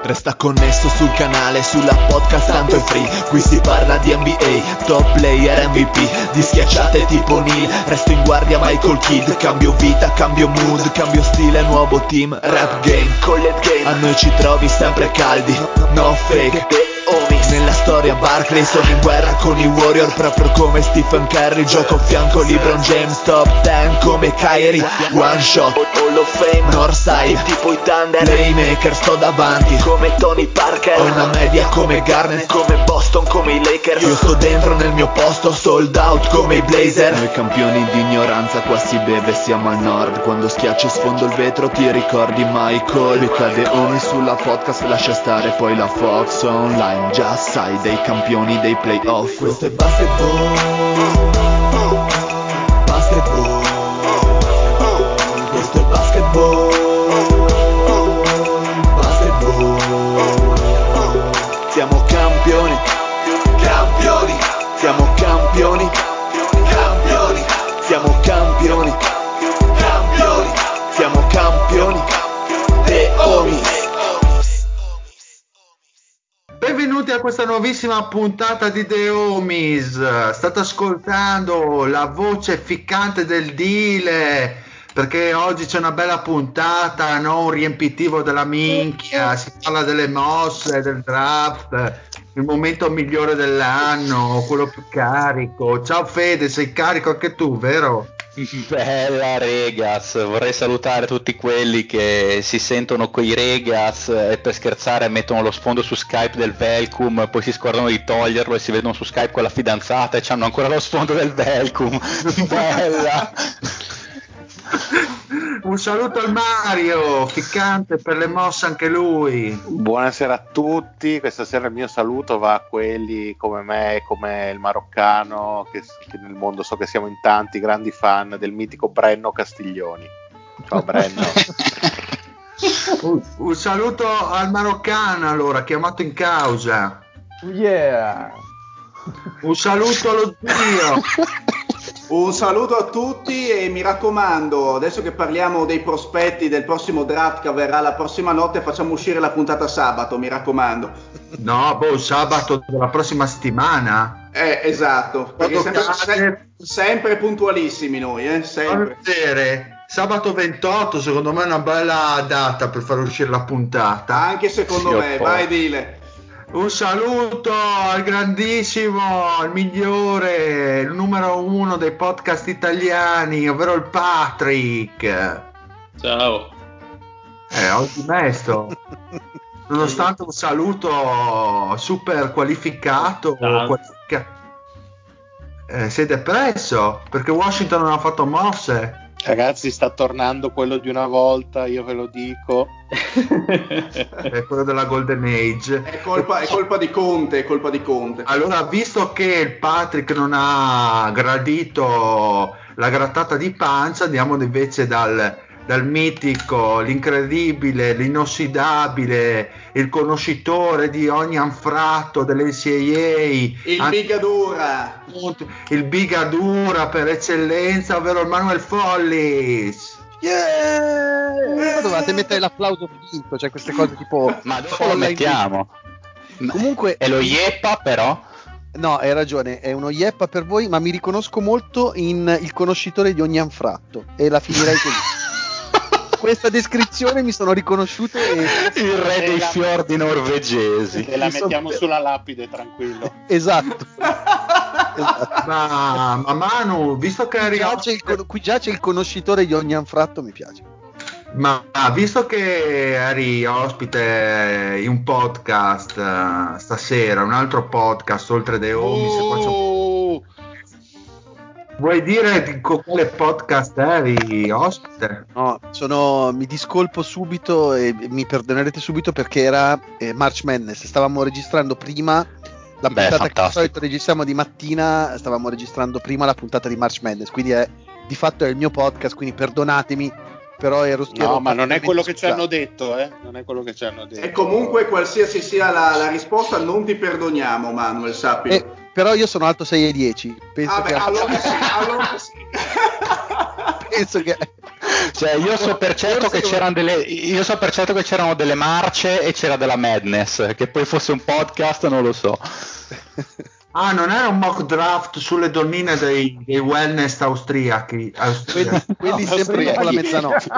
Resta connesso sul canale, sulla podcast tanto è free. Qui si parla di NBA, top player MVP, di schiacciate tipo Neil. Resto in guardia Michael Kidd. Cambio vita, cambio mood, cambio stile, nuovo team. Rap game, collet game, a noi ci trovi sempre caldi. No fake, nella storia Barkley, sono in guerra con i Warrior, proprio come Stephen Curry. Gioco a fianco LeBron James, top 10 come Kyrie. One shot, Hall of Fame, Northside, tipo i Thunder. Playmaker, sto davanti come Tony Parker. Ho una media come Garnett, come Boston, come i Lakers. Io sto dentro nel mio posto, sold out come i Blazer. Noi campioni di ignoranza, qua si beve, siamo al nord. Quando schiaccio e sfondo il vetro ti ricordi Michael. Mi cade ogni sulla podcast, lascia stare poi la Fox online. Già sai, dei campioni dei playoff. Questo è basketball, basketball. Questo è basketball, basketball. Siamo campioni, campioni. Siamo campioni, campioni. Siamo campioni, campioni. Siamo campioni, The Homies. Benvenuti a questa nuovissima puntata di The Homies. State ascoltando la voce ficcante del Dile, perché oggi c'è una bella puntata, non un riempitivo della minchia. Si parla delle mosse, del draft, il momento migliore dell'anno, quello più carico. Ciao Fede, sei carico anche tu, vero? Bella Regas, vorrei salutare tutti quelli che si sentono coi Regas e per scherzare mettono lo sfondo su Skype del Velcum, poi si scordano di toglierlo e si vedono su Skype con la fidanzata e hanno ancora lo sfondo del Velcum. Bella! Un saluto al Mario, ficcante per le mosse anche lui. Buonasera a tutti, questa sera il mio saluto va a quelli come me, come il maroccano, che nel mondo so che siamo in tanti grandi fan del mitico Brenno Castiglioni. Ciao Brenno. Un saluto al maroccano allora, chiamato in causa. Yeah. Un saluto allo zio. Un saluto a tutti e mi raccomando, adesso che parliamo dei prospetti del prossimo draft che avverrà la prossima notte, facciamo uscire la puntata sabato, mi raccomando. No, sabato della prossima settimana. Esatto, perché sempre puntualissimi noi, sempre. Sabato 28 secondo me è una bella data per far uscire la puntata. Anche secondo me, vai Dile. Un saluto al grandissimo, al migliore, il numero uno dei podcast italiani, ovvero il Patrick. Ciao. Oggi mesto. Nonostante un saluto super qualificato, sei depresso perché Washington non ha fatto mosse. Ragazzi, sta tornando quello di una volta, io ve lo dico. È quello della Golden Age. È colpa di Conte, è colpa di Conte. Allora, visto che il Patrick non ha gradito la grattata di pancia, andiamo invece dal mitico, l'incredibile, l'inossidabile, il conoscitore di ogni anfratto dell'NCAA, il bigadura per eccellenza, ovvero il Manuel Follis. Yeah! Dovete mettere l'applauso finto, cioè queste cose tipo. Ma dove lo mettiamo? Comunque è lo Yeppa, però. No, hai ragione, è uno Yeppa per voi, ma mi riconosco molto in il conoscitore di ogni anfratto e la finirei così. Questa descrizione mi sono riconosciuto il re dei fiordi norvegesi. E la mettiamo sulla lapide, tranquillo. Esatto. Ma Manu, visto che qui già c'è il conoscitore di ogni anfratto, mi piace. Ma visto che eri ospite in un podcast stasera, un altro podcast oltre The Homies, vuoi dire con quale podcast eri ospite? No, mi discolpo subito e mi perdonerete subito perché era March Madness. Stavamo registrando prima la puntata che di solito registriamo di mattina, stavamo registrando prima la puntata di March Madness, quindi di fatto è il mio podcast, quindi perdonatemi, però ero ma non è quello che ci hanno detto, non è quello che ci hanno detto. E comunque qualsiasi sia la risposta non ti perdoniamo, Manuel, sappilo. Però io sono alto 6,10. Penso che allora sì. penso che Cioè, io so per certo che c'erano delle marce e c'era della Madness, che poi fosse un podcast non lo so. Ah, non era un mock draft sulle donnine dei wellness austriachi. Quelli sempre dopo la mezzanotte.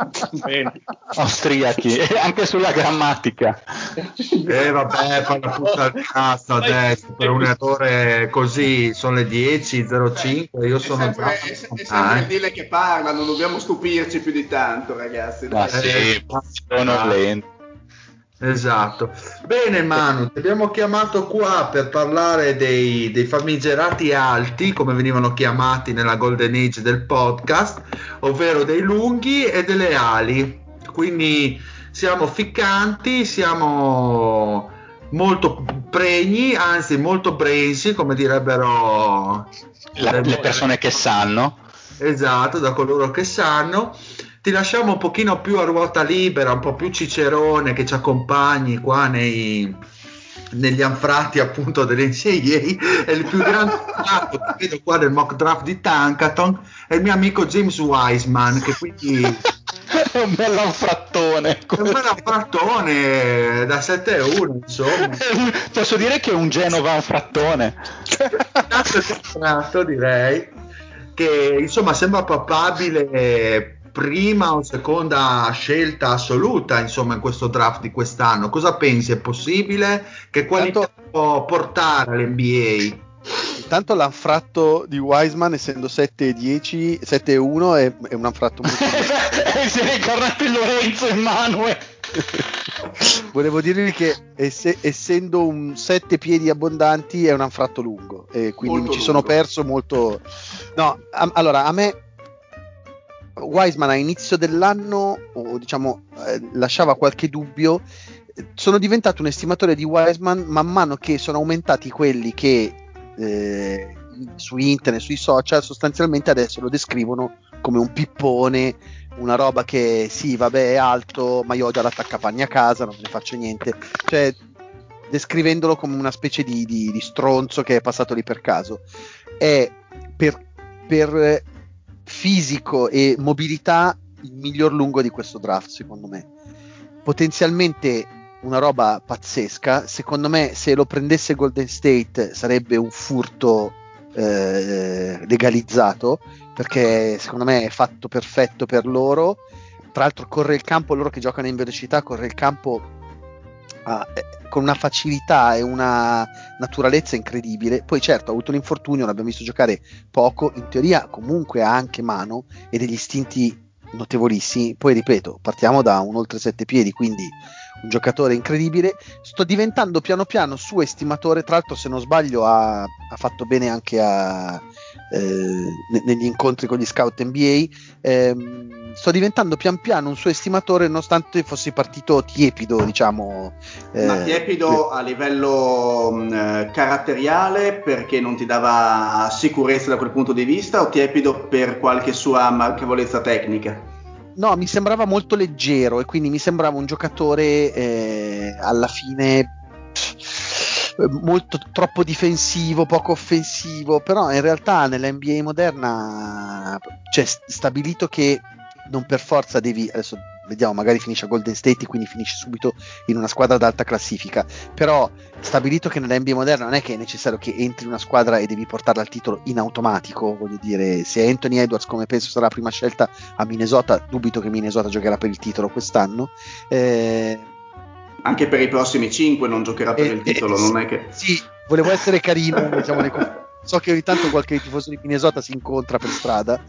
Austriaci, e anche sulla grammatica. Vabbè, fa la puttana al cazzo adesso, per un errore così, sono le 10:05, io sono è sempre il dealer che parla, non dobbiamo stupirci più di tanto, ragazzi. Ma sì, sono lento. Esatto. Bene Manu, ti abbiamo chiamato qua per parlare dei famigerati alti, come venivano chiamati nella Golden Age del podcast, ovvero dei lunghi e delle ali. Quindi siamo ficcanti, siamo molto pregni, anzi molto brainsi, come direbbero le persone che sanno. Esatto, da coloro che sanno. Ti lasciamo un pochino più a ruota libera, un po' più cicerone, che ci accompagni qua negli anfratti appunto dell'NCAA. E il più grande che vedo qua del mock draft di Tankathon è il mio amico James Wiseman, che quindi è un bel anfrattone. È un bel anfrattone da 7-1, insomma. Posso dire che è un Genova anfrattone. Tanto direi che insomma sembra papabile prima o seconda scelta assoluta, insomma, in questo draft di quest'anno. Cosa pensi? È possibile? Che qualità può portare all'NBA? Intanto l'anfratto di Wiseman, essendo 7-10, 7-1, è un anfratto molto si è incarnato il Lorenzo Emanuele. Volevo dirvi che essendo un 7 piedi abbondanti è un anfratto lungo, e quindi molto mi ci sono perso molto. No, allora a me Wiseman a inizio dell'anno, o diciamo lasciava qualche dubbio. Sono diventato un estimatore di Wiseman man mano che sono aumentati quelli che su internet, sui social, sostanzialmente adesso lo descrivono come un pippone, una roba che sì, vabbè, è alto, ma io ho già l'attaccapanni a casa, non me ne faccio niente, cioè descrivendolo come una specie di stronzo che è passato lì per caso. È per fisico e mobilità il miglior lungo di questo draft, secondo me. Potenzialmente una roba pazzesca. Secondo me, se lo prendesse Golden State sarebbe un furto legalizzato, perché secondo me è fatto perfetto per loro. Tra l'altro corre il campo, loro che giocano in velocità, corre il campo con una facilità e una naturalezza incredibile. Poi certo ha avuto l'infortunio, l'abbiamo visto giocare poco, in teoria comunque ha anche mano e degli istinti notevolissimi. Poi ripeto, partiamo da un oltre 7 piedi, quindi un giocatore incredibile. Sto diventando piano piano suo estimatore, tra l'altro se non sbaglio ha fatto bene anche negli incontri con gli scout NBA. Sto diventando pian piano un suo estimatore, nonostante fossi partito tiepido, diciamo. Ma tiepido a livello caratteriale, perché non ti dava sicurezza da quel punto di vista, o tiepido per qualche sua manchevolezza tecnica? No, mi sembrava molto leggero e quindi mi sembrava un giocatore alla fine molto troppo difensivo, poco offensivo, però in realtà nell'NBA moderna c'è stabilito che non per forza devi, adesso vediamo, magari finisce a Golden State, quindi finisci subito in una squadra d'alta classifica, però stabilito che nell'NBA moderna non è che è necessario che entri in una squadra e devi portarla al titolo in automatico. Voglio dire, se Anthony Edwards, come penso sarà la prima scelta a Minnesota, dubito che Minnesota giocherà per il titolo quest'anno, anche per i prossimi 5 non giocherà per il titolo, non è che... Sì, volevo essere carino, diciamo, so che ogni tanto qualche tifoso di Minnesota si incontra per strada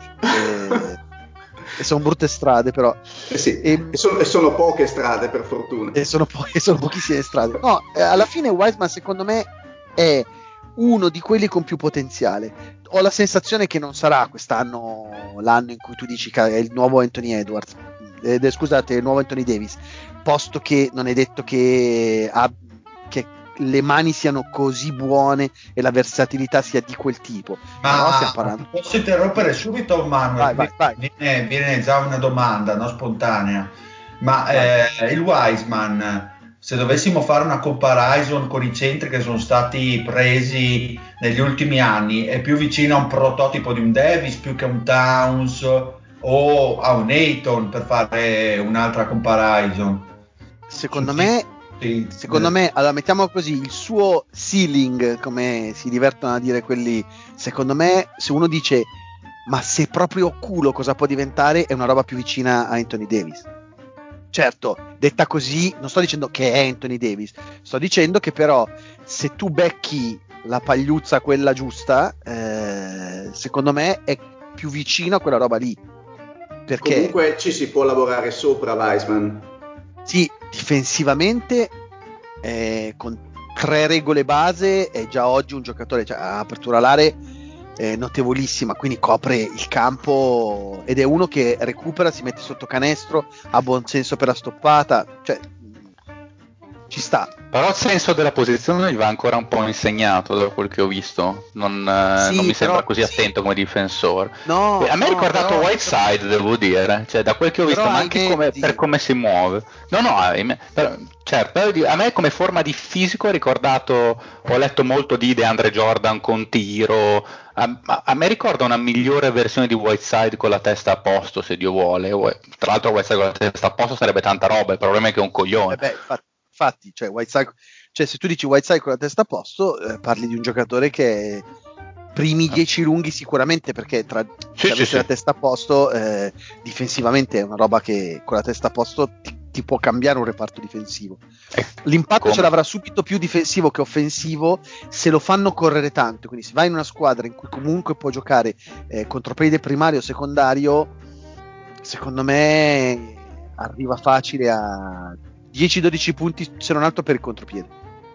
e sono brutte strade, però sì, e sono poche strade, per fortuna, e sono pochissime strade. No, alla fine Wiseman secondo me è uno di quelli con più potenziale. Ho la sensazione che non sarà quest'anno l'anno in cui tu dici che è il nuovo Anthony Edwards, scusate, il nuovo Anthony Davis, posto che non è detto che le mani siano così buone e la versatilità sia di quel tipo. Ma stiamo parlando... posso interrompere subito, Manuel? Vai. Viene già una domanda, no, spontanea. Ma il Wiseman, se dovessimo fare una comparison con i centri che sono stati presi negli ultimi anni, è più vicino a un prototipo di un Davis più che a un Towns o a un Ayton, per fare un'altra comparison. Secondo me, allora mettiamo così, il suo ceiling, come si divertono a dire quelli, secondo me, se uno dice ma se proprio culo cosa può diventare, è una roba più vicina a Anthony Davis. Certo, detta così, non sto dicendo che è Anthony Davis, sto dicendo che però se tu becchi la pagliuzza quella giusta, secondo me è più vicino a quella roba lì. Perché comunque ci si può lavorare sopra Wiseman. Sì, difensivamente con 3 regole base è già oggi un giocatore, cioè, a apertura alare notevolissima, quindi copre il campo ed è uno che recupera, si mette sotto canestro, ha buon senso per la stoppata, cioè ci sta. Però il senso della posizione gli va ancora un po' insegnato da quel che ho visto, non mi sembra così attento come difensore. No, a me ha ricordato però, Whiteside, devo dire, cioè da quel che ho visto, ma anche per come si muove. Certo, a me come forma di fisico ha ricordato, ho letto molto di DeAndre Jordan con tiro, a me ricorda una migliore versione di Whiteside con la testa a posto, se Dio vuole. Tra l'altro Whiteside con la testa a posto sarebbe tanta roba, il problema è che è un coglione. Infatti, cioè, Whiteside, cioè se tu dici Whiteside con la testa a posto, parli di un giocatore che è primi 10 lunghi sicuramente, perché tra la testa a posto difensivamente è una roba che con la testa a posto ti può cambiare un reparto difensivo. L'impatto ce l'avrà subito più difensivo che offensivo se lo fanno correre tanto, quindi se vai in una squadra in cui comunque può giocare contropiede primario o secondario, secondo me arriva facile a 10-12 punti, se non altro per il contropiede.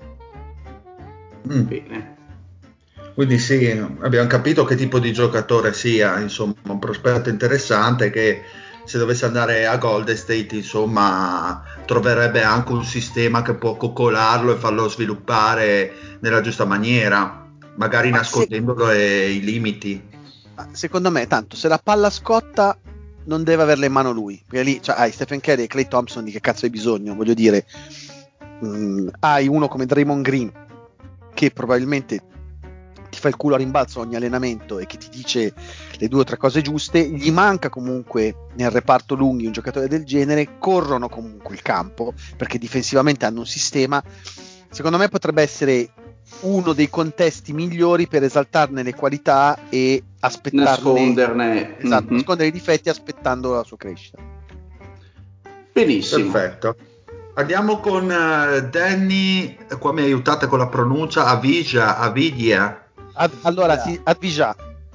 Bene. Quindi sì, abbiamo capito che tipo di giocatore sia, insomma, un prospetto interessante che se dovesse andare a Golden State, insomma, troverebbe anche un sistema che può coccolarlo e farlo sviluppare nella giusta maniera, magari nascondendolo i limiti. Secondo me, tanto, se la palla scotta non deve averla in mano lui, perché lì hai Stephen Curry e Klay Thompson, di che cazzo hai bisogno? Voglio dire, hai uno come Draymond Green che probabilmente ti fa il culo a rimbalzo ogni allenamento e che ti dice le 2 o 3 cose giuste, gli manca comunque nel reparto lunghi un giocatore del genere, corrono comunque il campo perché difensivamente hanno un sistema, secondo me potrebbe essere uno dei contesti migliori per esaltarne le qualità e nasconderne nascondere i difetti aspettando la sua crescita. Benissimo, perfetto. Andiamo con Danny, qua mi aiutate con la pronuncia, Avidia. Allora sì, Advija,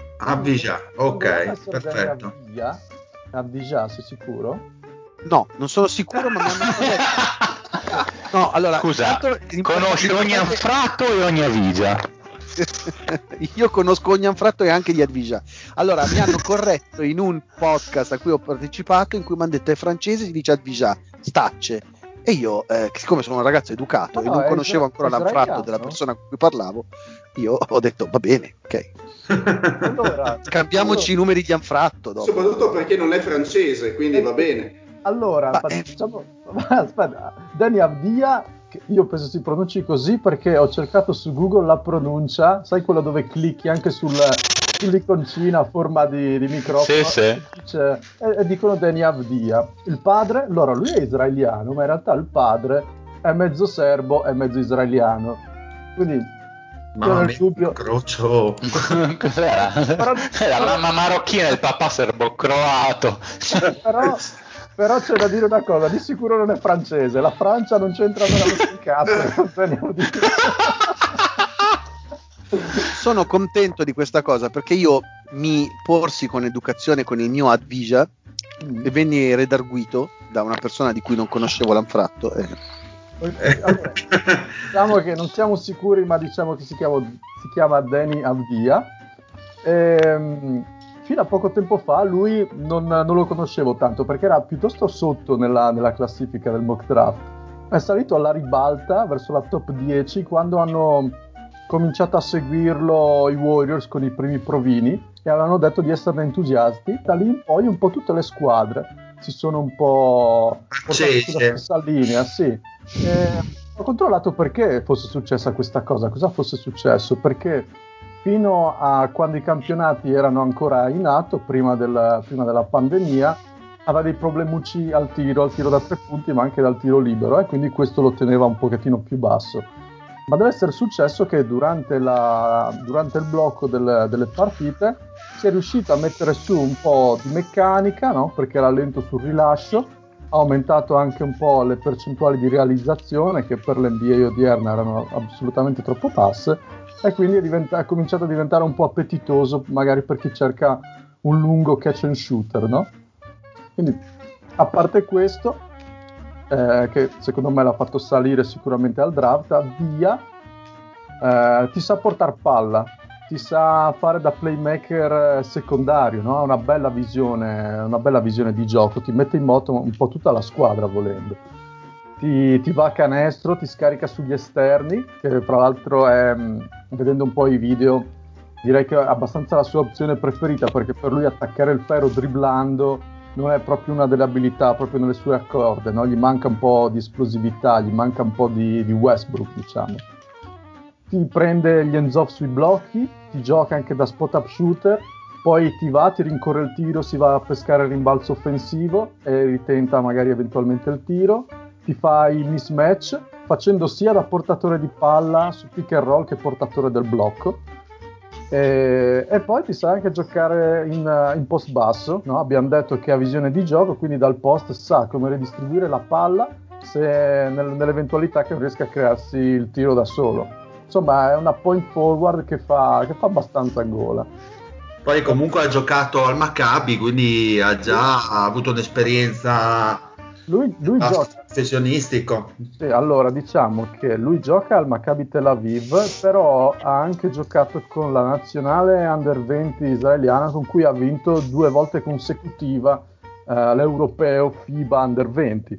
ok, perfetto. Advija, sei sicuro? No, non sono sicuro, ma mi hanno detto. No, allora, scusa, conosci ogni anfratto e ogni Avigia? Io conosco ogni anfratto e anche di Advija. Allora, mi hanno corretto in un podcast a cui ho partecipato in cui mi hanno detto è francese, si dice Advija, stacce. E io, siccome sono un ragazzo educato e non conoscevo ancora l'anfratto della persona con cui parlavo, io ho detto va bene, ok. Allora, scambiamoci i numeri di anfratto dopo. Soprattutto perché non è francese, quindi va bene. Allora, aspetta, Danny Avdia, io penso si pronunci così perché ho cercato su Google la pronuncia, sai quella dove clicchi anche sull'iconcina a forma di microfono, sì. e dicono Danny Avdia. Il padre, allora lui è israeliano, ma in realtà il padre è mezzo serbo e mezzo israeliano, quindi Mamma mia, dubbio. Crocio. Cos'era? La mamma marocchina e il papà serbo-croato. Però c'è da dire una cosa, di sicuro non è francese, la Francia non c'entra veramente un cazzo. Sono contento di questa cosa perché io mi porsi con educazione con il mio Advija e venni redarguito da una persona di cui non conoscevo l'anfratto. Allora, diciamo che non siamo sicuri, ma diciamo che si chiama Danny Avdia. Fino a poco tempo fa lui non lo conoscevo tanto perché era piuttosto sotto nella classifica del mock draft. È salito alla ribalta verso la top 10 quando hanno cominciato a seguirlo i Warriors con i primi provini e avevano detto di esserne entusiasti. Da lì in poi un po' tutte le squadre si sono un po' portate sulla stessa linea, sì. Ho controllato perché fosse successa questa cosa, cosa fosse successo, perché fino a quando i campionati erano ancora in atto, prima della pandemia, aveva dei problemucci al tiro da 3 punti, ma anche dal tiro libero, e quindi questo lo teneva un pochettino più basso. Ma deve essere successo che durante il blocco delle partite si è riuscito a mettere su un po' di meccanica, no? Perché era lento sul rilascio, ha aumentato anche un po' le percentuali di realizzazione, che per l'NBA odierna erano assolutamente troppo basse, e quindi è cominciato a diventare un po' appetitoso, magari per chi cerca un lungo catch and shooter, no? Quindi, a parte questo, che secondo me l'ha fatto salire sicuramente al draft, ti sa portare palla, ti sa fare da playmaker secondario, no? Ha una bella visione di gioco, ti mette in moto un po' tutta la squadra volendo. Ti va a canestro, ti scarica sugli esterni, che tra l'altro è, vedendo un po' i video, direi che è abbastanza la sua opzione preferita, perché per lui attaccare il ferro dribblando non è proprio una delle abilità, proprio nelle sue corde, no? Gli manca un po' di esplosività, gli manca un po' di Westbrook, diciamo. Ti prende gli hands off sui blocchi, ti gioca anche da spot up shooter, poi ti rincorre il tiro, si va a pescare il rimbalzo offensivo e ritenta magari eventualmente il tiro, ti fa i mismatch facendo sia da portatore di palla su pick and roll che portatore del blocco, e poi ti sa anche giocare in post basso, no? Abbiamo detto che ha visione di gioco, quindi dal post sa come redistribuire la palla nell'eventualità che non riesca a crearsi il tiro da solo. Insomma, è una point forward che fa abbastanza gola. Poi comunque ha giocato al Maccabi, quindi ha già avuto un'esperienza lui gioca professionistico. Sì, allora diciamo che lui gioca al Maccabi Tel Aviv, però ha anche giocato con la nazionale Under 20 israeliana, con cui ha vinto 2 volte consecutiva l'Europeo FIBA Under 20.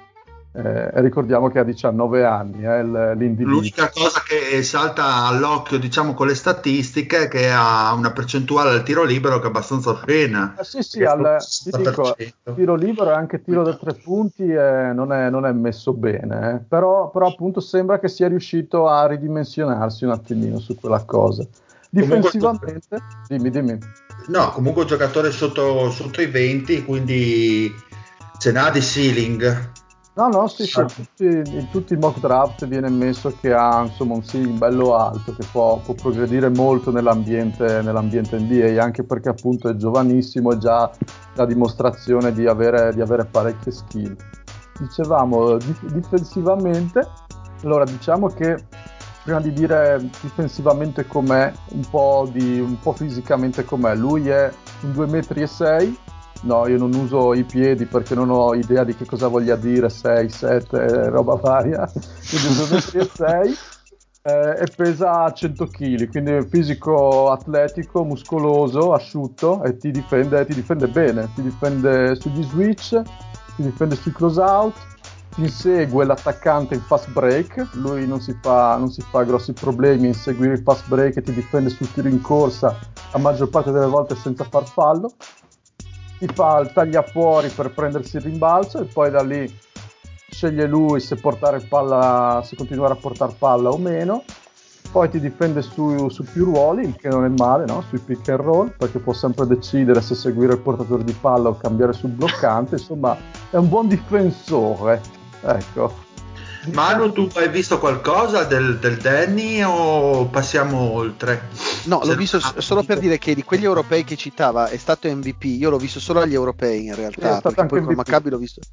Ricordiamo che ha 19 anni, l'individuo. L'unica cosa che salta all'occhio, diciamo, con le statistiche è che ha una percentuale al tiro libero che è abbastanza oscena. Sì, ti dico, tiro libero e anche tiro da 3 punti non è messo bene, però appunto sembra che sia riuscito a ridimensionarsi un attimino su quella cosa. Difensivamente, dimmi. No, comunque un giocatore sotto i 20, quindi ce n'ha di ceiling. No, sì, in tutti i mock draft viene messo che ha insomma un ceiling bello alto, che può progredire molto nell'ambiente NBA, anche perché appunto è giovanissimo e già la dimostrazione di avere parecchie skill. Dicevamo difensivamente, allora diciamo che prima di dire difensivamente com'è, un po' fisicamente com'è, lui è un 2,6 m. No, io non uso i piedi perché non ho idea di che cosa voglia dire 6, 7, roba varia. Quindi 2,6 m e pesa 100 kg, quindi è un fisico atletico, muscoloso, asciutto, e ti difende bene, ti difende sugli switch, ti difende sui close out, ti insegue l'attaccante in fast break, lui non si fa grossi problemi a inseguire il fast break e ti difende sul tiro in corsa la maggior parte delle volte senza far fallo. Ti fa il taglia fuori per prendersi il rimbalzo e poi da lì sceglie lui se continuare a portare palla o meno. Poi ti difende su più ruoli, il che non è male, no? Sui pick and roll, perché può sempre decidere se seguire il portatore di palla o cambiare sul bloccante. Insomma, è un buon difensore, ecco. Manu, tu hai visto qualcosa del Danny o passiamo oltre? No, l'ho visto solo per dire che di quegli europei che citava è stato MVP. Io l'ho visto solo agli europei in realtà, perché poi con Maccabi l'ho visto.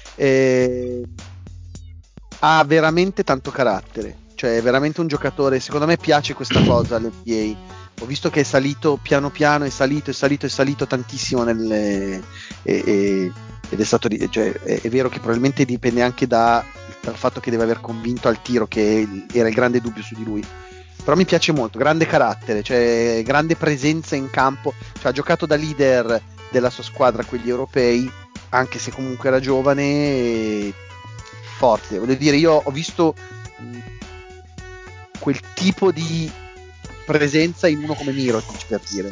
Ha veramente tanto carattere, cioè è veramente un giocatore. Secondo me piace questa cosa all'NBA. Ho visto che è salito piano piano, è salito tantissimo ed è stato, cioè, è vero che probabilmente dipende anche dal fatto che deve aver convinto al tiro, che era il grande dubbio su di lui. Però mi piace molto, grande carattere, cioè grande presenza in campo, cioè, ha giocato da leader della sua squadra quegli europei, anche se comunque era giovane, forte. Voglio dire, io ho visto quel tipo di presenza in uno come Mirotic, per dire.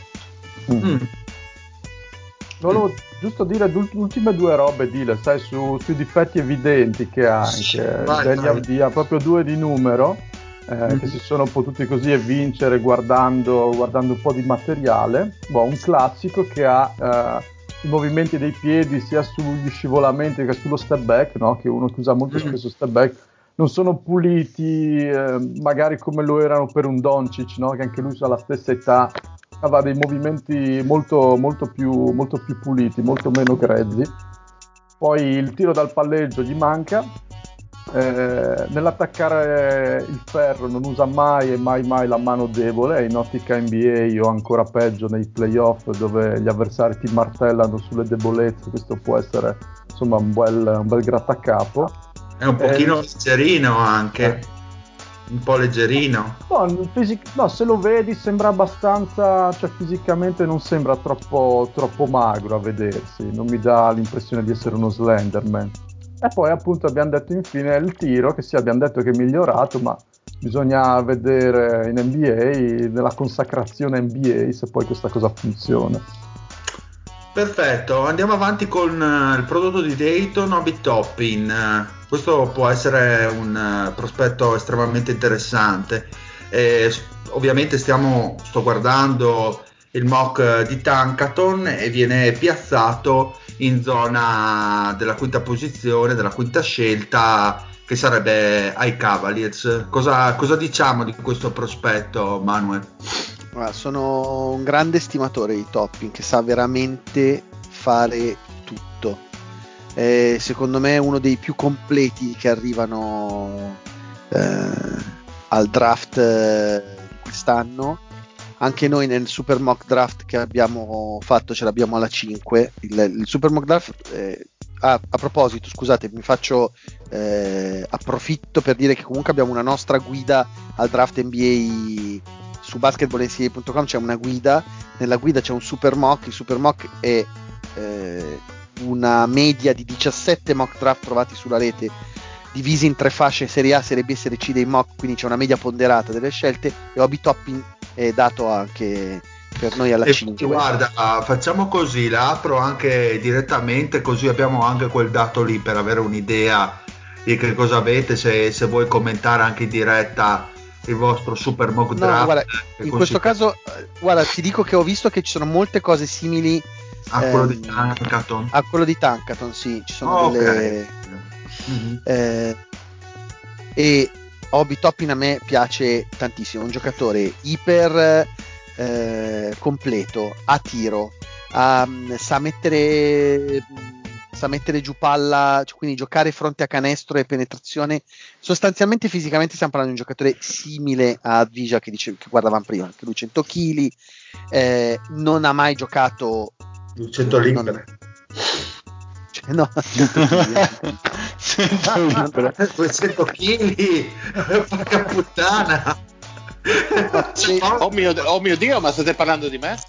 Volevo giusto dire le ultime 2 robe, Dile, sai, sui difetti evidenti che ha anche Danny Avdija, proprio 2 di numero. che si sono potuti così vincere guardando un po' di materiale. Un classico che ha i movimenti dei piedi sia sugli scivolamenti che sullo step back, no? Che uno che usa molto spesso step back, non sono puliti, magari come lo erano per un Doncic, no? Che anche lui alla stessa età aveva dei movimenti molto più puliti, molto meno grezzi. Poi il tiro dal palleggio gli manca, nell'attaccare il ferro non usa mai la mano debole, in ottica NBA o ancora peggio nei playoff dove gli avversari ti martellano sulle debolezze. Questo può essere insomma un bel grattacapo. È un pochino leggerino anche, un po' leggerino. No, se lo vedi sembra abbastanza, cioè fisicamente non sembra troppo magro a vedersi, non mi dà l'impressione di essere uno Slenderman. E poi appunto abbiamo detto infine il tiro, che sì, abbiamo detto che è migliorato, ma bisogna vedere in NBA, nella consacrazione NBA, se poi questa cosa funziona. Perfetto, andiamo avanti con il prodotto di Dayton, Obi Toppin. Questo può essere un prospetto estremamente interessante. Ovviamente sto guardando il mock di Tankathon e viene piazzato in zona della quinta posizione, della quinta scelta, che sarebbe ai Cavaliers. Cosa diciamo di questo prospetto, Manuel? Sono un grande stimatore di Toppin, che sa veramente fare tutto. Secondo me è uno dei più completi che arrivano al draft quest'anno. Anche noi nel super mock draft che abbiamo fatto ce l'abbiamo alla 5. Il super mock draft a proposito, scusate, approfitto per dire che comunque abbiamo una nostra guida al draft NBA. Su basketballnca.com c'è una guida, nella guida c'è un super mock. Il super mock è una media di 17 mock draft trovati sulla rete, divisi in 3 fasce: Serie A, Serie B, Serie C dei mock, quindi c'è una media ponderata delle scelte, e Obi Toppin è dato anche per noi alla 5. Guarda, facciamo così, la apro anche direttamente, così abbiamo anche quel dato lì per avere un'idea di che cosa avete, se vuoi commentare anche in diretta il vostro super mock draft. No, guarda, in questo caso, guarda, ti dico che ho visto che ci sono molte cose simili a quello di Tankathon. A quello di Tankathon, sì, ci sono delle... E Obi Toppin a me piace tantissimo, un giocatore iper completo, a tiro, sa mettere giù palla, cioè, quindi giocare fronte a canestro e penetrazione. Sostanzialmente fisicamente stiamo parlando di un giocatore simile a Advija che guardavamo prima, anche lui 100 kg, non ha mai giocato 100 libbre. No, 100 kg 200 kg, porca puttana. Oh mio Dio, ma state parlando di me?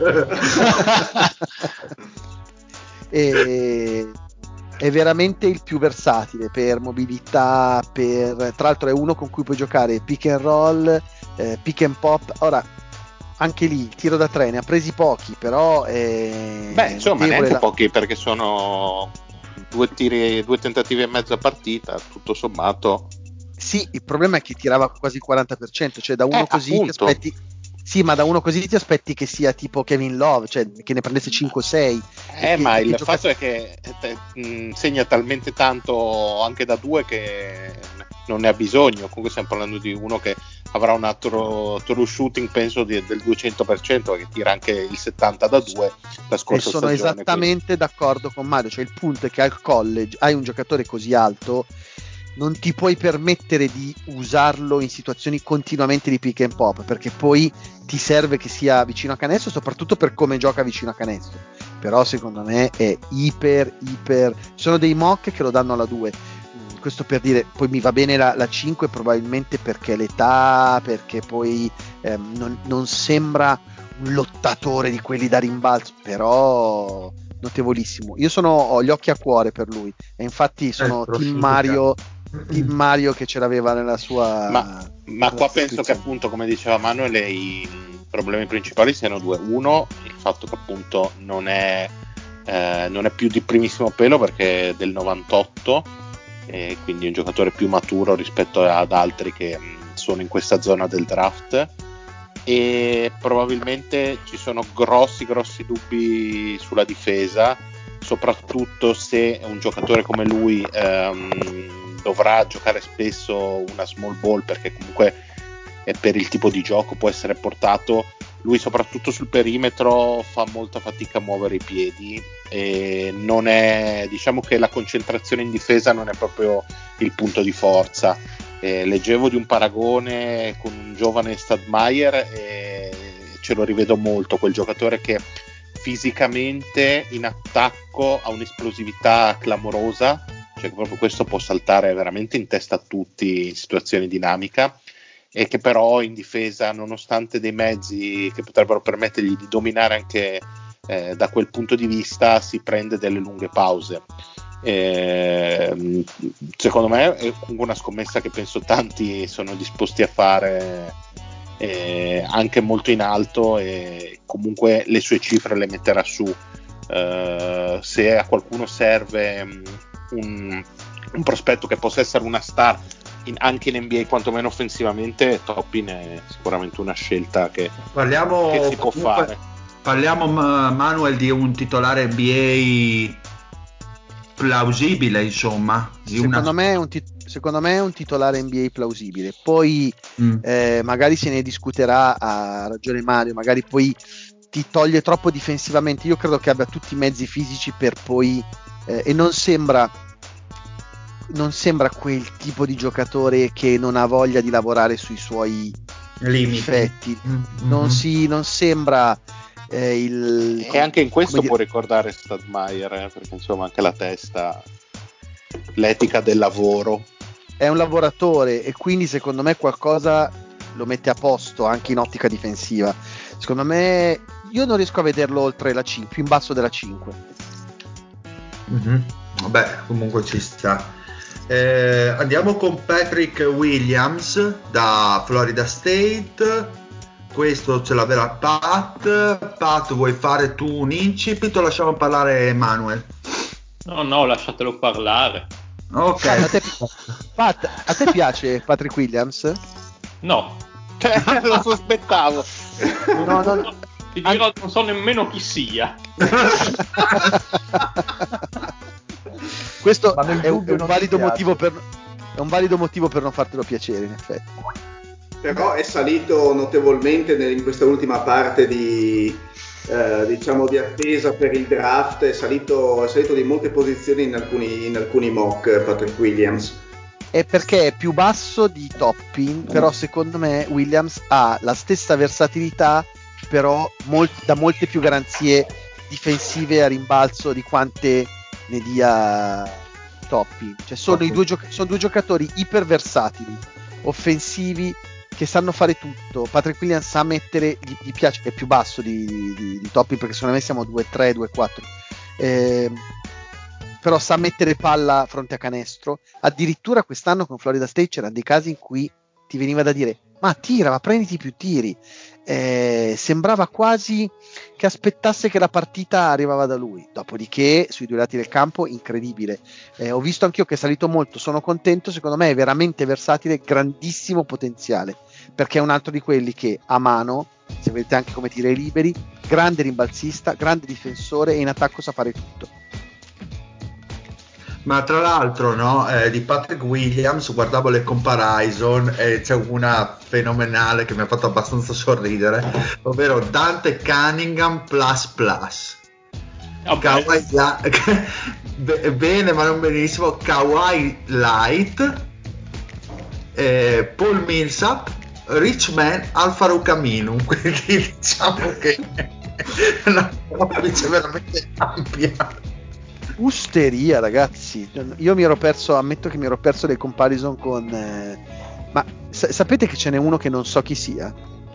È veramente il più versatile per mobilità, tra l'altro è uno con cui puoi giocare pick and roll, pick and pop. Ora anche lì il tiro da 3 ne ha presi pochi, però insomma neanche pochi, perché sono 2 tentativi e mezzo a partita, tutto sommato. Sì, il problema è che tirava quasi il 40%, cioè da uno così appunto. ti aspetti. Sì, ma da uno così ti aspetti che sia tipo Kevin Love, cioè che ne prendesse 5-6. Ma il fatto è che segna talmente tanto anche da 2 che non ne ha bisogno. Comunque stiamo parlando di uno che avrà un true shooting penso del 200%, che tira anche il 70 da 2 la scorsa stagione. E sono esattamente d'accordo con Mario, cioè il punto è che al college hai un giocatore così alto, non ti puoi permettere di usarlo in situazioni continuamente di pick and pop, perché poi ti serve che sia vicino a canestro, soprattutto per come gioca vicino a canestro. Però secondo me è iper sono dei mock che lo danno alla 2. Questo per dire, poi mi va bene la 5 probabilmente perché l'età, perché poi non sembra un lottatore di quelli da rimbalzo, però notevolissimo. Io ho gli occhi a cuore per lui, e infatti sono Team Mario che ce l'aveva nella sua... Ma qua penso che appunto, come diceva Manuel, i problemi principali siano 2. Uno, il fatto che appunto non è più di primissimo pelo perché è del 98, e quindi un giocatore più maturo rispetto ad altri che sono in questa zona del draft, e probabilmente ci sono grossi dubbi sulla difesa, soprattutto se un giocatore come lui dovrà giocare spesso una small ball, perché comunque per il tipo di gioco può essere portato. Lui soprattutto sul perimetro fa molta fatica a muovere i piedi, e non è, diciamo che la concentrazione in difesa non è proprio il punto di forza. Leggevo di un paragone con un giovane Stadmeier e ce lo rivedo molto, quel giocatore che fisicamente in attacco ha un'esplosività clamorosa, cioè proprio questo può saltare veramente in testa a tutti in situazioni dinamica, e che però in difesa, nonostante dei mezzi che potrebbero permettergli di dominare anche da quel punto di vista, si prende delle lunghe pause. Secondo me è una scommessa che penso tanti sono disposti a fare, anche molto in alto, e comunque le sue cifre le metterà su. Se a qualcuno serve un prospetto che possa essere una star anche in NBA, quantomeno offensivamente, Toppin è sicuramente una scelta che si può fare. Parliamo, Manuel, di un titolare NBA plausibile, insomma. Secondo me è un titolare NBA plausibile. Poi magari se ne discuterà, ha ragione Mario, magari poi ti toglie troppo difensivamente. Io credo che abbia tutti i mezzi fisici per poi e non sembra quel tipo di giocatore che non ha voglia di lavorare sui suoi difetti. Non sembra e anche in questo può ricordare Stadmeier, perché insomma anche la testa, l'etica del lavoro, è un lavoratore, e quindi secondo me qualcosa lo mette a posto anche in ottica difensiva. Secondo me, io non riesco a vederlo oltre la 5, più in basso della 5. Vabbè, comunque ci sta. Andiamo con Patrick Williams da Florida State. Questo ce l'avrà Pat, vuoi fare tu un incipit o lasciamo parlare Manuel? No, lasciatelo parlare. Ok. Pat, a te piace Patrick Williams? No. Lo sospettavo. No. Ti dirò, non so nemmeno chi sia. Questo è un valido motivo per non fartelo piacere, in effetti. Però è salito notevolmente in questa ultima parte di attesa per il draft, è salito di molte posizioni in alcuni mock Patrick Williams. È perché è più basso di Toppin, però secondo me Williams ha la stessa versatilità, però da molte più garanzie difensive a rimbalzo di quante ne dia Toppin. Cioè sono due giocatori iperversatili, offensivi, che sanno fare tutto. Patrick Williams sa mettere, gli piace, è più basso di Toppin, perché secondo me siamo 2-3, 2-4, però sa mettere palla fronte a canestro. Addirittura quest'anno con Florida State c'erano dei casi in cui ti veniva da dire: ma tira, ma prenditi più tiri. Sembrava quasi che aspettasse che la partita arrivava da lui. Dopodiché sui due lati del campo incredibile. Ho visto anch'io che è salito molto, sono contento. Secondo me è veramente versatile, grandissimo potenziale, perché è un altro di quelli che a mano, se vedete anche come tira i liberi, grande rimbalzista, grande difensore, e in attacco sa fare tutto. Ma tra l'altro, no, di Patrick Williams guardavo le comparison e c'è una fenomenale che mi ha fatto abbastanza sorridere, ovvero Dante Cunningham plus. Bene, ma non benissimo. Kawhi Light, Paul Millsap, Richman, Al-Farouq Aminu. Quindi diciamo che è una forbice veramente ampia. Usteria, ragazzi. Io ammetto che mi ero perso le comparison con ma sapete che ce n'è uno che non so chi sia?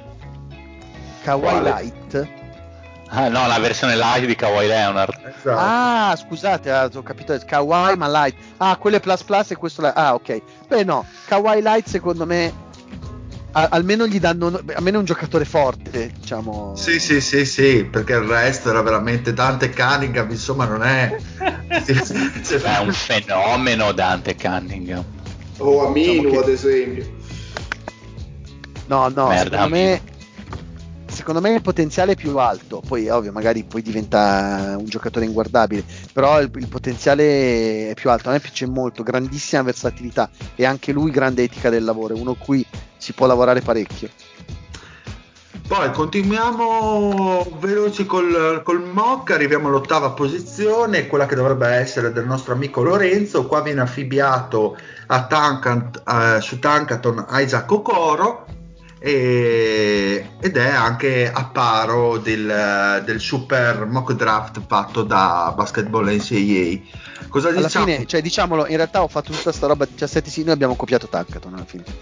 Kawhi Light. No, la versione live di Kawhi Leonard. Esatto. Ah, scusate, ho capito, Kawhi ma Light. Ah, quello è plus e questo ah, ok. Beh no, Kawhi Light secondo me almeno gli danno, almeno un giocatore forte, diciamo. Sì, perché il resto era veramente Dante Cunningham, insomma, non è è un fenomeno Dante Cunningham. O Aminu, ad esempio. Merda. Secondo me il potenziale è più alto, poi ovvio magari poi diventa un giocatore inguardabile, però il potenziale è più alto. A me piace molto, grandissima versatilità e anche lui grande etica del lavoro, uno cui si può lavorare parecchio. Poi continuiamo veloci col mock, arriviamo all'8ª posizione, quella che dovrebbe essere del nostro amico Lorenzo. Qua viene affibbiato su Tankaton Isaac Okoro, ed è anche a paro del super mock draft fatto da Basketball NCAA. Cosa alla diciamo? fine, cioè diciamolo, in realtà ho fatto tutta sta roba 17 sì, noi abbiamo copiato Tankaton alla fine.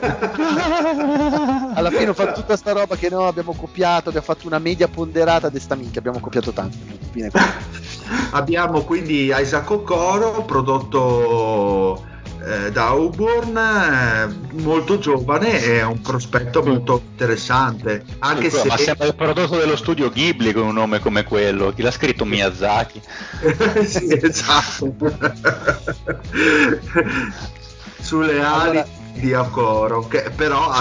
Alla fine ho fatto tutta sta roba che noi abbiamo copiato, abbiamo fatto una media ponderata di sta minchia, abbiamo copiato Tankaton. Abbiamo quindi Isaac Okoro, prodotto da Auburn, molto giovane, è un prospetto molto interessante, anche se... Ma sembra il prodotto dello studio Ghibli con un nome come quello. Chi l'ha scritto? Miyazaki. Sì, esatto. Sulle ali di Okoro, che però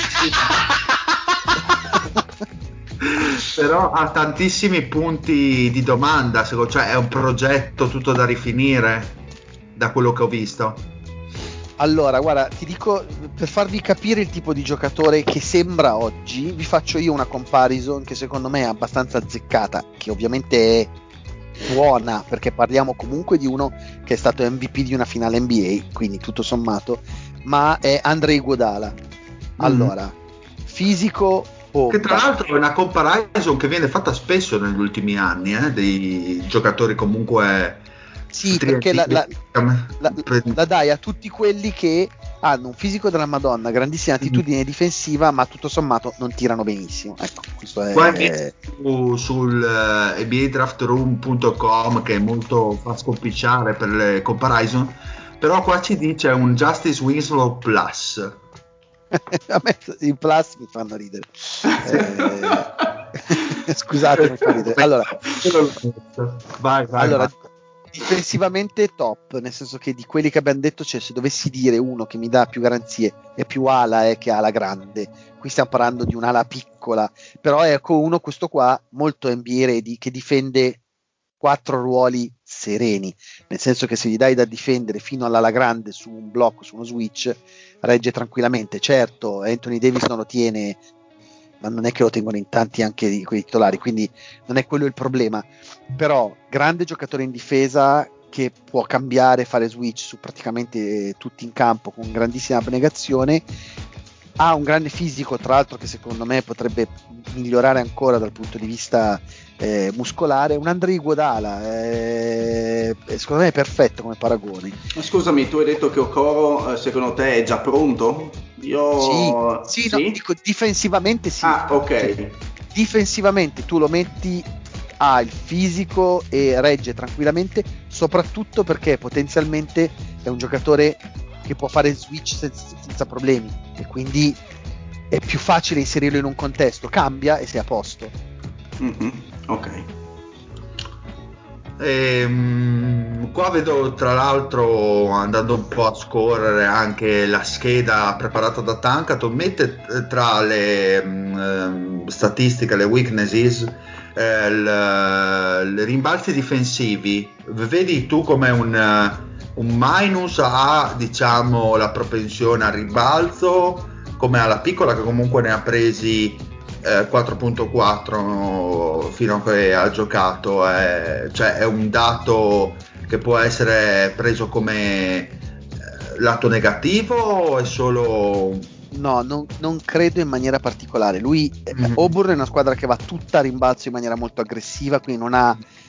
ha tantissimi punti di domanda, cioè è un progetto tutto da rifinire, da quello che ho visto. Allora, guarda, ti dico, per farvi capire il tipo di giocatore che sembra oggi, vi faccio io una comparison che secondo me è abbastanza azzeccata, che ovviamente è buona, perché parliamo comunque di uno che è stato MVP di una finale NBA, quindi tutto sommato, ma è Andre Iguodala. Allora, fisico bomba. Che tra l'altro è una comparison che viene fatta spesso negli ultimi anni, dei giocatori comunque... Sì, perché la dai a tutti quelli che hanno un fisico della Madonna, grandissima attitudine difensiva, ma tutto sommato non tirano benissimo. Ecco, questo è... Qua sul abadraftroom.com, che è molto fa scoppicciare per le comparison, però qua ci dice un Justice Winslow Plus. A me i plus mi fanno ridere. Scusate, mi fa ridere. Vai. Allora, difensivamente top, nel senso che di quelli che abbiamo detto, cioè se dovessi dire uno che mi dà più garanzie è più ala che ala grande. Qui stiamo parlando di un'ala piccola, però è uno, questo qua, molto NBA ready, che difende 4 ruoli sereni, nel senso che se gli dai da difendere fino all'ala grande su un blocco, su uno switch, regge tranquillamente. Certo, Anthony Davis non lo tiene, ma non è che lo tengono in tanti anche di quei titolari, quindi non è quello il problema. Però grande giocatore in difesa che può cambiare, fare switch su praticamente tutti in campo con grandissima abnegazione, ha un grande fisico, tra l'altro, che secondo me potrebbe migliorare ancora dal punto di vista muscolare. Un Andre Iguodala secondo me è perfetto come paragone. Ma scusami, tu hai detto che Okoro secondo te è già pronto? Io sì? No, dico difensivamente sì. Ah, ok. Cioè, difensivamente tu lo metti, ha il fisico e regge tranquillamente, soprattutto perché potenzialmente è un giocatore che può fare switch senza problemi, e quindi è più facile inserirlo in un contesto, cambia e sei a posto. Ok. Qua vedo, tra l'altro, andando un po' a scorrere anche la scheda preparata da Tankaton, mette tra le statistiche, le weaknesses, le rimbalzi difensivi. Vedi tu come un minus a, diciamo, la propensione al rimbalzo, come alla piccola, che comunque ne ha presi 4.4 fino a che ha giocato, cioè è un dato che può essere preso come lato negativo, o è solo... No, non credo in maniera particolare. Lui Auburn è una squadra che va tutta a rimbalzo in maniera molto aggressiva, quindi non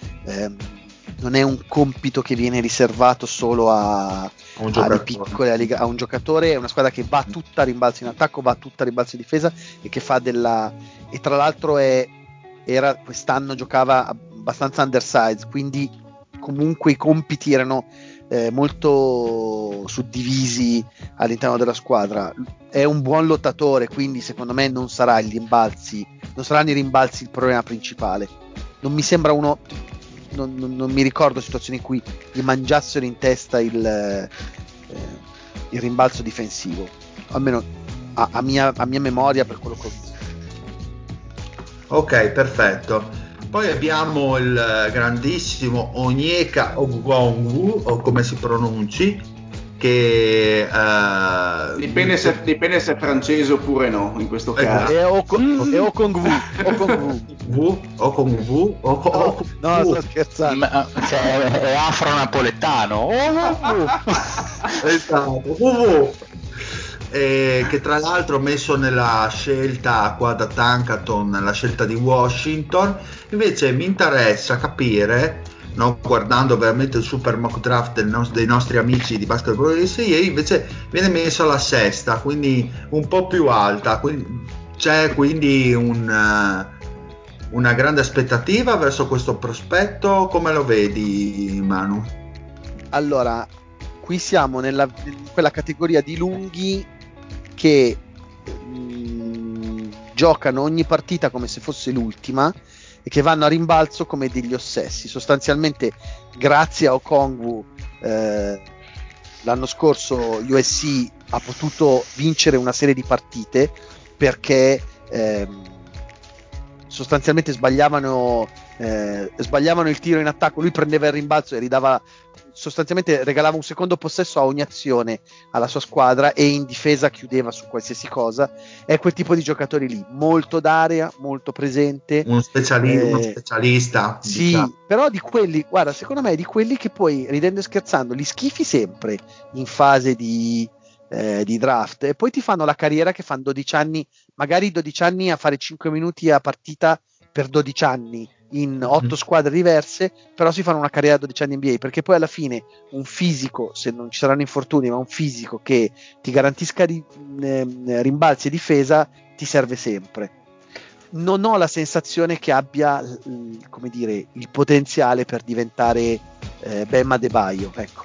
è un compito che viene riservato solo a un giocatore. È una squadra che va tutta a rimbalzo in attacco, va tutta a rimbalzo in difesa, e che fa e tra l'altro quest'anno giocava abbastanza undersized, quindi comunque i compiti erano molto suddivisi all'interno della squadra. È un buon lottatore, quindi secondo me non saranno i rimbalzi il problema principale. Non mi sembra uno, non mi ricordo situazioni in cui gli mangiassero in testa il rimbalzo difensivo, almeno a mia memoria, per quello che ho visto. Ok, perfetto. Poi abbiamo il grandissimo Onyeka Okongwu, o come si pronunci, che dipende se è francese oppure no in questo caso. È Okongwu. No, sto scherzando. È afro-napoletano. Esatto. Che tra l'altro ha messo nella scelta qua da Tankaton, la scelta di Washington. Invece mi interessa capire, no, guardando veramente il super mock draft dei nostri amici di Basketball USA, invece viene messo alla sesta, quindi un po' più alta, c'è quindi una grande aspettativa verso questo prospetto. Come lo vedi, Manu? Allora, qui siamo in quella categoria di lunghi che giocano ogni partita come se fosse l'ultima e che vanno a rimbalzo come degli ossessi. Sostanzialmente, grazie a Okongwu, l'anno scorso USC ha potuto vincere una serie di partite perché sostanzialmente sbagliavano il tiro in attacco, lui prendeva il rimbalzo e ridava, sostanzialmente regalava un secondo possesso a ogni azione alla sua squadra e in difesa chiudeva su qualsiasi cosa. È quel tipo di giocatori lì, molto d'area, molto presente, uno specialista, sì, diciamo. però di quelli, guarda, secondo me è di quelli che poi, ridendo e scherzando, li schifi sempre in fase di draft e poi ti fanno la carriera che fanno 12 anni, magari 12 anni a fare 5 minuti a partita per 12 anni in 8 squadre diverse, però si fanno una carriera da 12 anni NBA, perché poi alla fine un fisico, se non ci saranno infortuni, ma un fisico che ti garantisca rimbalzi e difesa ti serve sempre. Non ho la sensazione che abbia, come dire, il potenziale per diventare Bam Adebayo, ecco.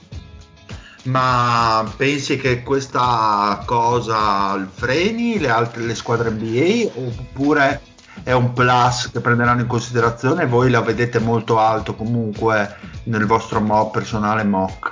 Ma pensi che questa cosa freni le squadre NBA, oppure è un plus che prenderanno in considerazione e voi la vedete molto alto comunque nel vostro personale mock?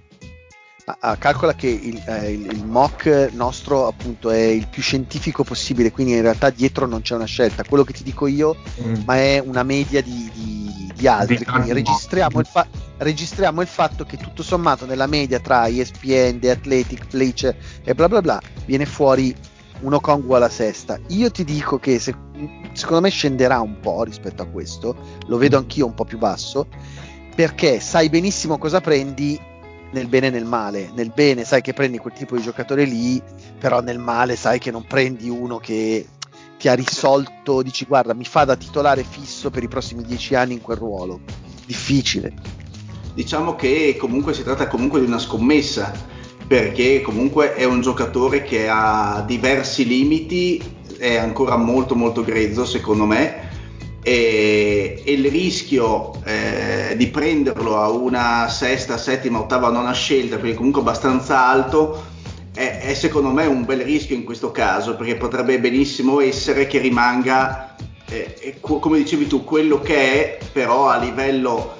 Calcola che il mock nostro appunto è il più scientifico possibile, quindi in realtà dietro non c'è una scelta, quello che ti dico io, ma è una media di altri, quindi registriamo il fatto che tutto sommato nella media tra ESPN, The Athletic, Bleacher e bla bla bla viene fuori un Okongwu alla sesta. Io ti dico che secondo me scenderà un po' rispetto a questo, lo vedo anch'io un po' più basso, perché sai benissimo cosa prendi nel bene e nel male. Nel bene sai che prendi quel tipo di giocatore lì, però nel male sai che non prendi uno che ti ha risolto, dici guarda mi fa da titolare fisso per i prossimi 10 anni in quel ruolo. Difficile. Diciamo che comunque si tratta comunque di una scommessa, perché comunque è un giocatore che ha diversi limiti, è ancora molto molto grezzo secondo me, e il rischio di prenderlo a una sesta, settima, ottava, nona scelta, quindi comunque abbastanza alto, è secondo me un bel rischio in questo caso, perché potrebbe benissimo essere che rimanga come dicevi tu, quello che è, però a livello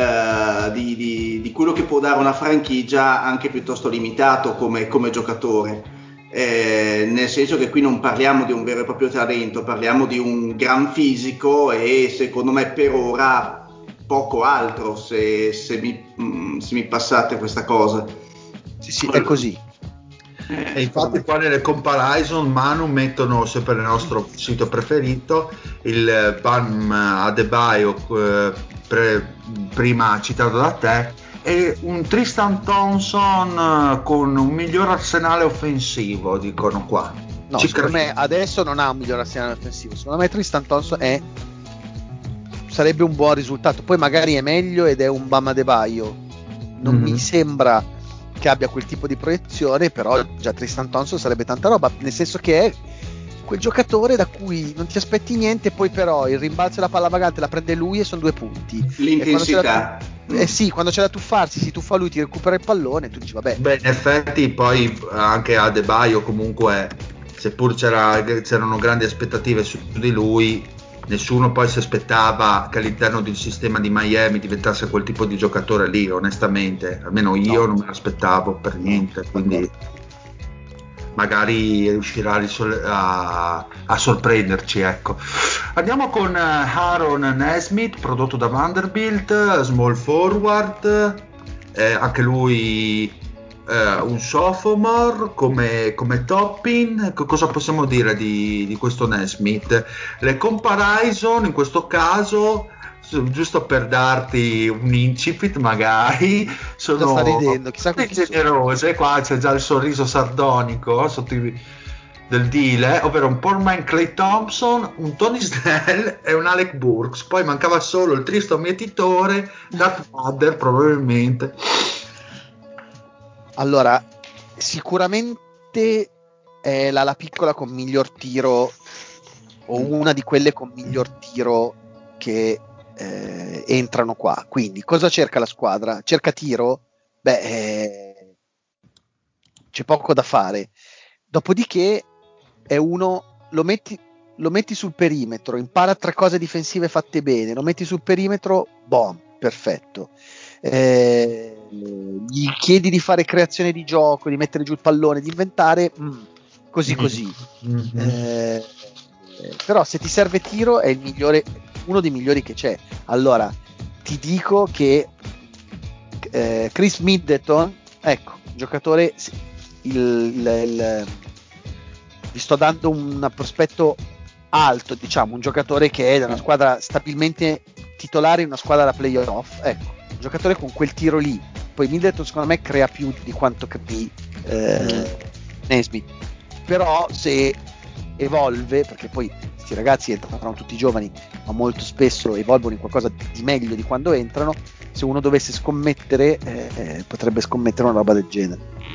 di quello che può dare una franchigia anche piuttosto limitato come giocatore. Nel senso che qui non parliamo di un vero e proprio talento, parliamo di un gran fisico e secondo me per ora poco altro, se mi passate questa cosa. Sì, è così. E infatti qua nelle comparison Manu mettono sempre nel nostro sito preferito il Bam Adebayo prima citato da te e un Tristan Thompson con un miglior arsenale offensivo, dicono qua. No, secondo me adesso non ha un miglior arsenale offensivo, secondo me Tristan Thompson sarebbe un buon risultato, poi magari è meglio ed è un Bam Adebayo, non mi sembra che abbia quel tipo di proiezione, però già Tristan Thompson sarebbe tanta roba, nel senso che è quel giocatore da cui non ti aspetti niente, poi però il rimbalzo e la palla vagante la prende lui e sono 2 punti. L'intensità. Sì, quando c'è da tuffarsi, si tuffa lui, ti recupera il pallone e tu dici vabbè. Beh, in effetti poi anche Adebayo comunque, seppur c'erano grandi aspettative su di lui, nessuno poi si aspettava che all'interno del sistema di Miami diventasse quel tipo di giocatore lì, onestamente, almeno io non me l'aspettavo per niente, quindi magari riuscirà a sorprenderci, ecco. Andiamo con Aaron Nesmith, prodotto da Vanderbilt, small forward, anche lui un sophomore come Toppin. Cosa possiamo dire di questo Nesmith? Le comparison in questo caso, giusto per darti un incipit magari, sono sta ridendo, chissà generose. Qua c'è già il sorriso sardonico del deal, ovvero un Paul Man, Klay Thompson, un Tony Snell e un Alec Burks. Poi mancava solo il tristo mietitore Darth Vader, probabilmente. Allora, sicuramente è la piccola con miglior tiro, o una di quelle con miglior tiro che entrano qua. Quindi cosa cerca la squadra? Cerca tiro? Beh, c'è poco da fare. Dopodiché è uno, lo metti sul perimetro, impara 3 cose difensive fatte bene, lo metti sul perimetro, boom, perfetto. Gli chiedi di fare creazione di gioco, di mettere giù il pallone, di inventare, così. Però se ti serve tiro è il migliore, uno dei migliori che c'è. Allora ti dico che Chris Middleton, ecco, giocatore, gli sto dando un prospetto alto, diciamo, un giocatore che è da una squadra stabilmente titolare in una squadra da playoff, ecco, un giocatore con quel tiro lì. Poi Middleton secondo me crea più di quanto capì Nesmith, però se evolve, perché poi questi ragazzi entrano tutti giovani ma molto spesso evolvono in qualcosa di meglio di quando entrano, se uno dovesse scommettere potrebbe scommettere una roba del genere.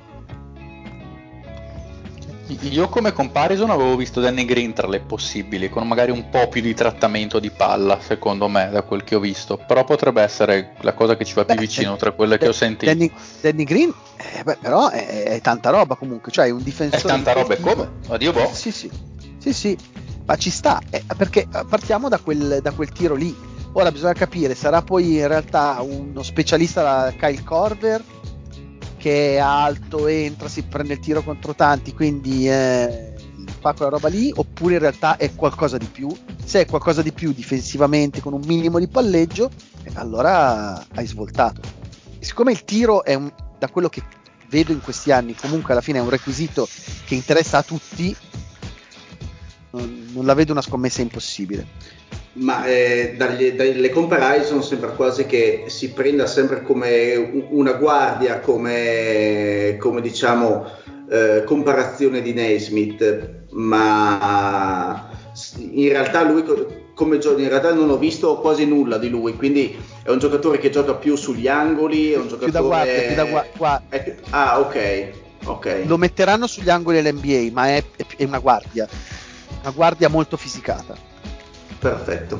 Io come comparison avevo visto Danny Green tra le possibili, con magari un po' più di trattamento di palla, secondo me, da quel che ho visto, però potrebbe essere la cosa che ci va più vicino tra quelle che ho sentito. Danny Green però è tanta roba comunque, cioè un difensore, è tanta roba, come? Oddio boh. Sì, ma ci sta, perché partiamo da quel tiro lì. Ora bisogna capire, sarà poi in realtà uno specialista da Kyle Korver, che è alto, entra, si prende il tiro contro tanti, quindi fa quella roba lì, oppure in realtà è qualcosa di più. Se è qualcosa di più difensivamente con un minimo di palleggio, allora hai svoltato. E siccome il tiro è da quello che vedo in questi anni comunque alla fine è un requisito che interessa a tutti, non la vedo una scommessa impossibile. Ma dalle comparison sembra quasi che si prenda sempre come una guardia, come diciamo comparazione di Naismith, ma in realtà lui in realtà non ho visto quasi nulla di lui, quindi è un giocatore che gioca più sugli angoli, è un giocatore più da guardia. Ah, ok. Lo metteranno sugli angoli dell'NBA, ma è una guardia molto fisicata. Perfetto.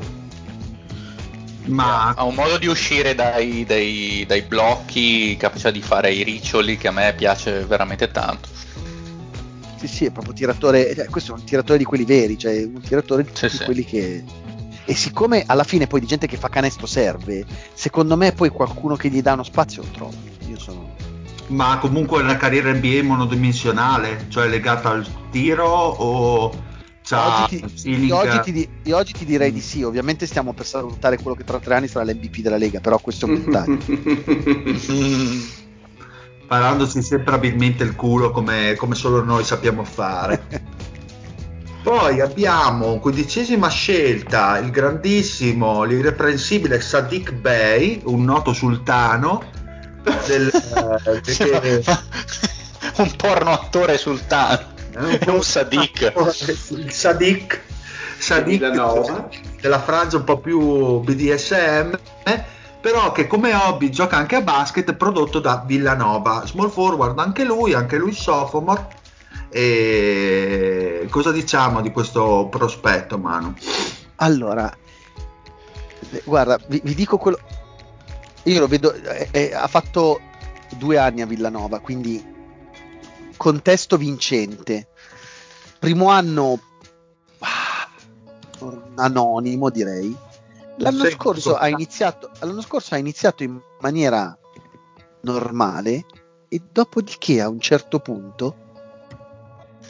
Ma ha un modo di uscire dai blocchi, capacità di fare i riccioli, che a me piace veramente tanto. Sì, è proprio tiratore, questo è un tiratore di quelli veri, cioè un tiratore di quelli che... E siccome alla fine poi di gente che fa canestro serve, secondo me poi qualcuno che gli dà uno spazio lo trova. Ma comunque è una carriera NBA monodimensionale, cioè legata al tiro o... Io oggi ti direi di sì. Ovviamente stiamo per salutare quello che tra 3 anni sarà l'MVP della Lega, però questo è un dettaglio. Parandosi sempre abilmente il culo come solo noi sappiamo fare. Poi abbiamo 15ª scelta il grandissimo, l'irreprensibile Saddiq Bey, un noto sultano un porno attore sultano. Un Saddiq. Il Saddiq della frangia un po' più BDSM, però che come hobby gioca anche a basket, prodotto da Villanova, small forward anche lui sophomore. E cosa diciamo di questo prospetto, Manu? Allora, guarda, vi dico quello, io lo vedo, ha fatto 2 anni a Villanova, quindi contesto vincente. Primo anno anonimo, direi. L'anno scorso ha iniziato in maniera normale e dopodiché a un certo punto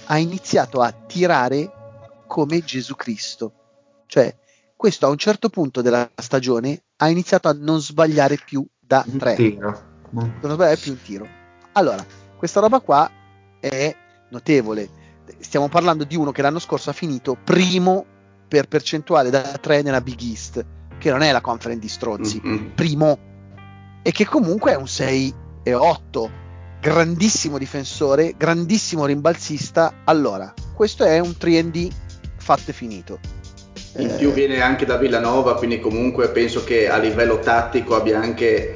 ha iniziato a tirare come Gesù Cristo. Cioè, questo a un certo punto della stagione ha iniziato a non sbagliare più da 3. Non sbagliare più un tiro. Allora, questa roba qua è notevole. Stiamo parlando di uno che l'anno scorso ha finito primo per percentuale da 3 nella Big East, che non è la conference di stronzi, primo, e che comunque è un 6-8, grandissimo difensore, grandissimo rimbalzista. Allora, questo è un 3&D fatto e finito. In più viene anche da Villanova, quindi comunque penso che a livello tattico abbia anche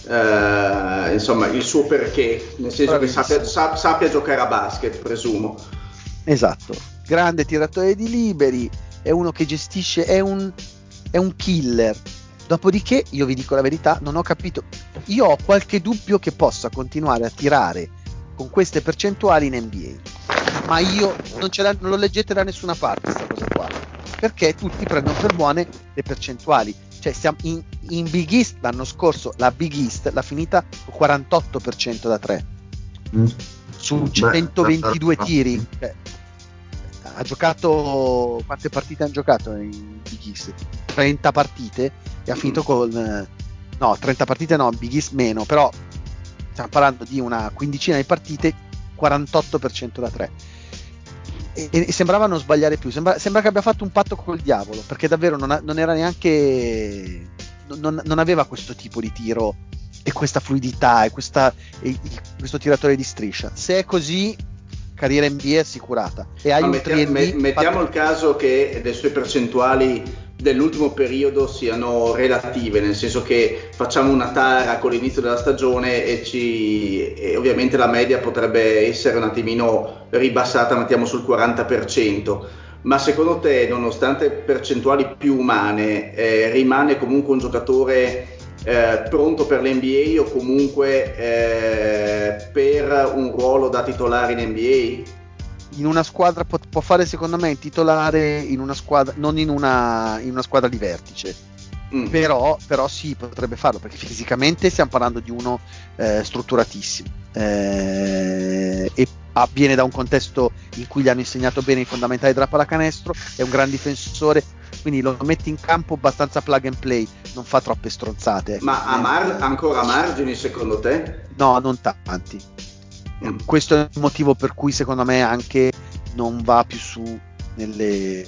insomma il suo perché, nel senso che sappia giocare a basket, presumo. Esatto, grande tiratore di liberi, è uno che gestisce, è un killer. Dopodiché io vi dico la verità, non ho capito, io ho qualche dubbio che possa continuare a tirare con queste percentuali in NBA, ma io non lo leggete da nessuna parte questa cosa qua, perché tutti prendono per buone le percentuali. Cioè siamo in Big East l'anno scorso, la Big East l'ha finita con 48% da 3 su 122 tiri. Cioè, ha giocato, quante partite hanno giocato in Big East? 30 partite e ha finito con 30 partite no, Big East meno, però stiamo parlando di una quindicina di partite, 48% da 3 e sembrava non sbagliare più, sembra che abbia fatto un patto col diavolo, perché davvero non era neanche non aveva questo tipo di tiro e questa fluidità e questo tiratore di striscia. Se è così, carriera NBA assicurata. E hai mettiamo il caso che le sue percentuali dell'ultimo periodo siano relative, nel senso che facciamo una tara con l'inizio della stagione e ovviamente la media potrebbe essere un attimino ribassata, mettiamo sul 40%, ma secondo te, nonostante percentuali più umane, rimane comunque un giocatore pronto per l'NBA o comunque per un ruolo da titolare in NBA? In una squadra può fare, secondo me, titolare in una squadra, non in una squadra di vertice, però sì, potrebbe farlo, perché fisicamente stiamo parlando di uno strutturatissimo e viene da un contesto in cui gli hanno insegnato bene i fondamentali della pallacanestro, è un gran difensore, quindi lo metti in campo abbastanza plug and play, non fa troppe stronzate. Ma ancora margini secondo te? No, non tanti. Questo è il motivo per cui secondo me anche non va più su nei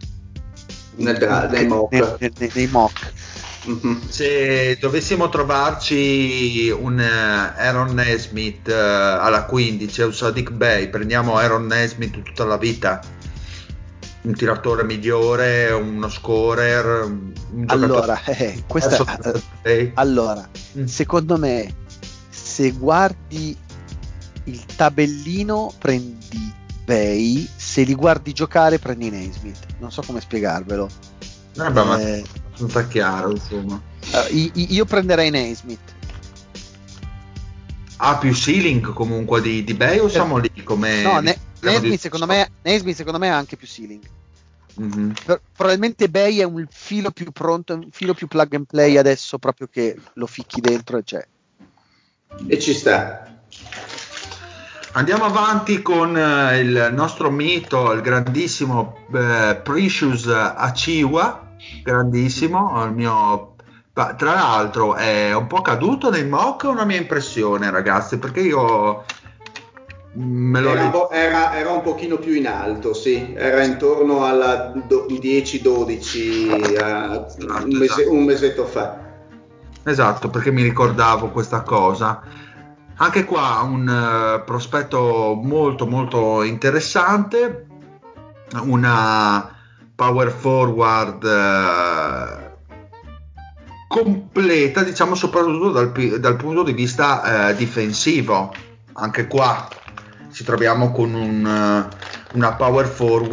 mock. Se dovessimo trovarci un Aaron Nesmith alla 15 e un Sadiq Bey, prendiamo Aaron Nesmith tutta la vita, un tiratore migliore, uno scorer, un giocatore. Allora, secondo me, se guardi il tabellino prendi Bey, se li guardi giocare prendi Nesmith, non so come spiegarvelo. Ma è chiaro, insomma. Io prenderei Nesmith. Ha più ceiling comunque di Bey o siamo lì come... No, Nesmith secondo me ha anche più ceiling. Probabilmente Bey è un filo più pronto, un filo più plug and play adesso, proprio che lo ficchi dentro e ci sta. Andiamo avanti con il nostro mito, il grandissimo Precious Achiuwa, grandissimo, il mio... Tra l'altro è un po' caduto nei mock, è una mia impressione, ragazzi, perché io era un pochino più in alto, sì, era intorno alla 10-12 un mesetto fa. Esatto, perché mi ricordavo questa cosa. Anche qua un prospetto molto molto interessante, una power forward completa, diciamo, soprattutto dal punto di vista difensivo. Anche qua ci troviamo con una power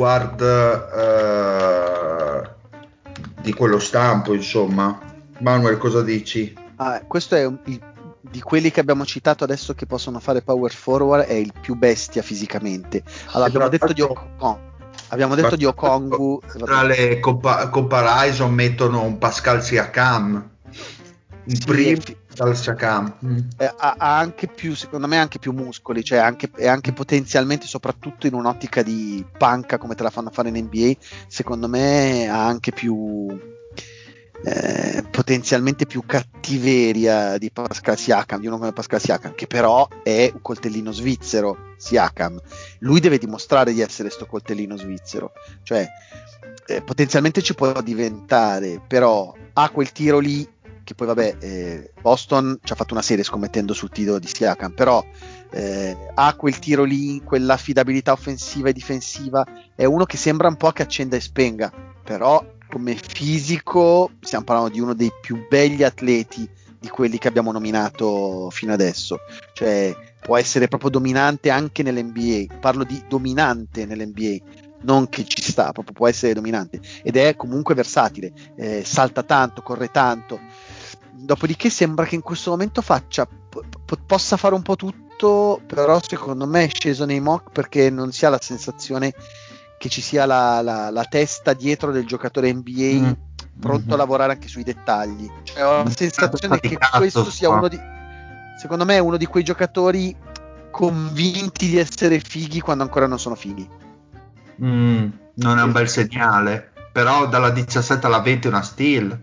forward di quello stampo, insomma. Manuel, cosa dici? Questo è di quelli che abbiamo citato adesso che possono fare power forward, è il più bestia fisicamente. Allora, abbiamo detto di Okongwu. Tra le comparison mettono un Pascal Siakam. un primo dal Siakam. Ha anche più, secondo me, anche più muscoli, cioè è anche potenzialmente, soprattutto in un'ottica di panca come te la fanno fare in NBA, secondo me ha anche più potenzialmente più cattiveria di Pascal Siakam, di uno come Pascal Siakam, che però è un coltellino svizzero. Siakam, lui deve dimostrare di essere sto coltellino svizzero, cioè potenzialmente ci può diventare, però ha quel tiro lì che poi vabbè, Boston ci ha fatto una serie scommettendo sul tiro di Siakam, però ha quel tiro lì, quell'affidabilità offensiva e difensiva, è uno che sembra un po' che accenda e spenga, però come fisico stiamo parlando di uno dei più begli atleti di quelli che abbiamo nominato fino adesso, cioè può essere proprio dominante anche nell'NBA, parlo di dominante nell'NBA, non che ci sta, proprio può essere dominante, ed è comunque versatile, salta tanto, corre tanto, dopodiché sembra che in questo momento possa fare un po' tutto, però secondo me è sceso nei mock perché non si ha la sensazione che ci sia la testa dietro del giocatore NBA pronto a lavorare anche sui dettagli, cioè ho la sensazione che questo sia secondo me è uno di quei giocatori convinti di essere fighi quando ancora non sono fighi. Non è un bel segnale, però dalla 17 alla 20 è una steal.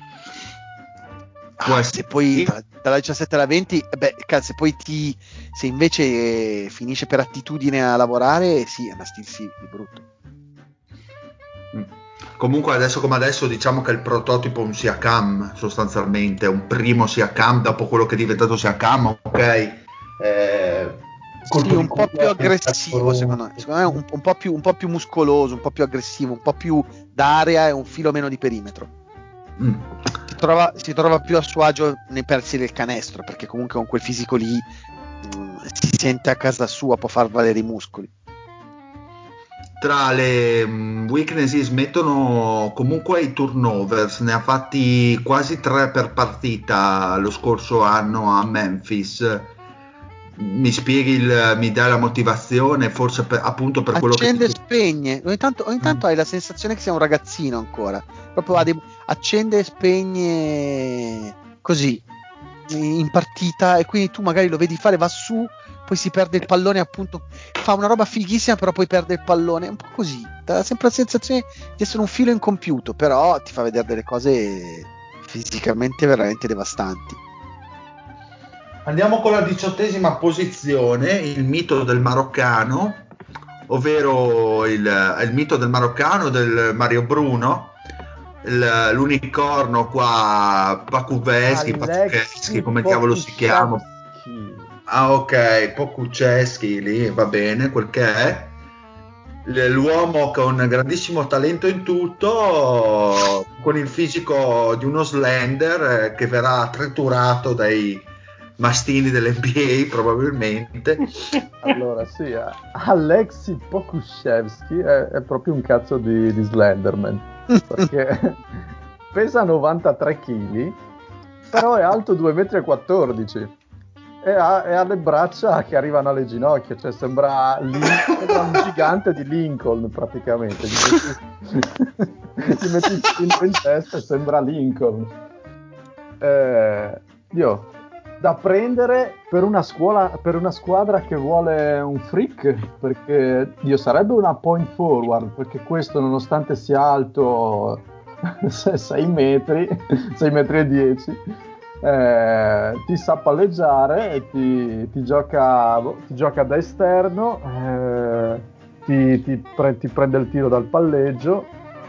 Se poi dalla 17 alla 20, se invece finisce per attitudine a lavorare, sì, è una steal, sì, di brutto. Comunque adesso come adesso diciamo che è il prototipo un Siakam, sostanzialmente, è un primo Siakam dopo quello che è diventato Siakam, ok? Sì, un po' più aggressivo secondo me un po' più muscoloso, un po' più aggressivo, un po' più d'area e un filo meno di perimetro. Si trova più a suo agio nei pezzi del canestro, perché comunque con quel fisico lì si sente a casa sua, può far valere i muscoli. Tra le weaknesses mettono comunque i turnovers, ne ha fatti quasi 3 per partita lo scorso anno a Memphis. Mi spieghi, mi dai la motivazione, forse appunto per quello che accende e spegne, ogni tanto hai la sensazione che sia un ragazzino ancora, proprio accende e spegne così in partita, e quindi tu magari lo vedi fare, va su, poi si perde il pallone, appunto fa una roba fighissima, però poi perde il pallone, un po' così, dà sempre la sensazione di essere un filo incompiuto, però ti fa vedere delle cose fisicamente veramente devastanti. Andiamo con la 18ª posizione, il mito del maroccano, ovvero il mito del maroccano del Mario Bruno, l'unicorno qua, Pakuveschi, come diavolo si chiama? Ah, ok, Pokuševski lì, va bene, quel che è. L'uomo con grandissimo talento in tutto, con il fisico di uno slender che verrà triturato dai mastini dell'NBA probabilmente. Allora sì, Alexei Pokuševski è proprio un cazzo di Slenderman, perché pesa 93 kg, però è alto 2,14 m e ha le braccia che arrivano alle ginocchia, cioè sembra un gigante di Lincoln praticamente. Gli metti il cinto in testa e sembra Lincoln. Da prendere per una squadra che vuole un freak, perché sarebbe una point forward, perché questo, nonostante sia alto 6 metri e 10, ti sa palleggiare e ti gioca da esterno, ti prende il tiro dal palleggio,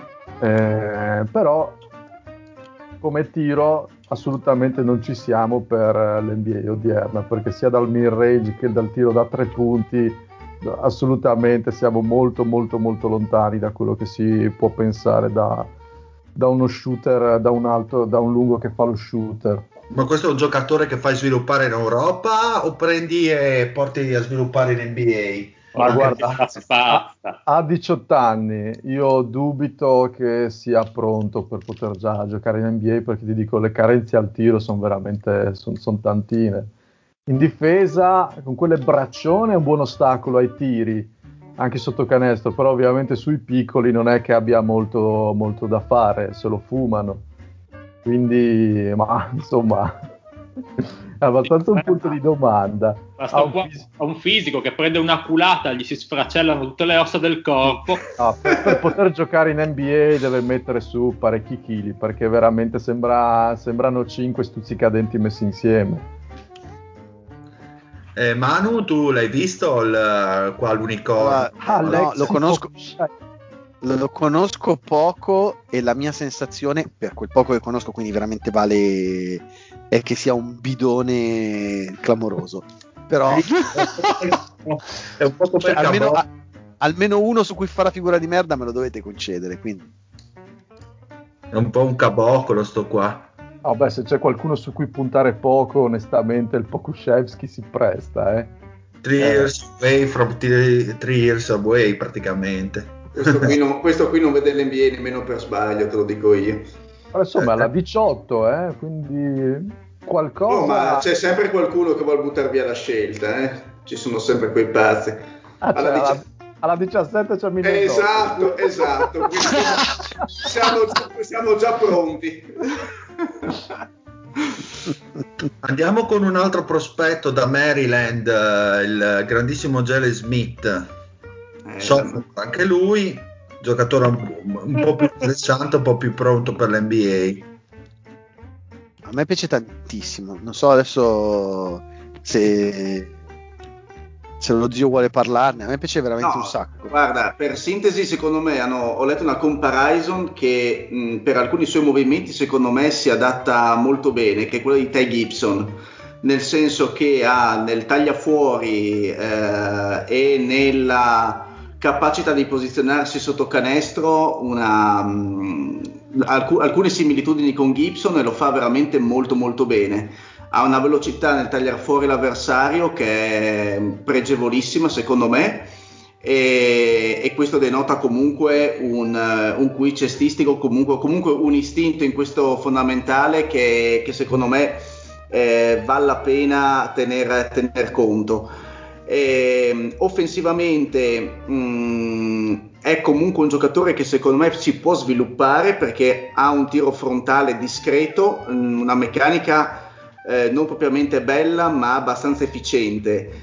però come tiro assolutamente non ci siamo per l'NBA odierna, perché sia dal mid-range che dal tiro da 3 punti assolutamente siamo molto molto molto lontani da quello che si può pensare da uno shooter, da un lungo che fa lo shooter. Ma questo è un giocatore che fai sviluppare in Europa o prendi e porti a sviluppare in NBA? Ma guarda, ha 18 anni, io dubito che sia pronto per poter già giocare in NBA, perché ti dico, le carenze al tiro sono veramente son tantine. In difesa, con quelle braccione è un buon ostacolo ai tiri, anche sotto canestro, però ovviamente sui piccoli non è che abbia molto, molto da fare, se lo fumano. quindi, ma insomma, è abbastanza un punto di domanda. Ha un fisico che prende una culata, gli si sfracellano tutte le ossa del corpo. Per poter giocare in NBA deve mettere su parecchi chili, perché veramente sembrano 5 stuzzicadenti messi insieme. Manu, tu l'hai visto qua l'unicorno? No, lo conosco poco e la mia sensazione, per quel poco che conosco, quindi veramente vale, è che sia un bidone clamoroso. Però è un po' come almeno uno su cui fa la figura di merda me lo dovete concedere, quindi. È un po' un cabocolo sto qua. Beh, se c'è qualcuno su cui puntare poco, onestamente il Pokuševski si presta, 3 years away from 3 years away praticamente. Questo qui non vede l'NBA nemmeno per sbaglio, te lo dico io. Però insomma è la 18, quindi qualcosa... No, ma c'è sempre qualcuno che vuole buttare via la scelta, ci sono sempre quei pazzi. Alla 17 c'è Minnesota. Esatto. siamo già pronti. Andiamo con un altro prospetto da Maryland, il grandissimo Jalen Smith. Anche lui, giocatore un po' più interessante, un po' più pronto per l'NBA. A me piace tantissimo. Non so adesso se lo zio vuole parlarne. A me piace veramente un sacco. Guarda, per sintesi, secondo me ho letto una comparison che per alcuni suoi movimenti secondo me si adatta molto bene, che è quella di Ty Gibson, nel senso che ha nel tagliafuori e nella capacità di posizionarsi sotto canestro alcune similitudini con Gibson, e lo fa veramente molto molto bene. Ha una velocità nel tagliare fuori l'avversario che è pregevolissima secondo me, e questo denota comunque un QI cestistico, comunque un istinto in questo fondamentale che secondo me vale la pena tener conto. Offensivamente è comunque un giocatore che secondo me si può sviluppare, perché ha un tiro frontale discreto, una meccanica non propriamente bella ma abbastanza efficiente,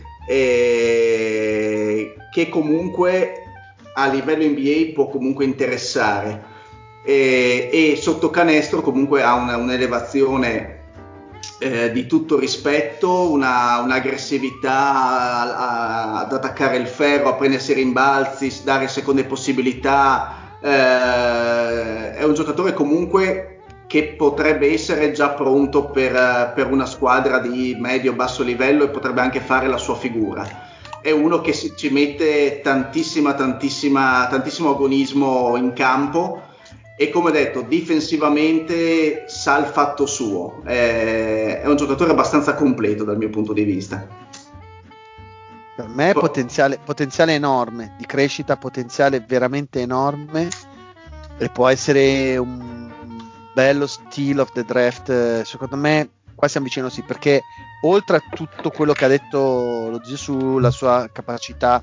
che comunque a livello NBA può comunque interessare, e sotto canestro comunque ha un'elevazione di tutto rispetto, un'aggressività ad attaccare il ferro, a prendersi rimbalzi, dare seconde possibilità. È un giocatore comunque che potrebbe essere già pronto per una squadra di medio-basso livello, e potrebbe anche fare la sua figura. È uno che ci mette tantissimo agonismo in campo, e come detto difensivamente sa il fatto suo. È un giocatore abbastanza completo dal mio punto di vista. Per me è potenziale enorme, di crescita, potenziale veramente enorme, e può essere un bello steal of the draft. Secondo me qua siamo vicino, sì, perché oltre a tutto quello che ha detto lo zio sulla sua capacità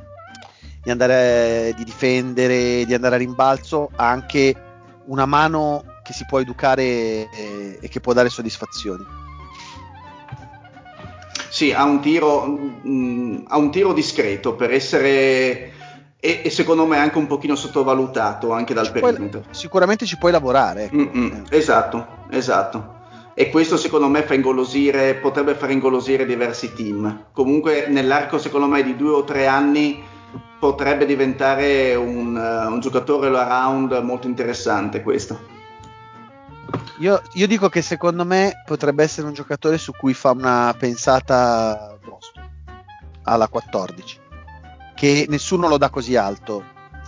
di difendere, di andare a rimbalzo, ha anche una mano che si può educare e che può dare soddisfazioni. Sì, ha un tiro discreto per essere, e secondo me anche un pochino sottovalutato anche dal perimetro. Sicuramente ci puoi lavorare. Esatto. E questo secondo me potrebbe far ingolosire diversi team. Comunque nell'arco secondo me di 2 o 3 anni potrebbe diventare un giocatore all around molto interessante questo. Io dico che secondo me potrebbe essere un giocatore su cui fa una pensata Boston alla 14, che nessuno lo dà così alto.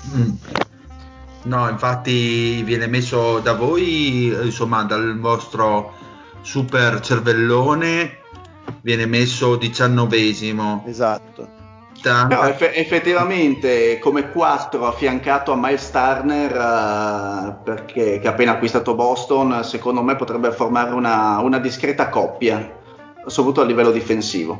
No, infatti viene messo da voi, insomma dal vostro super cervellone viene messo 19esimo. Esatto. No, effettivamente come 4 affiancato a Miles Turner, perché che ha appena acquistato Boston, secondo me potrebbe formare una discreta coppia, soprattutto a livello difensivo.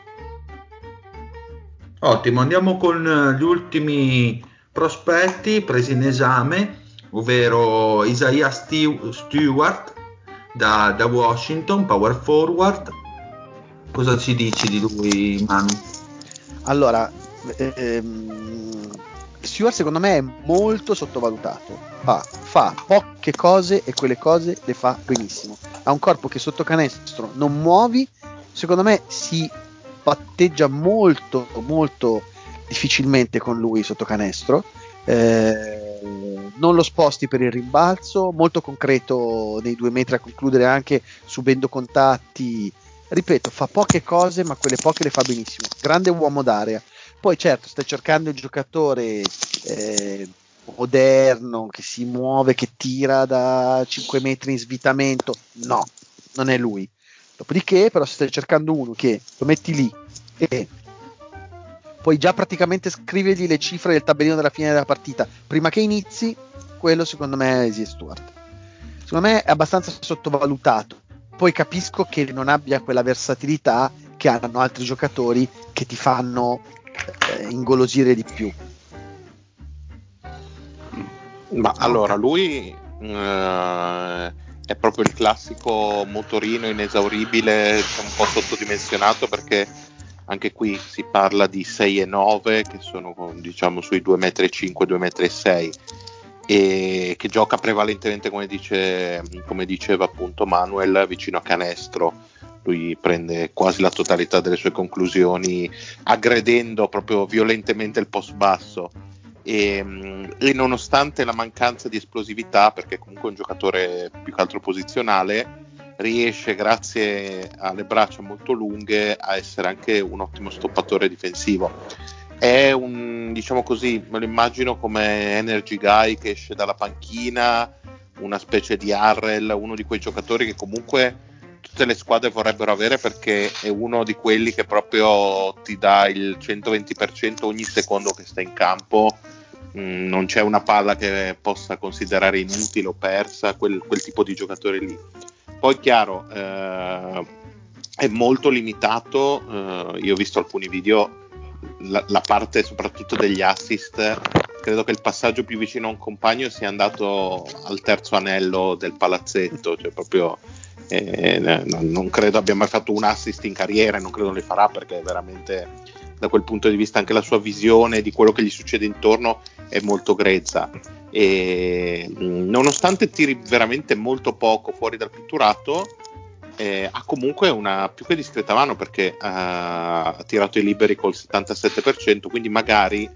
Ottimo, andiamo con gli ultimi prospetti presi in esame, ovvero Isaiah Stewart, da Washington, power forward. Cosa ci dici di lui, Manu? Allora, Stewart secondo me è molto sottovalutato. Fa poche cose e quelle cose le fa benissimo. Ha un corpo che sotto canestro non muovi, secondo me si patteggia molto molto difficilmente con lui sotto canestro. Non lo sposti per il rimbalzo, molto concreto nei 2 metri a concludere, anche subendo contatti. Ripeto, fa poche cose, ma quelle poche le fa benissimo. Grande uomo d'area. Poi certo, stai cercando il giocatore moderno, che si muove, che tira da 5 metri in svitamento. No, non è lui. Dopodiché, però, se stai cercando uno che lo metti lì e puoi già praticamente scrivergli le cifre del tabellino della fine della partita prima che inizi, quello secondo me è Isaiah Stewart. Secondo me è abbastanza sottovalutato. Poi capisco che non abbia quella versatilità che hanno altri giocatori che ti fanno ingolosire di più. Ma allora lui è proprio il classico motorino inesauribile, un po' sottodimensionato, perché anche qui si parla di 6 e 9 che sono, diciamo, sui 2,5 m, 2,6 m, e che gioca prevalentemente, come diceva appunto Manuel, vicino a canestro. Lui prende quasi la totalità delle sue conclusioni aggredendo proprio violentemente il post basso, e nonostante la mancanza di esplosività, perché comunque è un giocatore più che altro posizionale, riesce, grazie alle braccia molto lunghe, a essere anche un ottimo stoppatore difensivo. È un, diciamo così, me lo immagino come energy guy che esce dalla panchina, una specie di Harrell, uno di quei giocatori che comunque tutte le squadre vorrebbero avere, perché è uno di quelli che proprio ti dà il 120% ogni secondo che sta in campo. Non c'è una palla che possa considerare inutile o persa, quel tipo di giocatore lì. Poi chiaro, è molto limitato. Io ho visto alcuni video, la parte soprattutto degli assist. Credo che il passaggio più vicino a un compagno sia andato al terzo anello del palazzetto, cioè proprio non credo abbia mai fatto un assist in carriera, non credo li farà, perché veramente da quel punto di vista anche la sua visione di quello che gli succede intorno è molto grezza, e nonostante tiri veramente molto poco fuori dal pitturato, ha comunque una più che discreta mano, perché ha tirato i liberi col 77%, quindi magari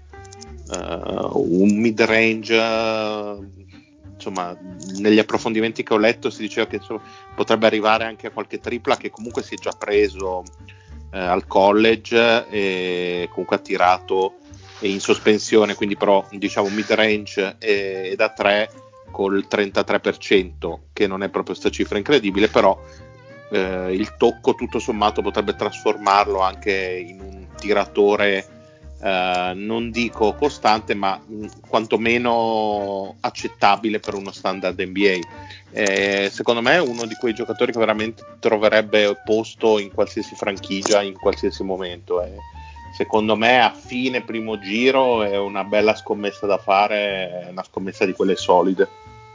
un mid range, insomma, negli approfondimenti che ho letto si diceva che potrebbe arrivare anche a qualche tripla, che comunque si è già preso al college, e comunque ha tirato in sospensione, quindi però diciamo mid range e da 3 col 33%, che non è proprio sta cifra incredibile, però il tocco tutto sommato potrebbe trasformarlo anche in un tiratore, non dico costante, ma quantomeno accettabile per uno standard NBA. Secondo me è uno di quei giocatori che veramente troverebbe posto in qualsiasi franchigia, in qualsiasi momento. Secondo me a fine primo giro è una bella scommessa da fare, una scommessa di quelle solide.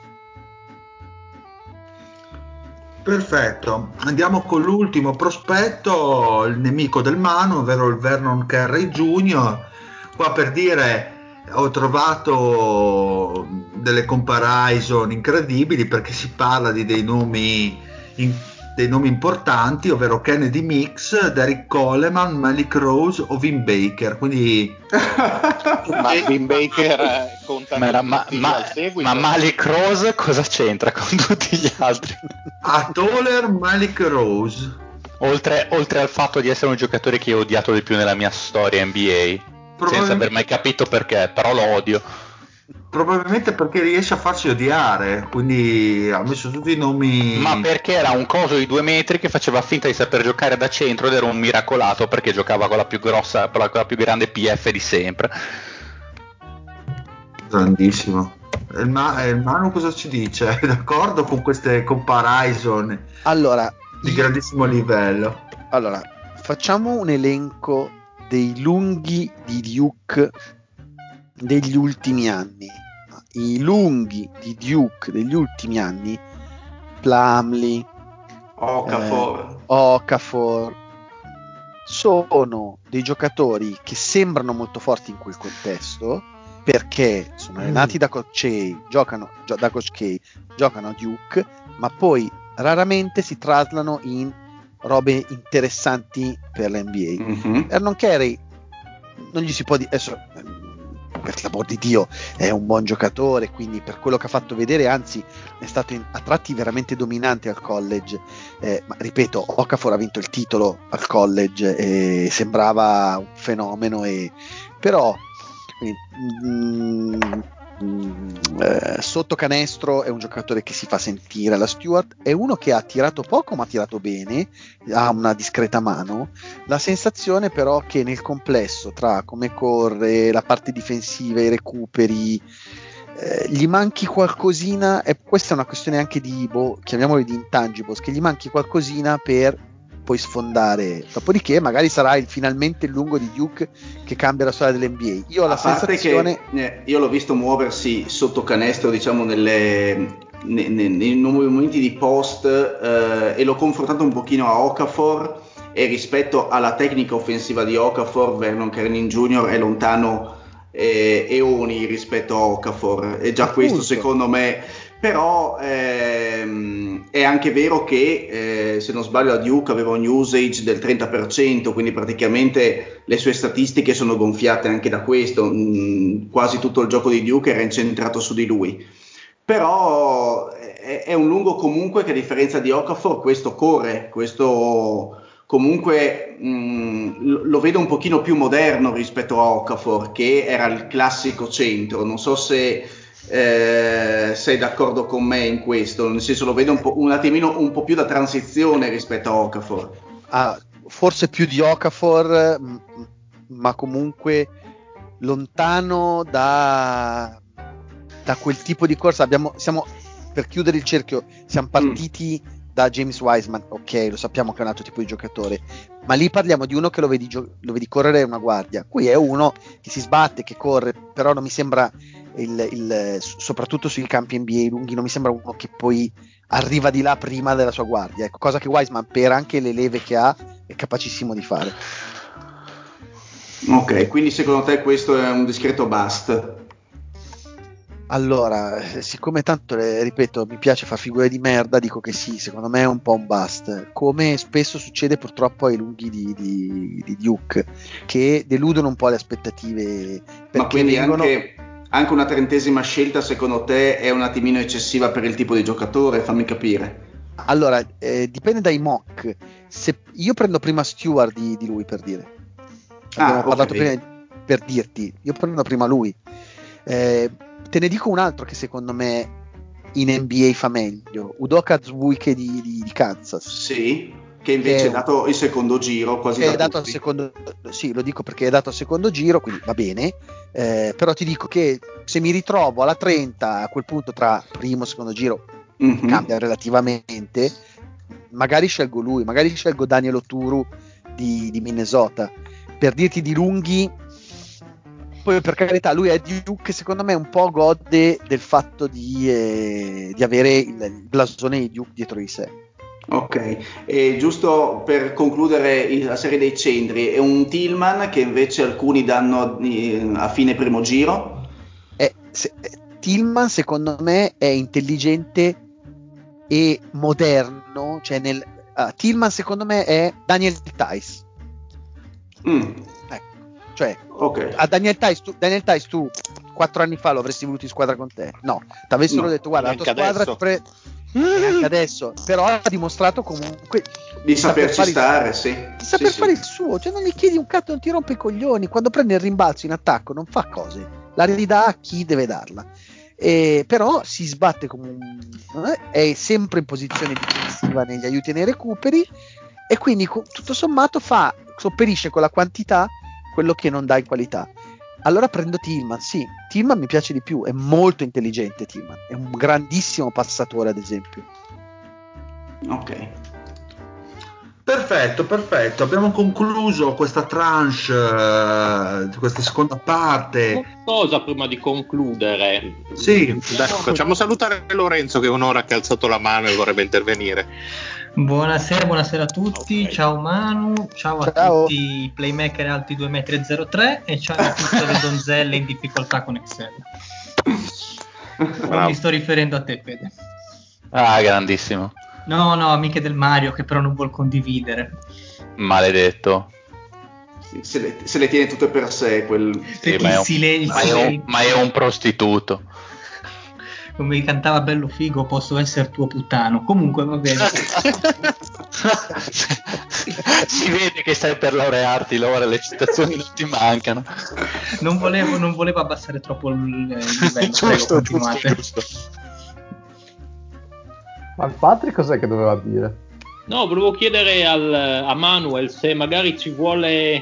Perfetto, andiamo con l'ultimo prospetto, il nemico del Manu, ovvero il Vernon Carey Jr. Qua, per dire, ho trovato delle comparison incredibili, perché si parla di dei nomi importanti, ovvero Kennedy Mix, Derrick Coleman, Malik Rose o Vin Baker. Quindi ma Vin Baker conta al seguito. Ma Malik Rose cosa c'entra con tutti gli altri? A Toller Malik Rose, oltre al fatto di essere un giocatore che ho odiato di più nella mia storia NBA, senza aver mai capito perché, però lo odio. Probabilmente perché riesce a farsi odiare, quindi ha messo tutti i nomi. Ma perché era un coso di 2 metri che faceva finta di saper giocare da centro ed era un miracolato, perché giocava con la più grossa, con la più grande PF di sempre. Grandissimo. Il Manu cosa ci dice? È d'accordo con queste comparison? Allora, di grandissimo livello. Allora, facciamo un elenco dei lunghi di Duke degli ultimi anni. I lunghi di Duke degli ultimi anni Plumlee, Okafor. Sono dei giocatori che sembrano molto forti in quel contesto perché sono allenati da Coach K, giocano a Duke, ma poi raramente si traslano in robe interessanti per l'NBA. Vernon Carey non gli si può dire adesso, per l'amor di Dio, è un buon giocatore, quindi per quello che ha fatto vedere, anzi è stato a tratti veramente dominante al college, ma ripeto, Okafor ha vinto il titolo al college e sembrava un fenomeno, però sotto canestro è un giocatore che si fa sentire. La Stewart è uno che ha tirato poco ma ha tirato bene, ha una discreta mano. La sensazione però che nel complesso, tra come corre, la parte difensiva, i recuperi, gli manchi qualcosina, e questa è una questione anche di chiamiamoli di intangibles, che gli manchi qualcosina per poi sfondare. Dopodiché magari sarà finalmente il lungo di Duke che cambia la storia dell'NBA. Io ho la sensazione che io l'ho visto muoversi sotto canestro, diciamo nei momenti di post, e l'ho confrontato un pochino a Okafor, e rispetto alla tecnica offensiva di Okafor, Vernon Carey Jr. è lontano eoni rispetto a Okafor, e già appunto, questo secondo me. Però è anche vero che se non sbaglio a Duke aveva un usage del 30%, quindi praticamente le sue statistiche sono gonfiate anche da questo. Quasi tutto il gioco di Duke era incentrato su di lui, però è un lungo comunque che, a differenza di Okafor, questo corre, questo comunque lo vedo un pochino più moderno rispetto a Okafor, che era il classico centro. Non so se sei d'accordo con me in questo, nel senso lo vedo un attimino un po' più da transizione rispetto a Okafor. Forse più di Okafor, ma comunque lontano da quel tipo di corsa. Siamo, per chiudere il cerchio, siamo partiti da James Wiseman, ok, lo sappiamo che è un altro tipo di giocatore, ma lì parliamo di uno che lo vedi correre una guardia. Qui è uno che si sbatte, che corre, però non mi sembra soprattutto sui campi NBA lunghi, non mi sembra uno che poi arriva di là prima della sua guardia, ecco, cosa che Wiseman, per anche le leve che ha, è capacissimo di fare. Ok, quindi secondo te questo è un discreto bust? Allora, siccome tanto, ripeto, mi piace far figure di merda, dico che sì, secondo me è un po' un bust, come spesso succede purtroppo ai lunghi di Duke, che deludono un po' le aspettative. Ma quindi anche una 30ª scelta secondo te è un attimino eccessiva per il tipo di giocatore? Fammi capire. Allora, dipende dai mock. Se io prendo prima Stewart di lui, per dire, abbiamo parlato prima, per dirti, io prendo prima lui. Te ne dico un altro che secondo me in NBA fa meglio, Udoka Azubuike di Kansas. Sì, che invece è dato il secondo giro, quasi da dato tutti. Sì, lo dico perché è dato al secondo giro, quindi va bene, però ti dico che se mi ritrovo alla 30, a quel punto tra primo e secondo giro cambia relativamente, magari scelgo lui, magari scelgo Daniel Oturu di Minnesota. Per dirti di lunghi, poi per carità, lui è Duke, secondo me un po' gode del fatto di avere il blasone di Duke dietro di sé. Ok, e giusto per concludere la serie dei centri, è un Tillman che invece alcuni danno a fine primo giro? Tillman secondo me è intelligente e moderno, cioè Tillman secondo me è Daniel Theis. Cioè, okay. A Daniel Theis tu 4 anni fa lo avresti voluto in squadra con te? No, ti avessero detto guarda, la tua squadra anche adesso, però ha dimostrato comunque di saperci stare, di saper fare il suo, cioè non gli chiedi un cazzo, non ti rompe i coglioni, quando prende il rimbalzo in attacco non fa cose, la ridà a chi deve darla, però si sbatte come è sempre in posizione difensiva negli aiuti e nei recuperi, e quindi tutto sommato sopperisce con la quantità quello che non dà in qualità. Allora prendo Tillman, sì, Tillman mi piace di più, è molto intelligente Tillman, è un grandissimo passatore ad esempio. Ok. Perfetto. Abbiamo concluso questa tranche, questa seconda parte. Una cosa prima di concludere. Sì. Dai, facciamo salutare Lorenzo, che è un'ora che ha alzato la mano e vorrebbe intervenire. Buonasera a tutti, okay. Ciao Manu, ciao a tutti i playmaker alti 2,03 m e ciao a tutte le donzelle in difficoltà con Excel. Mi sto riferendo a te, Fede. Ah, grandissimo. No, amiche del Mario, che però non vuol condividere. Maledetto. Se le tiene tutte per sé ma è un prostituto. Come cantava Bello Figo, posso essere tuo puttano. Comunque va bene. Si vede che stai per laurearti, Laura, le citazioni non ti mancano. Non volevo abbassare troppo il livello. Giusto. Ma il Patrick cos'è che doveva dire? No, volevo chiedere a Manuel se magari ci vuole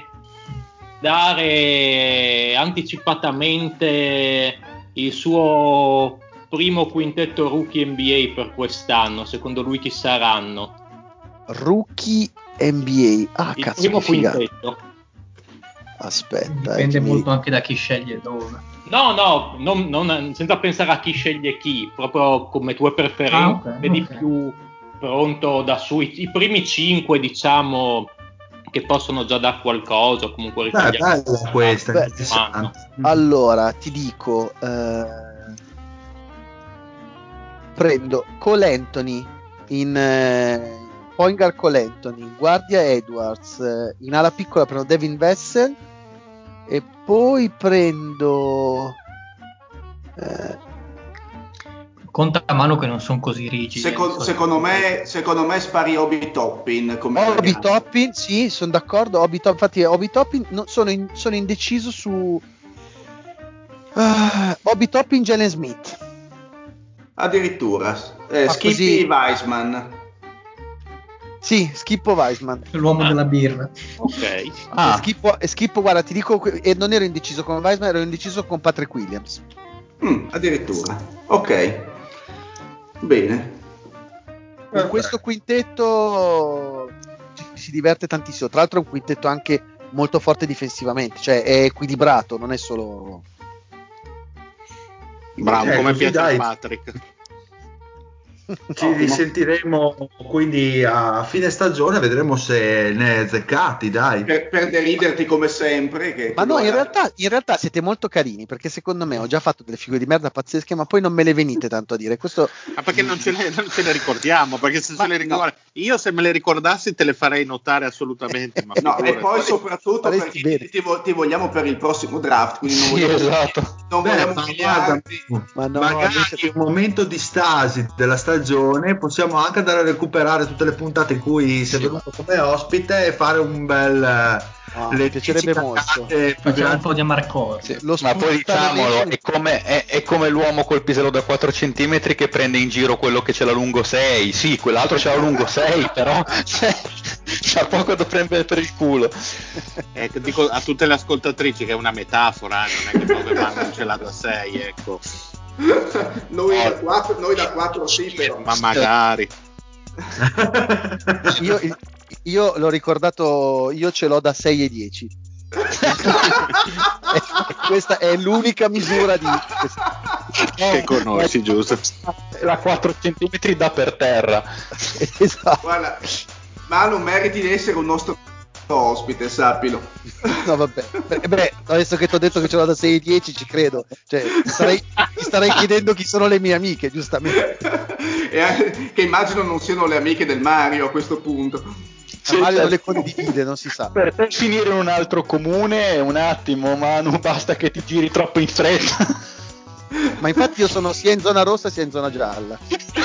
dare anticipatamente il suo primo quintetto rookie NBA per quest'anno. Secondo lui chi saranno? Rookie NBA. Il primo quintetto. Aspetta. Dipende molto anche da chi sceglie dove. No, non, senza pensare a chi sceglie chi, proprio come tue preferenze. Vedi più pronto da su i primi 5, diciamo, che possono già dar qualcosa, comunque bella questa. Allora, ti dico, prendo Cole Anthony in point guard, Cole Anthony in guardia Edwards, in ala piccola prendo Devin Vassell e poi prendo conta a mano che non sono così rigidi. Secondo me spari Obi Toppin. Obi Toppin, sì, sono d'accordo. Infatti Obi Toppin sono indeciso su Obi Toppin, Jalen Smith. Addirittura Skippy Weisman. Sì, Schippo Weisman, l'uomo della birra. Ok. Schippo, guarda, ti dico, e non ero indeciso con Weisman, ero indeciso con Patrick Williams. Addirittura. Ok. Bene. Con questo quintetto si diverte tantissimo. Tra l'altro è un quintetto anche molto forte difensivamente, cioè è equilibrato, non è solo bravo, come piace a Patrick. Ci risentiremo quindi a fine stagione, vedremo se ne è azzeccati, dai. Per deriderti come sempre. Ma no, in realtà siete molto carini, perché secondo me ho già fatto delle figure di merda pazzesche, ma poi non me le venite tanto a dire. Questo... Ma perché non ce le ricordiamo? Perché se ce le ricordi, io se me le ricordassi te le farei notare assolutamente. Ma no, e poi soprattutto perché ti vogliamo per il prossimo draft, quindi non vogliamo, esatto. Non vogliamo umiliarti. Ma no, magari in un momento di stasi della stagione possiamo anche andare a recuperare tutte le puntate in cui sei venuto come ospite e fare un bel mi piacerebbe molto. Facciamo un po' di Amarcord. Ma poi diciamolo, è come l'uomo col pisello da 4 cm che prende in giro quello che c'è la lungo 6. Sì, quell'altro c'è la lungo 6, però c'ha poco da prendere per il culo. Dico a tutte le ascoltatrici che è una metafora, non è che proprio non ce l'ha da 6, ecco. Noi da 4 sì, però. Ma magari. Io l'ho ricordato, io ce l'ho da 6 e 10. Questa è l'unica misura che conosci, giusto? La 4 cm da per terra. Esatto. Guarda, ma non meriti di essere un nostro ospite, sappilo. No, vabbè. Beh, adesso che ti ho detto che ce l'ho da 6 e 10 ci credo. Cioè, ti starei chiedendo chi sono le mie amiche, giustamente. Che immagino non siano le amiche del Mario a questo punto. Mario non le condivide, non si sa. Per finire in un altro comune, un attimo, Manu, basta che ti giri troppo in fretta. Ma infatti io sono sia in zona rossa sia in zona gialla.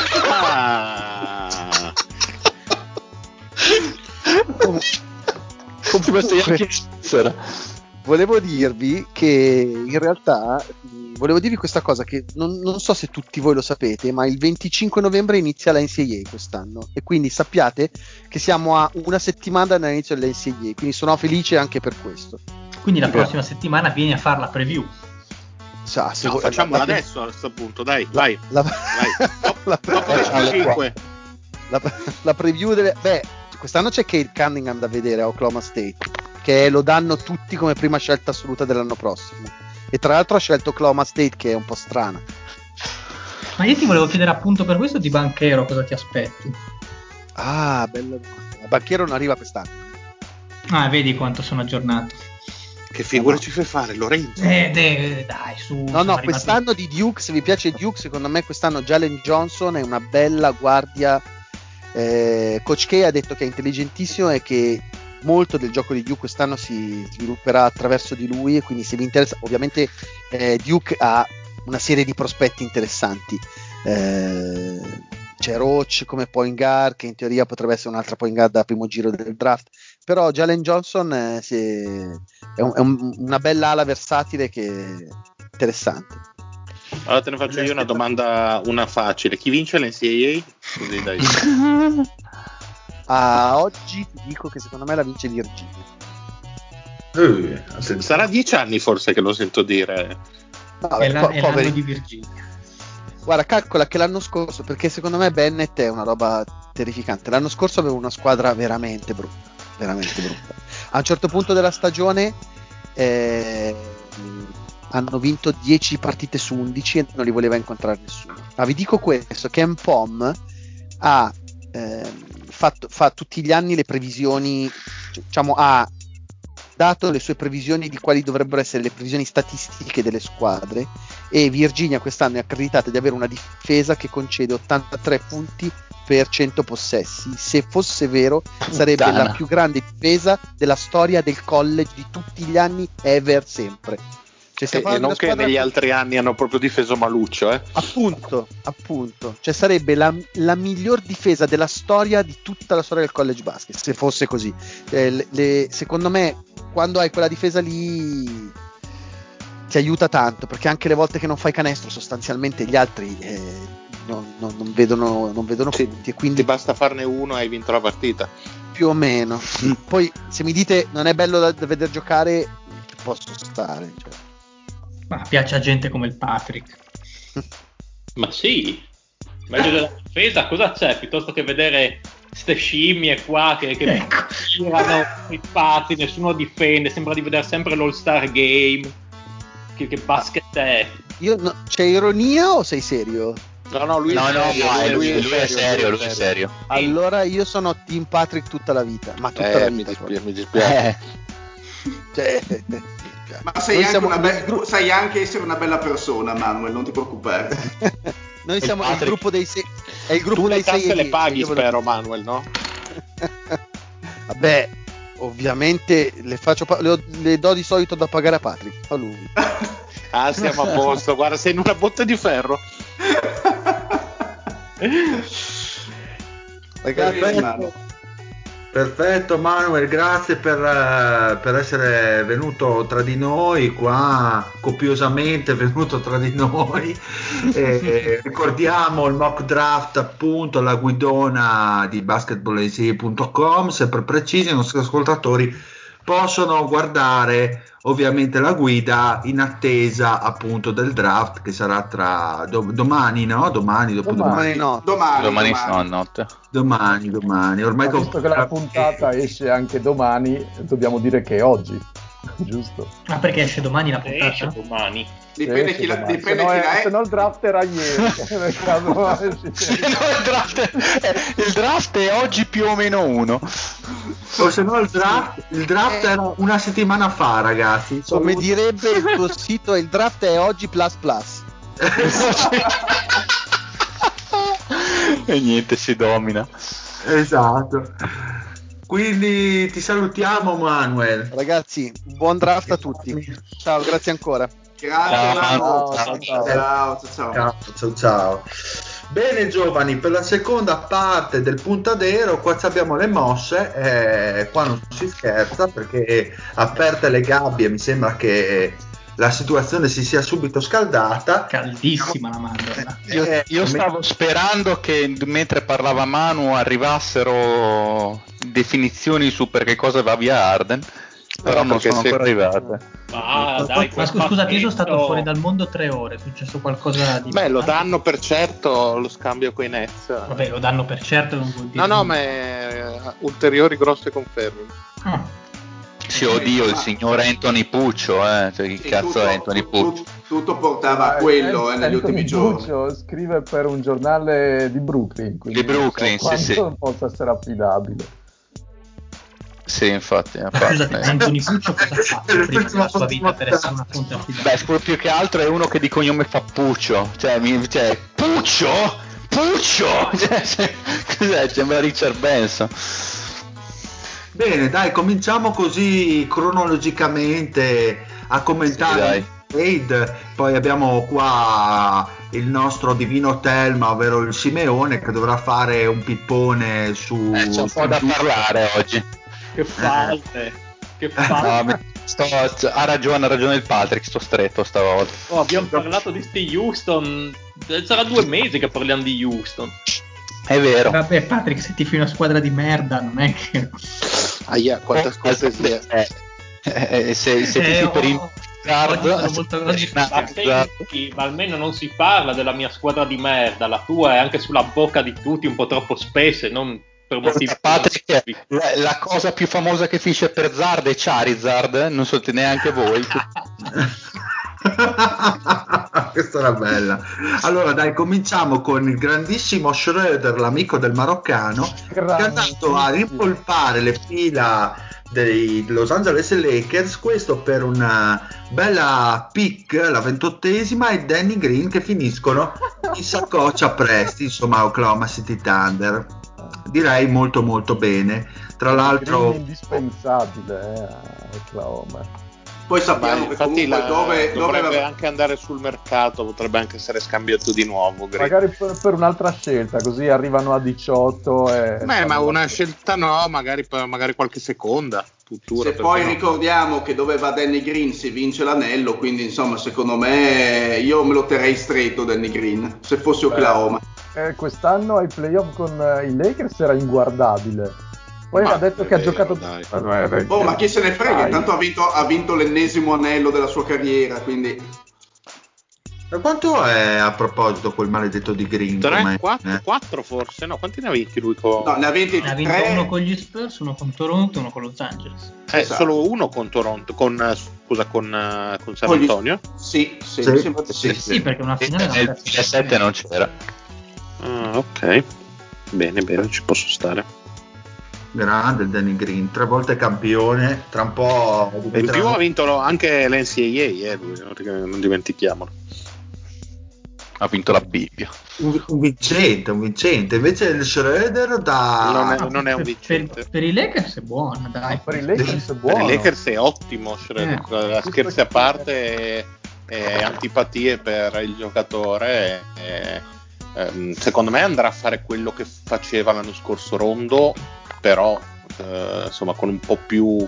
Volevo dirvi che in realtà questa cosa che non so se tutti voi lo sapete, ma il 25 novembre inizia la NCAA quest'anno e quindi sappiate che siamo a una settimana dall'inizio dell'NCAA, quindi sono felice anche per questo. Quindi la prossima settimana vieni a fare la preview. Facciamola adesso a questo punto, dai, vai. Dopo 25. La preview delle... quest'anno c'è Cade Cunningham da vedere a Oklahoma State, che lo danno tutti come prima scelta assoluta dell'anno prossimo, e tra l'altro ha scelto Oklahoma State, che è un po' strana. Ma io ti volevo chiedere appunto per questo di Banchero cosa ti aspetti. Ah, bella domanda. Banchero non arriva quest'anno. Ah, vedi quanto sono aggiornato. Che figura ci fai fare, Lorenzo? Dai, su. No, quest'anno di Duke, se vi piace Duke, secondo me quest'anno Jalen Johnson è una bella guardia. Coach K ha detto che è intelligentissimo e che molto del gioco di Duke quest'anno si svilupperà attraverso di lui, e quindi se vi interessa, ovviamente Duke ha una serie di prospetti interessanti. C'è Roach come point guard, che in teoria potrebbe essere un'altra point guard da primo giro del draft, però Jalen Johnson è una bella ala versatile che è interessante. Allora te ne faccio io una domanda, una facile. Chi vince l'NCAA? Così dai. Oggi ti dico che secondo me la vince Virginia. Sarà 10 anni forse che lo sento dire. È l'anno di Virginia. Guarda, calcola che l'anno scorso, perché secondo me Bennett è una roba terrificante, l'anno scorso aveva una squadra veramente brutta. A un certo punto della stagione hanno vinto 10 partite su 11 e non li voleva incontrare nessuno. Ma vi dico questo, Ken Pom ha fa tutti gli anni le previsioni, diciamo, ha dato le sue previsioni di quali dovrebbero essere le previsioni statistiche delle squadre, e Virginia quest'anno è accreditata di avere una difesa che concede 83 punti per 100 possessi. Se fosse vero, sarebbe la più grande difesa della storia del college di tutti gli anni ever, sempre. E non che negli altri anni hanno proprio difeso maluccio, appunto, cioè sarebbe la miglior difesa della storia, di tutta la storia del college basket, se fosse così. Secondo me, quando hai quella difesa lì, ti aiuta tanto, perché anche le volte che non fai canestro, sostanzialmente gli altri non vedono punti, e quindi ti basta farne uno e hai vinto la partita, più o meno. Poi se mi dite non è bello da vedere giocare, posso stare, cioè. Ma piace a gente come il Patrick. Ma sì, meglio della difesa cosa c'è, piuttosto che vedere ste scimmie qua che tirano i pazzi, nessuno difende, sembra di vedere sempre l'All-Star Game. Che basket è? C'è ironia o sei serio? No, lui è serio. Allora io sono team Patrick tutta la vita, ma tutta la vita. Mi dispiace. Ma sai anche essere una bella persona, Manuel, non ti preoccupare. Noi siamo il gruppo dei sei. È il gruppo tu dei le tasse 6 le paghi, spero, Manuel, no? Vabbè, ovviamente le do di solito da pagare a Patrick, a lui. Siamo a posto, guarda, sei in una botte di ferro. Ragazzi, perfetto Manuel, grazie per essere venuto tra di noi qua, copiosamente venuto tra di noi. Ricordiamo il mock draft, appunto, la guidona di basketballnca.com, sempre precisi. I nostri ascoltatori possono guardare ovviamente la guida in attesa appunto del draft, che sarà tra domani, no? Domani ormai visto che la puntata esce anche domani, dobbiamo dire che è oggi, giusto? Ah, perché esce domani la puntata? Esce domani. Dipende chi la è. Se no il draft era ieri. Nel caso il draft è oggi più o meno 1. O se no il draft era una settimana fa, ragazzi. Come direbbe il tuo sito, il draft è oggi plus plus. E niente, si domina. Esatto. Quindi ti salutiamo, Manuel. Ragazzi, buon draft a tutti. Ciao, grazie ancora. Grazie. Ciao. Bene giovani, per la seconda parte del puntadero qua abbiamo le mosse, qua non si scherza, perché aperte le gabbie mi sembra che la situazione si sia subito scaldata. Caldissima la mandorla. Io stavo sperando che mentre parlava Manu arrivassero definizioni su perché cosa va via Arden. Però non sono ancora arrivate. Ma scusate, io sono stato fuori dal mondo 3 ore, è successo qualcosa di... Beh, lo danno per certo lo scambio coi Nets. Vabbè, lo danno per certo, non vuol dire... No, ma ulteriori grosse conferme. Sì, oddio, il signor Anthony Puccio, cioè, chi cazzo è Anthony Puccio? Tutto portava a quello negli ultimi giorni. Puccio scrive per un giornale di Brooklyn, quindi di Brooklyn, non so sì. quanto possa essere affidabile. Sì, infatti. Scusate, Anthony Puccio cosa ha fatto prima della sua vita per essere una fonte affidabile? Beh, più che altro è uno che di cognome fa Puccio, cioè Puccio? Cos'è? Sembra Richard Benson. Bene, dai, cominciamo così cronologicamente a commentare Trade. Poi abbiamo qua il nostro divino Telma, ovvero il Simeone, che dovrà fare un pippone su... c'è un po' da parlare oggi. Che falle. Ha ragione il Patrick, sto stretto stavolta. Abbiamo parlato di sti Houston, sarà 2 mesi che parliamo di Houston. È vero. Vabbè, Patrick, se tifi una squadra di merda non è che... Aia, quanta scortesia. Se tifi per il ma almeno non si parla della mia squadra di merda, la tua è anche sulla bocca di tutti un po' troppo spesso, non per motivi... Patrick, la cosa più famosa che finisce per Zard è Charizard, non so neanche voi. Questa era bella. Allora dai, cominciamo con il grandissimo Schroeder, l'amico del maroccano, che è andato a rimpolpare le fila dei Los Angeles Lakers, questo per una bella pick, la 28esima, e Danny Green che finiscono in saccoccia Presti, insomma Oklahoma City Thunder. Direi molto molto bene. Tra l'altro indispensabile a Oklahoma. Poi sappiamo che comunque dovrebbe anche andare sul mercato, potrebbe anche essere scambiato di nuovo. Magari per un'altra scelta, così arrivano a 18 e... ma una scelta no, magari qualche seconda. Se poi ricordiamo che dove va Danny Green si vince l'anello, quindi insomma secondo me io me lo terrei stretto Danny Green, se fossi Oklahoma. Quest'anno ai playoff con i Lakers era inguardabile. Poi ha detto che ha giocato... ma chi se ne frega, intanto ha vinto l'ennesimo anello della sua carriera, quindi... Ma quanto è a proposito quel maledetto di Green? 3, 4 forse? No, quanti ne ha vinti lui con... No, ne ha vinti 3. Ne ha vinto uno con gli Spurs, uno con Toronto, uno con Los Angeles. Esatto. Solo uno con Toronto, con San Antonio? Sì, perché una finale nel 2007 non c'era. Ok, bene, ci posso stare. Grande Danny Green, 3 volte campione, tra un po'... E in più ha vinto anche l'NCAA, non dimentichiamolo. Ha vinto la Bibbia. Un vincente, invece il Schroeder non è un vincente. Per i Lakers è buono, dai. Per i Lakers è buono. Per i Lakers è ottimo Schroeder, scherzi a parte, antipatie per il giocatore, secondo me andrà a fare quello che faceva l'anno scorso Rondo, però insomma con un po' più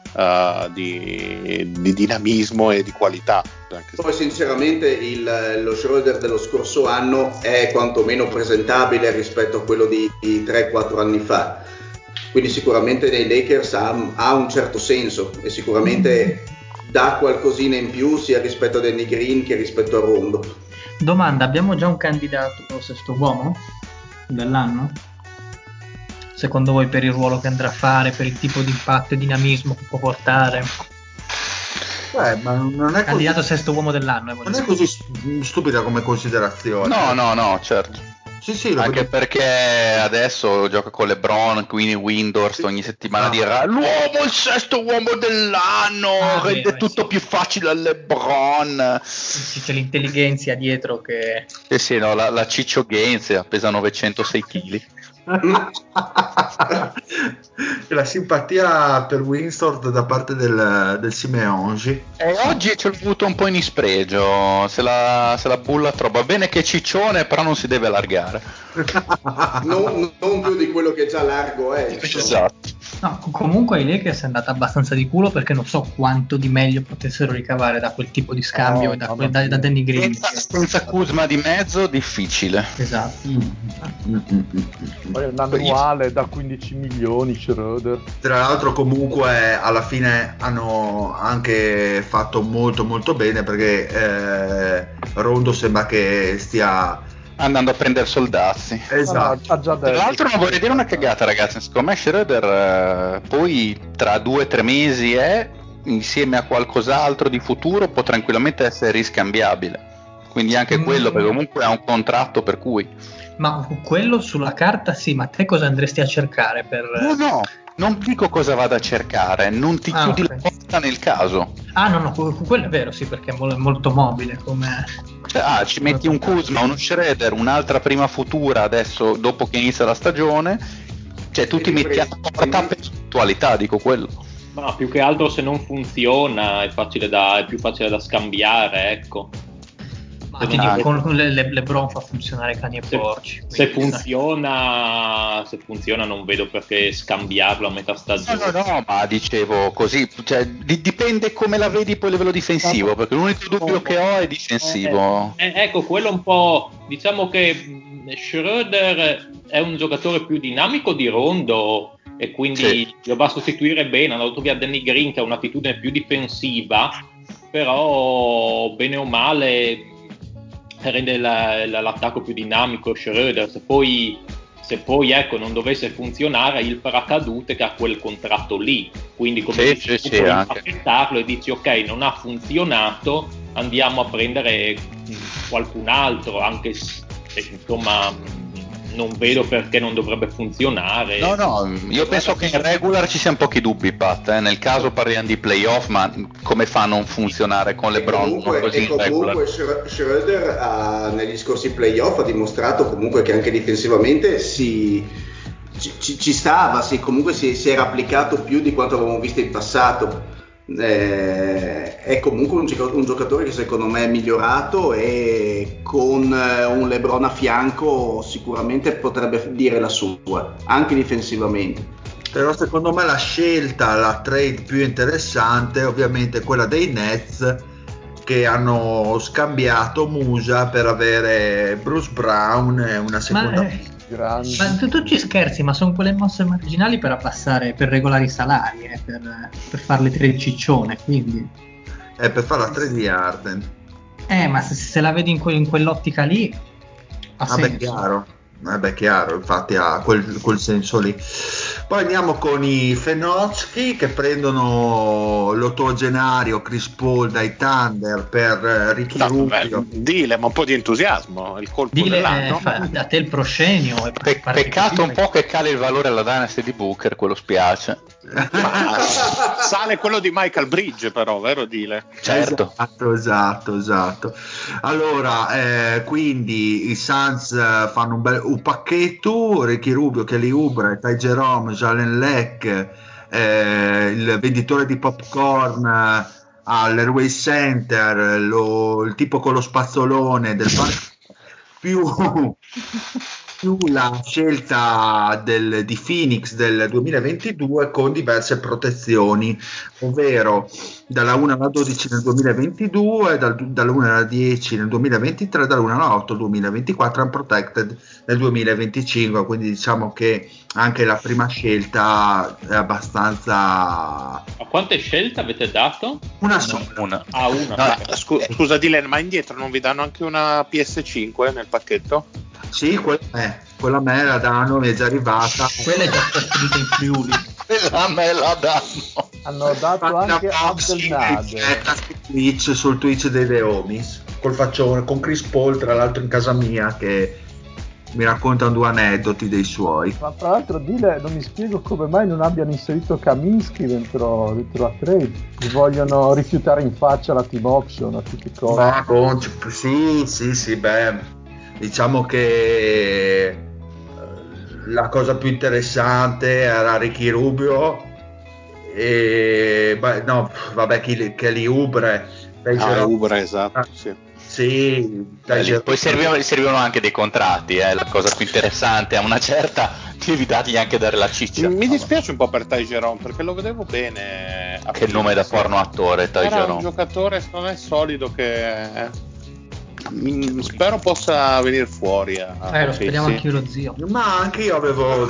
di dinamismo e di qualità. Poi sinceramente lo Schroeder dello scorso anno è quantomeno presentabile rispetto a quello di 3-4 anni fa, quindi sicuramente nei Lakers ha un certo senso e sicuramente dà qualcosina in più sia rispetto a Danny Green che rispetto a Rondo. Domanda, abbiamo già un candidato per lo sesto uomo dell'anno? Secondo voi, per il ruolo che andrà a fare, per il tipo di impatto e dinamismo che può portare? Ma non è candidato sesto uomo dell'anno. Non è così stupida come considerazione. No, certo. Sì, anche perché adesso gioca con LeBron, quindi Windhorst ogni settimana dirà l'uomo, il sesto uomo dell'anno, rende tutto più facile a LeBron. C'è l'intelligenza dietro che... Sì, no, la Ciccio Gaines pesa 906 kg. La simpatia per Winston da parte del Simeone, e oggi c'è avuto un po' in dispregio, se la bulla troppo. Va bene che è ciccione, però non si deve allargare. non più di quello che già largo è. Esatto. No, comunque ai Lakers è andata abbastanza di culo, perché non so quanto di meglio potessero ricavare da quel tipo di scambio e da Danny Green. Senza Kuzma di mezzo, difficile. Esatto. Poi un annuale da 15 milioni Schroeder. Tra l'altro comunque alla fine hanno anche fatto molto molto bene, perché Rondo sembra che stia andando a prendere soldazzi. Esatto. Già Tra l'altro non vorrei dire una cagata, ragazzi, secondo me Schroeder poi tra 2-3 mesi insieme a qualcos'altro di futuro può tranquillamente essere riscambiabile, quindi anche quello, perché comunque ha un contratto, per cui ma quello sulla carta sì, ma te cosa andresti a cercare per... No, non dico cosa vada a cercare, non ti chiudi la porta nel caso. No, quello è vero, sì, perché è molto mobile come... ci metti un Kuzma, uno Schroeder, un'altra prima futura adesso dopo che inizia la stagione, cioè tu ti metti alla porta per attualità, dico quello. Ma più che altro se non funziona è più facile da scambiare, ecco. Con LeBron fa funzionare cani e porci. Se funziona non vedo perché scambiarlo a metà stagione. No, ma dicevo così, cioè, dipende come la vedi poi a livello difensivo, perché l'unico dubbio che ho è difensivo. Ecco, quello un po', diciamo che Schroeder è un giocatore più dinamico di Rondo e quindi lo va a sostituire bene. Hanno dato via Danny Green, che ha un'attitudine più difensiva, però bene o male rende l'attacco più dinamico Schroeder. Se poi ecco non dovesse funzionare, il paracadute che ha quel contratto lì, quindi come dici, puoi impachettarlo e dici ok, non ha funzionato, andiamo a prendere qualcun altro, anche se insomma non vedo perché non dovrebbe funzionare. No, io penso che in regular ci siano pochi dubbi, Pat, nel caso parliamo di playoff, ma come fa a non funzionare con LeBron? Comunque Schroeder negli scorsi playoff ha dimostrato comunque che anche difensivamente ci stava, comunque si era applicato più di quanto avevamo visto in passato. È comunque un giocatore che secondo me è migliorato, e con un LeBron a fianco sicuramente potrebbe dire la sua anche difensivamente. Però secondo me la trade più interessante è ovviamente quella dei Nets, che hanno scambiato Musa per avere Bruce Brown e una seconda. Ma tu ci scherzi, ma sono quelle mosse marginali per abbassare, per regolare i salari, per fare le trade ciccione, quindi per fare la trade di Harden. Ma se la vedi in quell'ottica lì ha senso. Chiaro, infatti ha quel senso lì. Poi andiamo con i Fenocchi, che prendono l'ottogenario Chris Paul dai Thunder per Ricky Rubio. Dile, ma un po' di entusiasmo, il colpo dell'anno. Da te il proscenio. Peccato un po' che cali il valore alla Dynasty di Booker, quello spiace. Sale quello di Michael Bridge, però, vero Dile? Certo. Esatto. Allora, quindi i Suns fanno un pacchetto: Ricky Rubio, Kelly Oubre, Ty Jerome, Jalen Leck, il venditore di popcorn all'Airway Center, il tipo con lo spazzolone del più la scelta di Phoenix del 2022 con diverse protezioni, ovvero dalla 1 alla 12 nel 2022, dalla 1 alla 10 nel 2023, dalla 1 alla 8 nel 2024, unprotected nel 2025, quindi diciamo che anche la prima scelta è abbastanza... A quante scelte avete dato? Una sola. Una. Scusa Dylan, ma indietro non vi danno anche una PS5 nel pacchetto? Sì, quella a me la danno, mi è già arrivata. Quella è già trasferita in Friuli. Quella a me la danno. Hanno dato anche Abdelnader sul Twitch dei The Homies, col faccione, con Chris Paul tra l'altro in casa mia, che mi raccontano 2 aneddoti dei suoi. Ma tra l'altro Dile, non mi spiego come mai non abbiano inserito Kaminsky dentro la trade. Li vogliono rifiutare in faccia la team option a tutti i costi. Sì, beh, diciamo che la cosa più interessante era Ricky Rubio e Kelly Oubre. Oubre, esatto, sì. Poi servivano anche dei contratti, la cosa più interessante a una certa ti potevi dargli anche dare la ciccia. Mi dispiace un po' per Ty Jerome, perché lo vedevo bene. Che nome da porno attore, Ty Jerome. Era un giocatore, secondo me, solido, che spero possa venire fuori. Lo speriamo anche lo zio. Ma anche io avevo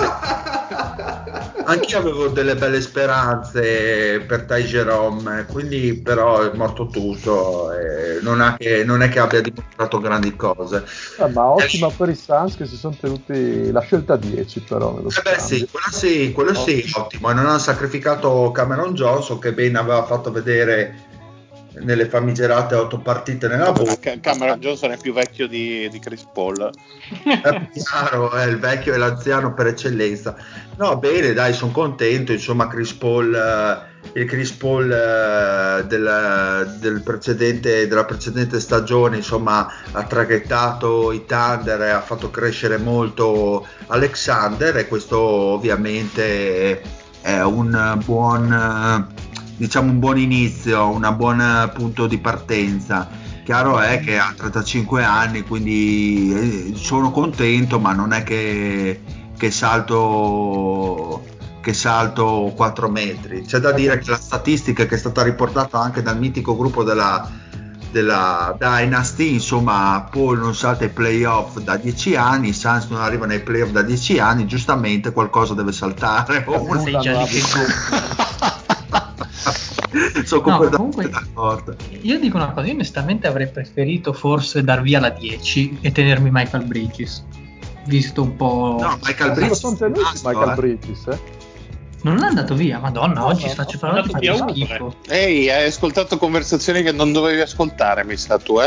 delle belle speranze per Ty Jerome, quindi però è morto tutto, non è che abbia dimostrato grandi cose. Ma ottima per i Suns che si sono tenuti la scelta 10 però. Quello sì, ottimo, e non hanno sacrificato Cameron Johnson, che Ben aveva fatto vedere nelle famigerate 8 partite nella bocca. Cameron Johnson è più vecchio di Chris Paul. È chiaro, è il vecchio e l'anziano per eccellenza. No, bene, dai, sono contento. Insomma, Chris Paul, il Chris Paul della precedente stagione, insomma, ha traghettato i Thunder e ha fatto crescere molto Alexander, e questo ovviamente è un buon inizio, un buon punto di partenza. Chiaro è che ha 35 anni, quindi sono contento, ma non è che salto 4 metri. C'è da dire che la statistica, che è stata riportata anche dal mitico gruppo della Dynasty, insomma, Paul non salta ai playoff da 10 anni, i Suns non arrivano ai playoff da 10 anni, giustamente qualcosa deve saltare. Sono completamente d'accordo. Io dico una cosa, io onestamente avrei preferito forse dar via la 10 e tenermi Michael Bridges, visto un po'. No, Michael Bridges sono tenuti Michael Bridges, non è andato via, madonna, oggi faccio schifo. Ehi, hai ascoltato conversazioni che non dovevi ascoltare, mi sa tu,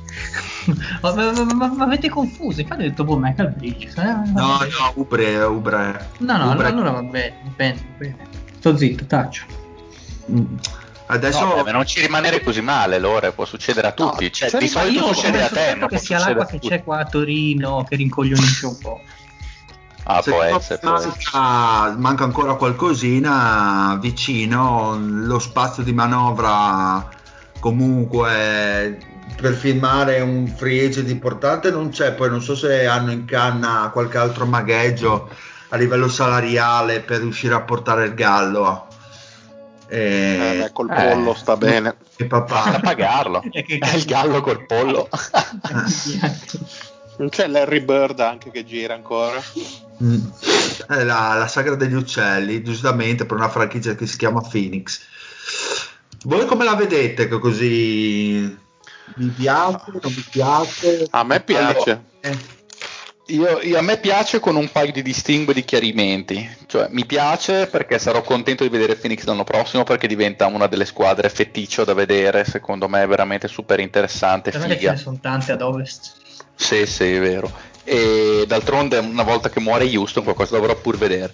ma avete confuso, infatti ho detto Michael Bridges. No, Ubre. No, allora va bene. Sto zitto, taccio. Adesso ma non ci rimanere così male, Lore, può succedere a tutti. Di solito succede a te, ma che sia l'acqua che c'è qua a Torino che rincoglionisce un po'. Può essere. Manca ancora qualcosina vicino, lo spazio di manovra comunque per firmare un free agent importante non c'è. Poi non so se hanno in canna qualche altro magheggio a livello salariale per riuscire a portare il Gallo. Col pollo sta bene. E papà a pagarlo. È il Gallo col pollo. Non c'è Larry Bird anche che gira ancora? La sagra degli uccelli, giustamente, per una franchigia che si chiama Phoenix. Voi come la vedete? Che così vi piace? Non vi piace? A me piace. A me piace con un paio di distinguo di chiarimenti. Cioè, mi piace perché sarò contento di vedere Phoenix l'anno prossimo, perché diventa una delle squadre feticcio da vedere. Secondo me è veramente super interessante, figa. Ce ne sono tante ad Ovest. Sì, è vero. E d'altronde una volta che muore Houston qualcosa dovrò pur vedere.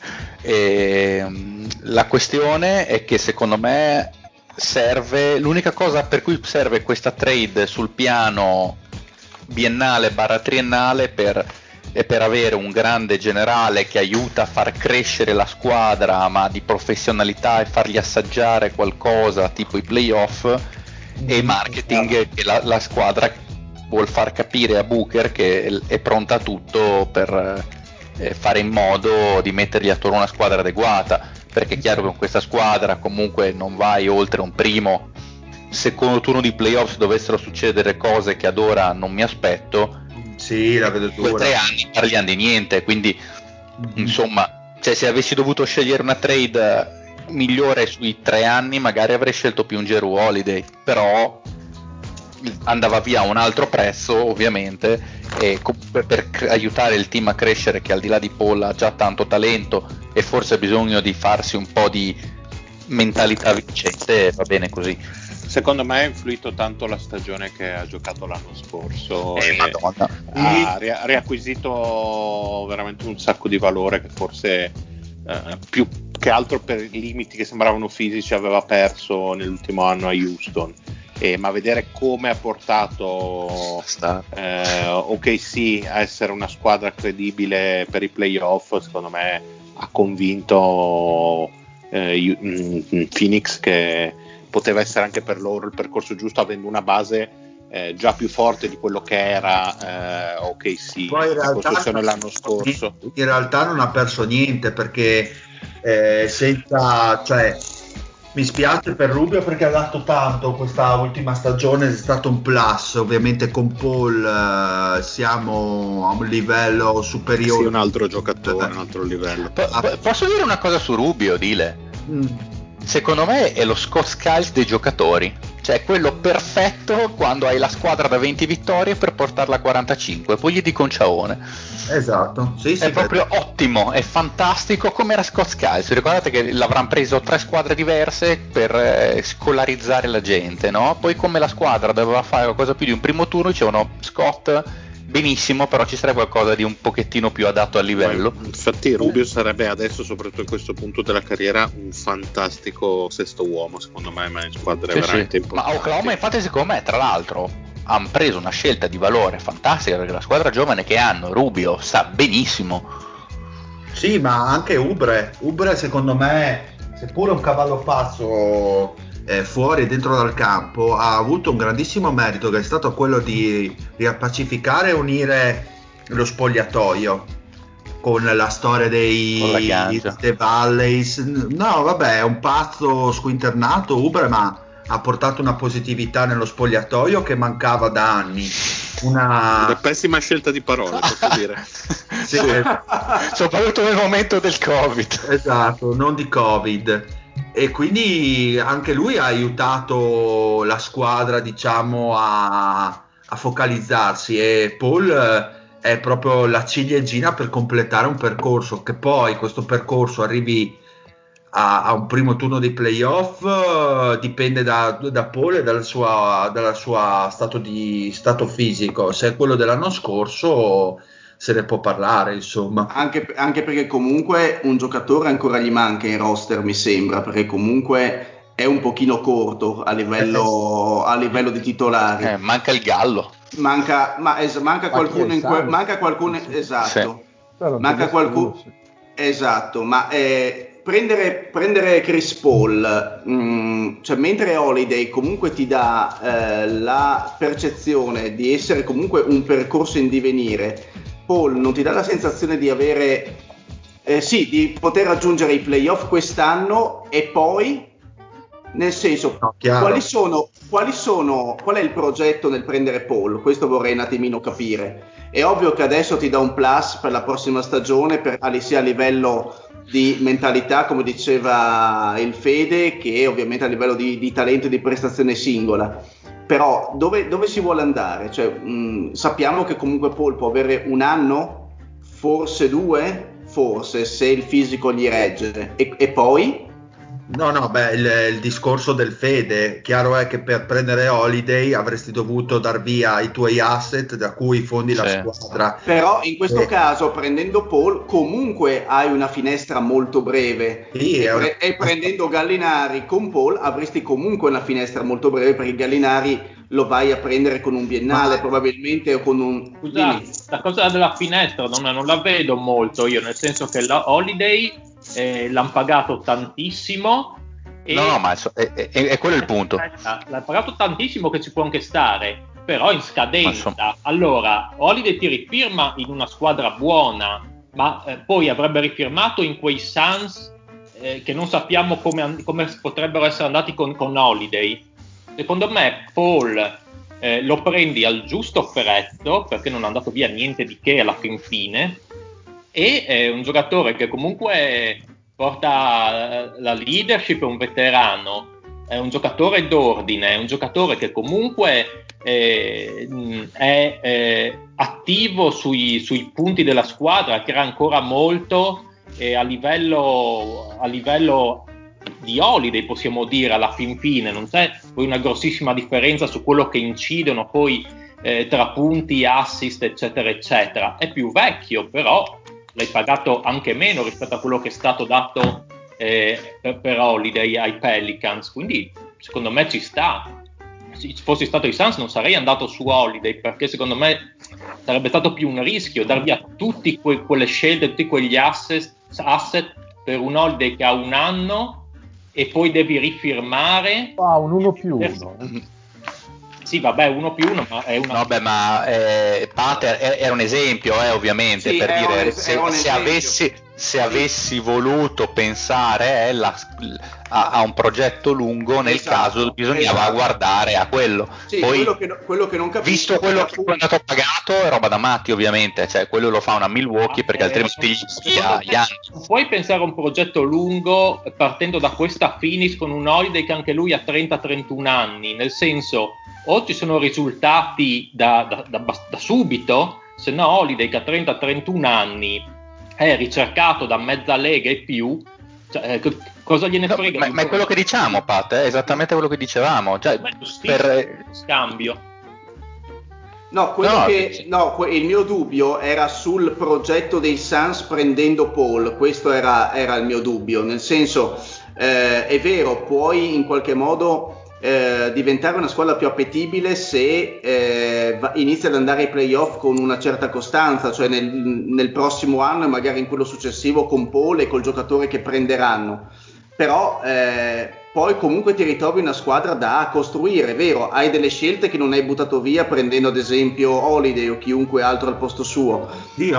La questione è che secondo me l'unica cosa per cui serve questa trade sul piano biennale / triennale è per avere un grande generale che aiuta a far crescere la squadra, ma di professionalità, e fargli assaggiare qualcosa tipo i playoff, e marketing che la squadra vuol far capire a Booker che è pronta a tutto per fare in modo di mettergli attorno una squadra adeguata, perché è chiaro che con questa squadra comunque non vai oltre un primo secondo turno di playoff se dovessero succedere cose che ad ora non mi aspetto. Sì, la vedo dura. 3 anni parliamo di niente, quindi insomma, se avessi dovuto scegliere una trade migliore sui 3 anni magari avrei scelto più un Jrue Holiday, però andava via a un altro prezzo ovviamente, e comunque per aiutare il team a crescere, che al di là di Paul ha già tanto talento e forse ha bisogno di farsi un po' di mentalità vincente, va bene così. Secondo me ha influito tanto la stagione che ha giocato l'anno scorso, Madonna. Ha riacquisito veramente un sacco di valore che forse più che altro per i limiti che sembravano fisici aveva perso nell'ultimo anno a Houston. Ma vedere come ha portato OKC a essere una squadra credibile per i playoff, secondo me ha convinto Phoenix che poteva essere anche per loro il percorso giusto, avendo una base già più forte di quello che era OKC Poi in costruzione l'anno scorso. In realtà non ha perso niente, perché mi spiace per Rubio perché ha dato tanto questa ultima stagione, è stato un plus. Ovviamente con Paul siamo a un livello superiore. Sì, un altro giocatore, un altro livello. Posso dire una cosa su Rubio, Dile? Secondo me è lo Scott Skiles dei giocatori, cioè quello perfetto quando hai la squadra da 20 vittorie per portarla a 45, poi gli dico un ciaone. Esatto, sì, è proprio ottimo, è fantastico come era Scott Skiles. Ricordate che l'avranno preso 3 squadre diverse per scolarizzare la gente, no? Poi come la squadra doveva fare qualcosa più di un primo turno, dicevano Scott benissimo, però ci sarebbe qualcosa di un pochettino più adatto al livello. Infatti Rubio sarebbe adesso, soprattutto in questo punto della carriera, un fantastico sesto uomo, secondo me, ma in squadre veramente importanti. Ma Oklahoma infatti secondo me, tra l'altro, hanno preso una scelta di valore fantastica, perché la squadra giovane che hanno, Rubio, sa benissimo. Sì, ma anche Oubre secondo me, seppure un cavallo pazzo fuori e dentro dal campo, ha avuto un grandissimo merito, che è stato quello di riappacificare e unire lo spogliatoio con la storia dei The Valleys. No, vabbè, è un pazzo squinternato Oubre, ma ha portato una positività nello spogliatoio che mancava da anni. Una pessima scelta di parole, posso dire. Sì. Soprattutto nel momento del Covid. Esatto, non di Covid. E quindi anche lui ha aiutato la squadra, diciamo, a focalizzarsi, e Paul è proprio la ciliegina per completare un percorso, che poi questo percorso arrivi a un primo turno di playoff dipende da Paul e dalla sua stato fisico. Se è quello dell'anno scorso se ne può parlare, insomma. Anche perché comunque un giocatore ancora gli manca in roster, mi sembra, perché comunque è un pochino corto a livello di titolari. Manca il Gallo. Manca qualcuno manca qualcuno, esatto. Sì. Manca qualcuno, esatto, ma prendere Chris Paul, cioè mentre Holiday comunque ti dà la percezione di essere comunque un percorso in divenire, Paul non ti dà la sensazione di avere di poter raggiungere i playoff quest'anno, e poi nel senso, qual è il progetto nel prendere Paul? Questo vorrei un attimino capire. È ovvio che adesso ti dà un plus per la prossima stagione, sia a livello di mentalità, come diceva il Fede, che ovviamente a livello di talento e di prestazione singola. Però dove si vuole andare? Cioè, sappiamo che comunque Paul può avere un anno, forse 2, forse, se il fisico gli regge, e poi? No, il discorso del Fede, chiaro è che per prendere Holiday avresti dovuto dar via i tuoi asset da cui fondi la squadra. Però in questo caso, prendendo Paul, comunque hai una finestra molto breve, e prendendo Gallinari con Paul avresti comunque una finestra molto breve, perché Gallinari lo vai a prendere con un biennale probabilmente, o con un... Scusa, la cosa della finestra non la vedo molto io, nel senso che la Holiday l'hanno pagato tantissimo. No, ma è quello il punto. L'ha pagato tantissimo, che ci può anche stare, però in scadenza. Allora, Holiday ti rifirma in una squadra buona, ma poi avrebbe rifirmato in quei Suns che non sappiamo come potrebbero essere andati con Holiday. Secondo me Paul lo prendi al giusto prezzo, perché non è andato via niente di che alla fine, e è un giocatore che comunque porta la leadership, è un veterano, è un giocatore d'ordine, è un giocatore che comunque è attivo sui punti della squadra, crea ancora molto, a livello di Holiday, possiamo dire, alla fin fine non c'è poi una grossissima differenza su quello che incidono poi tra punti, assist, eccetera eccetera. È più vecchio, però l'hai pagato anche meno rispetto a quello che è stato dato per Holiday ai Pelicans, quindi secondo me ci sta. Se fossi stato i Suns non sarei andato su Holiday, perché secondo me sarebbe stato più un rischio dar via tutte quelle scelte, tutti quegli asset per un Holiday che ha un anno e poi devi rifirmare un 1+1. Sì, vabbè, 1+1, ma è una... Vabbè, ma Pater era un esempio, ovviamente, Sì, per era dire, un se avessi voluto pensare a un progetto lungo, nel caso bisognava guardare a quello. Sì, Poi, quello che non capisco, visto quello che è andato pagato, è roba da matti, ovviamente, cioè quello lo fa una Milwaukee perché altrimenti gli spia gli anni. Non puoi pensare a un progetto lungo partendo da questa Phoenix con un Holiday che anche lui ha 30-31 anni, nel senso, o ci sono risultati da subito, se no Holiday che ha 30-31 anni è ricercato da mezza lega e più, cioè, cosa gliene frega? Ma è quello che diciamo, Pat, è esattamente quello che dicevamo, cioè, per scambio. Il mio dubbio era sul progetto dei Suns prendendo Paul, questo era il mio dubbio, nel senso, è vero, puoi in qualche modo diventare una squadra più appetibile se inizia ad andare ai playoff con una certa costanza, cioè nel prossimo anno e magari in quello successivo con Paul e col giocatore che prenderanno, però poi comunque ti ritrovi una squadra da costruire, è vero, hai delle scelte che non hai buttato via prendendo ad esempio Holiday o chiunque altro al posto suo.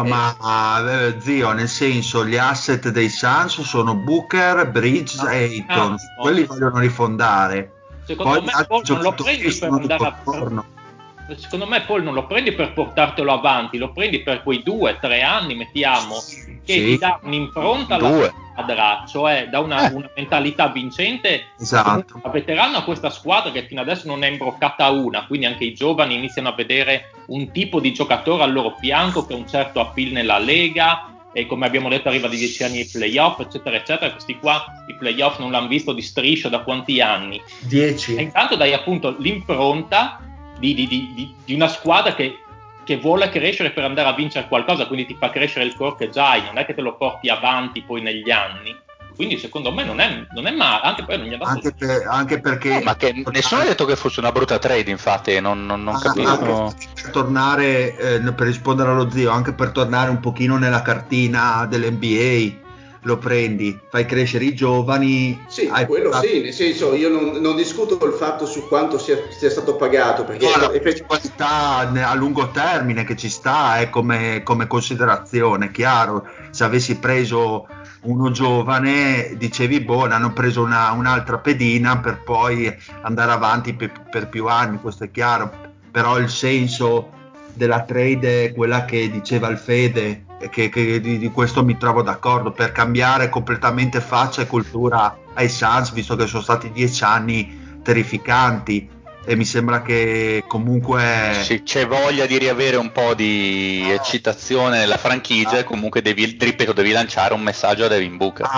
Zio, nel senso, gli asset dei Suns sono Booker, Bridges e Ayton, quelli vogliono rifondare. Secondo me Paul non lo prendi per andare secondo me Paul non lo prendi per portartelo avanti, lo prendi per quei 2-3 anni, mettiamo, che ti dà un'impronta alla squadra, cioè da una mentalità vincente, esatto, da veterano a questa squadra che fino adesso non è imbroccata una, quindi anche i giovani iniziano a vedere un tipo di giocatore al loro fianco che ha un certo appeal nella Lega, e come abbiamo detto arriva di 10 anni ai playoff, eccetera eccetera. Questi qua i playoff non l'hanno visto di striscio da quanti anni? 10. E intanto dai appunto l'impronta di una squadra che vuole crescere per andare a vincere qualcosa, quindi ti fa crescere il core che già hai, non è che te lo porti avanti poi negli anni. Quindi secondo me non è male, anche poi non gli ha dato anche perché ma che nessuno ha detto che fosse una brutta trade, infatti non capisco. Per tornare per rispondere allo zio, anche per tornare un pochino nella cartina dell'NBA, lo prendi, fai crescere i giovani. Sì, quello sì, nel senso, io non discuto il fatto su quanto sia stato pagato, perché la qualità a lungo termine che ci sta come considerazione, chiaro. Se avessi preso uno giovane, dicevi ne hanno preso un'altra pedina per poi andare avanti per più anni, questo è chiaro, però il senso della trade è quella che diceva il Fede, che di questo mi trovo d'accordo, per cambiare completamente faccia e cultura ai Suns, visto che sono stati 10 anni terrificanti, e mi sembra che comunque c'è voglia di riavere un po' di eccitazione nella franchigia, e comunque devi lanciare un messaggio a Devin Booker.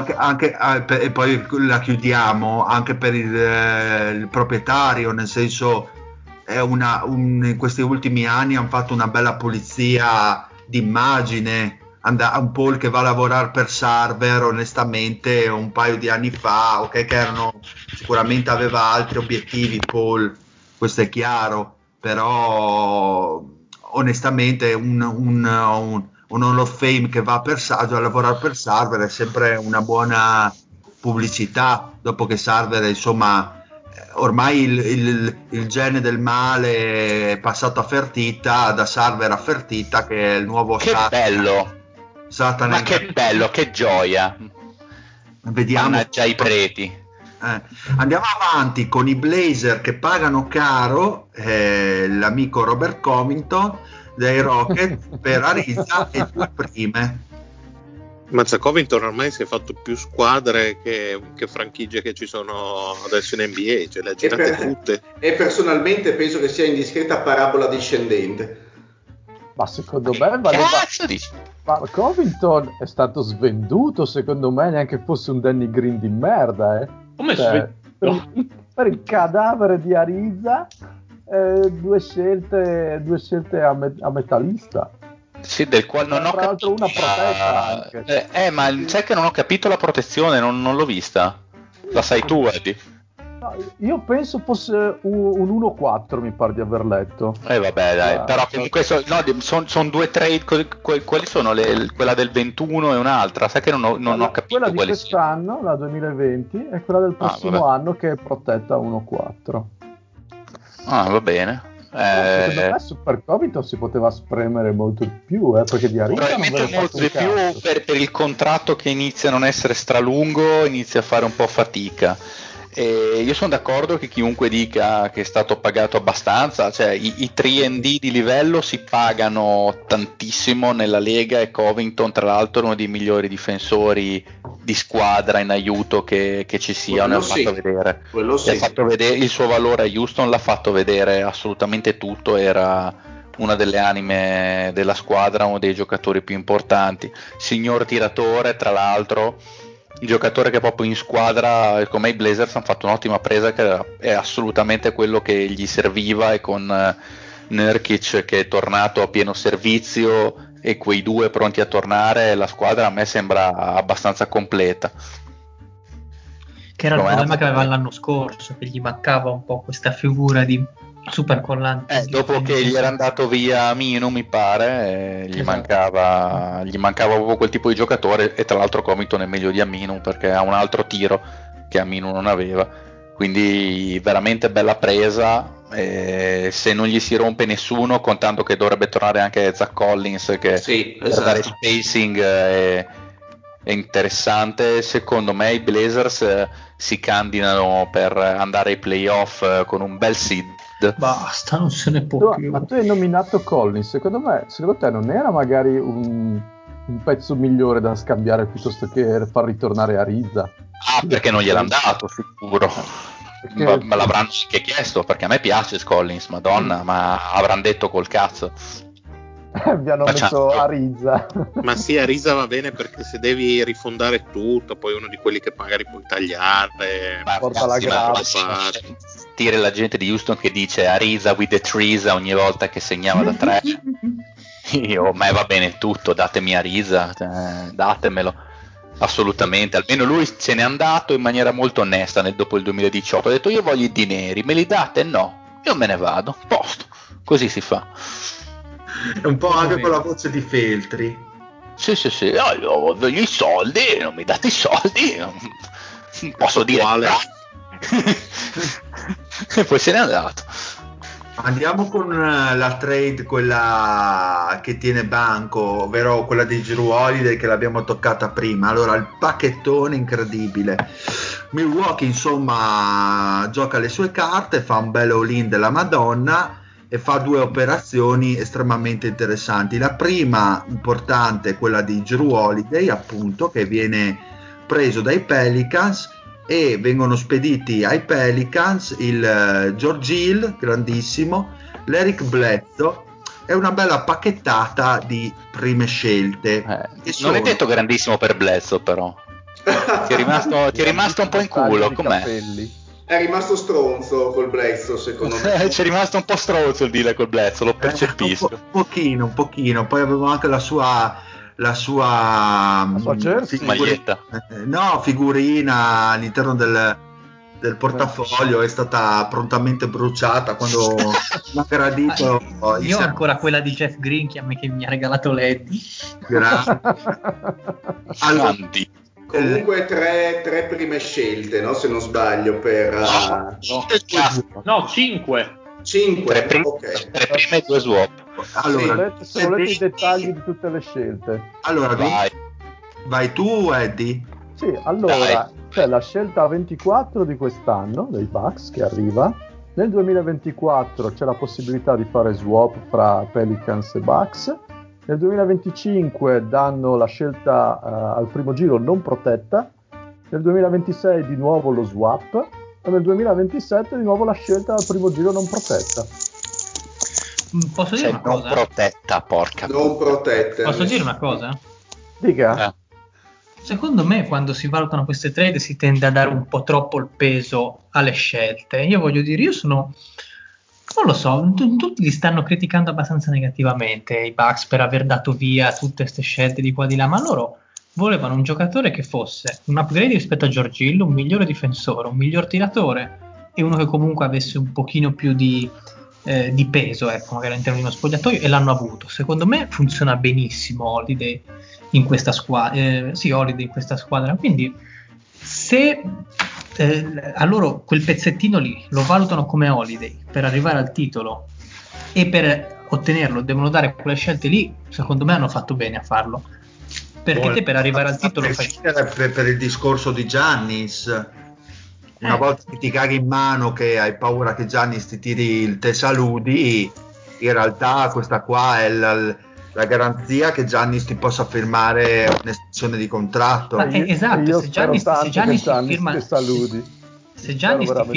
E poi la chiudiamo anche per il proprietario, nel senso in questi ultimi anni hanno fatto una bella pulizia d'immagine. Un Paul che va a lavorare per Sarver, onestamente un paio di anni fa, ok, che sicuramente aveva altri obiettivi Paul, questo è chiaro, però onestamente un Hall of Fame che va a lavorare per Sarver è sempre una buona pubblicità, dopo che Sarver insomma ormai il gene del male è passato a Fertitta, da Sarver a Fertitta, che è il nuovo bello. Ma che bello, che gioia. Vediamo. Mannaggia i preti. Andiamo avanti con i Blazer che pagano caro l'amico Robert Covington dei Rockets per Ariza e 2 prime. Mazza, Covington ormai si è fatto più squadre che franchigie che ci sono adesso in NBA, cioè le ha girate tutte. E personalmente penso che sia in discreta parabola discendente. Ma secondo me ma Covington è stato svenduto, secondo me neanche fosse un Danny Green di merda, Come per il cadavere di Ariza, 2 scelte a metalista. Sì, del quale non ho capito. Una protetta anche. Ma sai che non ho capito la protezione, non l'ho vista. La sai tu, Eddie? No, io penso fosse un 1-4, mi pare di aver letto. Vabbè, dai, però comunque sono 2 trade, quali sono? Quella del 21 e un'altra, sai che non ho capito quella di quest'anno, la 2020, e quella del prossimo anno che è protetta 1-4. Va bene. Secondo me Super Covington si poteva spremere molto di più, perché di Ariza probabilmente molto di più per il contratto che inizia a non essere stralungo, inizia a fare un po' fatica. E io sono d'accordo che chiunque dica che è stato pagato abbastanza, cioè i 3&D di livello si pagano tantissimo nella Lega, e Covington tra l'altro è uno dei migliori difensori di squadra in aiuto che ci sia. Ne ha fatto vedere. Ha fatto vedere il suo valore a Houston, l'ha fatto vedere assolutamente tutto, era una delle anime della squadra, uno dei giocatori più importanti, signor tiratore tra l'altro, il giocatore che proprio in squadra, come i Blazers hanno fatto un'ottima presa, che è assolutamente quello che gli serviva, e con Nurkic che è tornato a pieno servizio e quei due pronti a tornare, la squadra a me sembra abbastanza completa. Che era il problema che aveva l'anno scorso, che gli mancava un po' questa figura di super collante. Dopo che gli era andato via Minu, mi pare, gli mancava proprio quel tipo di giocatore, e tra l'altro Covington è meglio di Aminu perché ha un altro tiro che Aminu non aveva, quindi veramente bella presa. Se non gli si rompe nessuno, contando che dovrebbe tornare anche Zach Collins, che per dare spacing è interessante, secondo me i Blazers si candidano per andare ai playoff con un bel seed. Basta, non se ne può più. Ma tu hai nominato Collins, secondo te non era magari un pezzo migliore da scambiare piuttosto che far ritornare Ariza? Perché non gliel'hanno dato, sicuro. Perché... Ma l'avranno anche chiesto, perché a me piace Collins, madonna, ma avranno detto col cazzo. Vi hanno messo Ariza. Ma sì, Ariza va bene, perché se devi rifondare tutto, poi uno di quelli che magari puoi tagliare, porta la grava. Sentire la gente di Houston che dice Ariza with the trees ogni volta che segnava da 3. A me va bene tutto, datemi Ariza, datemelo assolutamente. Almeno lui se n'è andato in maniera molto onesta dopo il 2018, ha detto io voglio i dineri, me li date? No, io me ne vado, posto, così si fa. Un po' anche con la voce di Feltri. Sì, io voglio i soldi, non mi date i soldi, non posso dire e poi se n'è andato. Andiamo con la trade, quella che tiene banco, ovvero quella di Jrue Holiday, che l'abbiamo toccata prima. Allora, il pacchettone incredibile. Milwaukee insomma gioca le sue carte, fa un bel all-in della Madonna e fa due operazioni estremamente interessanti. La prima importante è quella di Jrue Holiday, appunto, che viene preso dai Pelicans, e vengono spediti ai Pelicans il George Hill, grandissimo, l'Eric Bledsoe e una bella pacchettata di prime scelte. Non è detto grandissimo per Bledsoe, però ti è rimasto un po' in culo, com'è? È rimasto stronzo col Bledsoe, secondo me. C'è rimasto un po' stronzo il deal col Bledsoe, lo percepisco. Un pochino. Poi avevo anche la sua maglietta. Figurina all'interno del portafoglio, è stata prontamente bruciata quando mi ha gradito. Io ho ancora quella di Jeff Green che mi ha regalato Leddy. Allora, comunque tre prime scelte, no? Se non sbaglio, per no, 5. 5, ok. 3 prime e 2 swap. Allora, se volete i dettagli di tutte le scelte. Allora, vai tu, Eddie. Sì, allora c'è la scelta 24 di quest'anno dei Bucks che arriva. Nel 2024 c'è la possibilità di fare swap fra Pelicans e Bucks. Nel 2025 danno la scelta al primo giro non protetta. Nel 2026 di nuovo lo swap. E nel 2027 di nuovo la scelta al primo giro non protetta. Posso dire una cosa? Non protetta, porca. Non protetta. Posso dire una cosa? Dica. Secondo me quando si valutano queste trade si tende a dare un po' troppo il peso alle scelte. Io voglio dire, non lo so, tutti li stanno criticando abbastanza negativamente i Bucks per aver dato via tutte queste scelte di qua di là, ma loro volevano un giocatore che fosse un upgrade rispetto a George Hill, un migliore difensore, un miglior tiratore e uno che comunque avesse un pochino più di peso, ecco, magari all'interno di uno spogliatoio, e l'hanno avuto. Secondo me funziona benissimo Holiday in questa squadra, Holiday in questa squadra, quindi se a loro quel pezzettino lì lo valutano come Holiday per arrivare al titolo, e per ottenerlo devono dare quelle scelte lì. Secondo me hanno fatto bene a farlo, perché te per arrivare al titolo fai per il discorso di Giannis, una volta che ti caghi in mano, che hai paura che Giannis ti tiri il te saludi, in realtà questa qua è la garanzia che Giannis ti possa firmare un'estensione di contratto. Esatto, se Giannis ti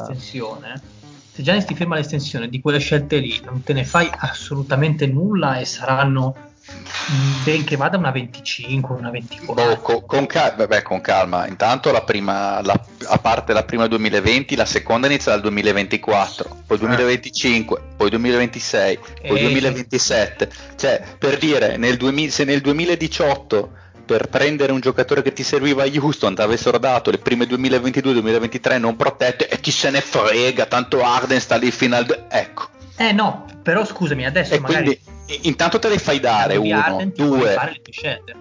firma l'estensione di quelle scelte lì, non te ne fai assolutamente nulla e saranno, benché vada, una 25, una 24. Con calma. Intanto a parte la prima 2020, la seconda inizia dal 2024, poi 2025, poi 2026, poi 2027. Cioè, per dire, se nel 2018 per prendere un giocatore che ti serviva a Houston ti avessero dato le prime 2022-2023 non protette, e chi se ne frega, tanto Harden sta lì fino al... Ecco. No, però scusami, adesso e magari... Quindi, intanto te le fai dare uno, Harden, due... fare le tue scelte.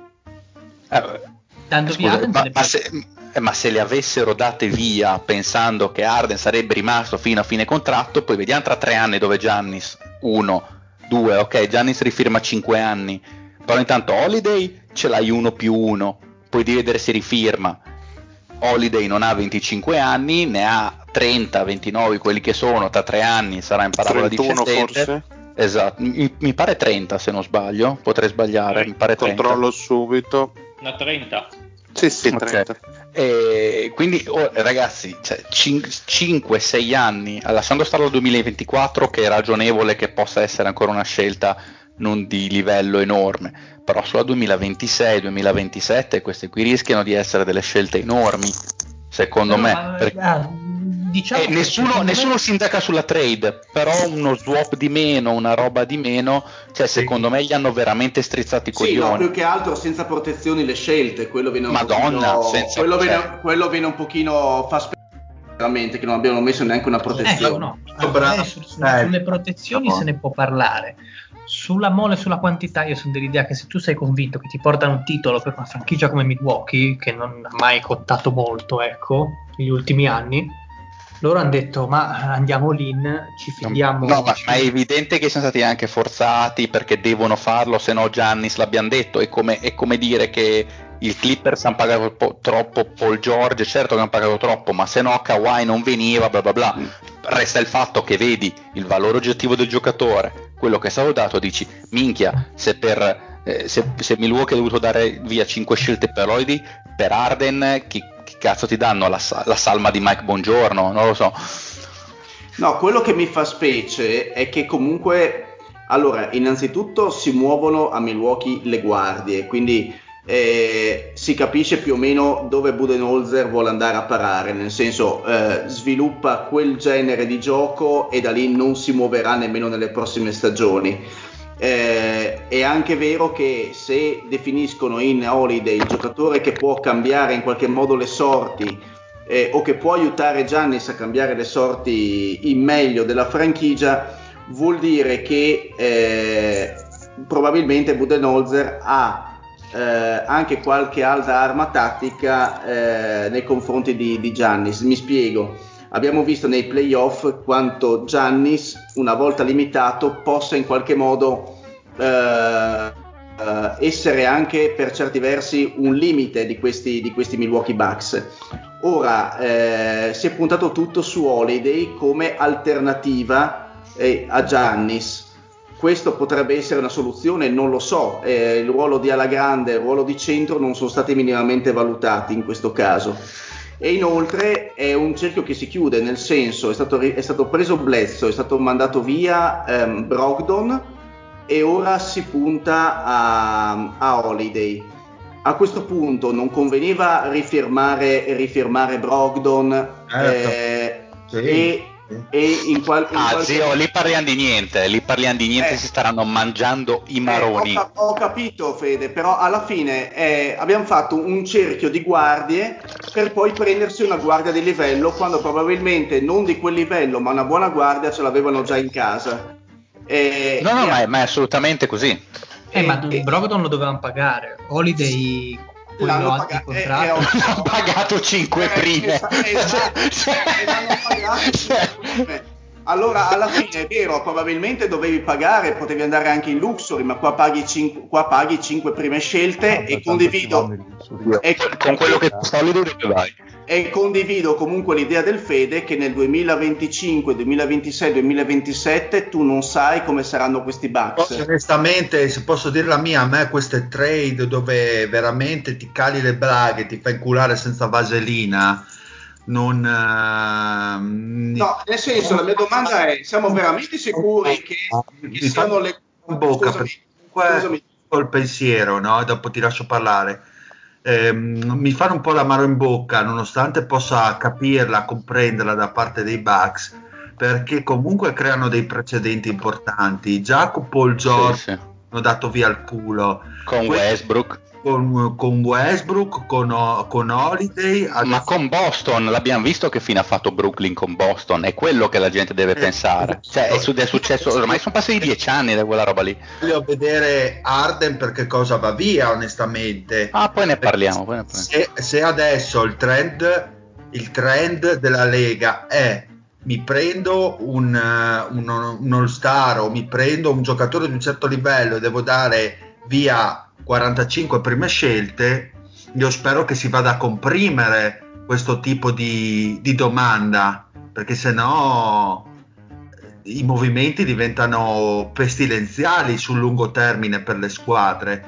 Ma se le avessero date via pensando che Harden sarebbe rimasto fino a fine contratto, poi vediamo tra 3 anni dove Giannis, 1, 2, ok, Giannis rifirma 5 anni, però intanto Holiday ce l'hai 1+1, poi devi vedere se rifirma. Holiday non ha 25 anni, ne ha 30, 29, quelli che sono, tra 3 anni sarà in parabola 31 discendente. forse? Esatto, mi pare 30 se non sbaglio, potrei sbagliare, mi pare 30. Controllo subito. Una 30. Sì, 30. Okay. E quindi ragazzi, cioè, 5-6 anni, lasciando stare il 2024, che è ragionevole che possa essere ancora una scelta non di livello enorme, però sulla 2026-2027 queste qui rischiano di essere delle scelte enormi, secondo me. Diciamo nessuno sindaca sulla trade, però uno swap di meno, una roba di meno, cioè secondo me gli hanno veramente strizzato i coglioni. No, più che altro senza protezioni le scelte, quello viene un quello viene un pochino veramente che non abbiano messo neanche una protezione. Sulle protezioni se ne può parlare. Sulla mole, sulla quantità, io sono dell'idea che se tu sei convinto che ti portano un titolo per una franchigia come Milwaukee, che non ha mai contato molto, ecco, negli ultimi anni, loro hanno detto ma andiamo lì, ci fidiamo. No, ma è evidente che siano stati anche forzati perché devono farlo, se no Giannis l'abbiamo detto, è come dire che il Clippers hanno pagato troppo Paul George, certo che hanno pagato troppo, ma se no Kawhi non veniva, bla bla bla. Resta il fatto che vedi il valore oggettivo del giocatore, quello che è stato dato, dici minchia, se Milwaukee ha dovuto dare via 5 scelte per Holiday, per Harden chi cazzo ti danno la salma di Mike Bongiorno? Non lo so. No, quello che mi fa specie è che comunque, allora, innanzitutto si muovono a Milwaukee le guardie, quindi si capisce più o meno dove Budenholzer vuole andare a parare, nel senso sviluppa quel genere di gioco e da lì non si muoverà nemmeno nelle prossime stagioni. È anche vero che se definiscono in Holiday il giocatore che può cambiare in qualche modo le sorti o che può aiutare Giannis a cambiare le sorti in meglio della franchigia, vuol dire che probabilmente Budenholzer ha anche qualche altra arma tattica nei confronti di Giannis. Mi spiego: abbiamo visto nei playoff quanto Giannis, una volta limitato, possa in qualche modo essere anche per certi versi un limite di questi Milwaukee Bucks. Ora si è puntato tutto su Holiday come alternativa a Giannis. Questo potrebbe essere una soluzione, non lo so. Il ruolo di ala grande e il ruolo di centro non sono stati minimamente valutati in questo caso. E inoltre è un cerchio che si chiude, nel senso è stato preso Bledsoe, è stato mandato via Brogdon e ora si punta a Holiday. A questo punto non conveniva rifirmare Brogdon e in qualche zio, lì parliamo di niente, si staranno mangiando i maroni. Ho capito, Fede, però alla fine abbiamo fatto un cerchio di guardie per poi prendersi una guardia di livello, quando probabilmente non di quel livello, ma una buona guardia ce l'avevano già in casa. Ma è assolutamente così. Ma Brogdon lo dovevano pagare. Holiday poi l'hanno altri contratti. Hanno pagato 5 prime. Esatto, l'hanno pagato 5 prime. Allora, alla fine è vero, probabilmente dovevi pagare, potevi andare anche in Luxury, ma qua paghi 5 prime scelte e condivido. Con quello che solito dove vai? E condivido comunque l'idea del Fede che nel 2025, 2026, 2027 tu non sai come saranno questi Bucks. Onestamente, se posso dire la mia, a me queste trade dove veramente ti cali le braghe, ti fai inculare senza vaselina, non... No, nel senso, la mia domanda è, siamo veramente sicuri che siano le... in bocca, Scusami. col pensiero, no? Dopo ti lascio parlare. Mi fanno un po' l'amaro in bocca, nonostante possa capirla, comprenderla da parte dei Bucks, perché comunque creano dei precedenti importanti. Già con Paul George hanno dato via il culo. Con Westbrook. Con Westbrook, con Holiday. Ma con Boston, l'abbiamo visto che fine ha fatto Brooklyn con Boston, è quello che la gente deve pensare. Cioè, è successo, ormai sono passati 10 anni da quella roba lì. Voglio vedere Harden per che cosa va via, onestamente. Poi ne parliamo. Se adesso il trend della Lega è mi prendo un all-star o mi prendo un giocatore di un certo livello e devo dare via 45 prime scelte, io spero che si vada a comprimere questo tipo di domanda, perché sennò i movimenti diventano pestilenziali sul lungo termine per le squadre.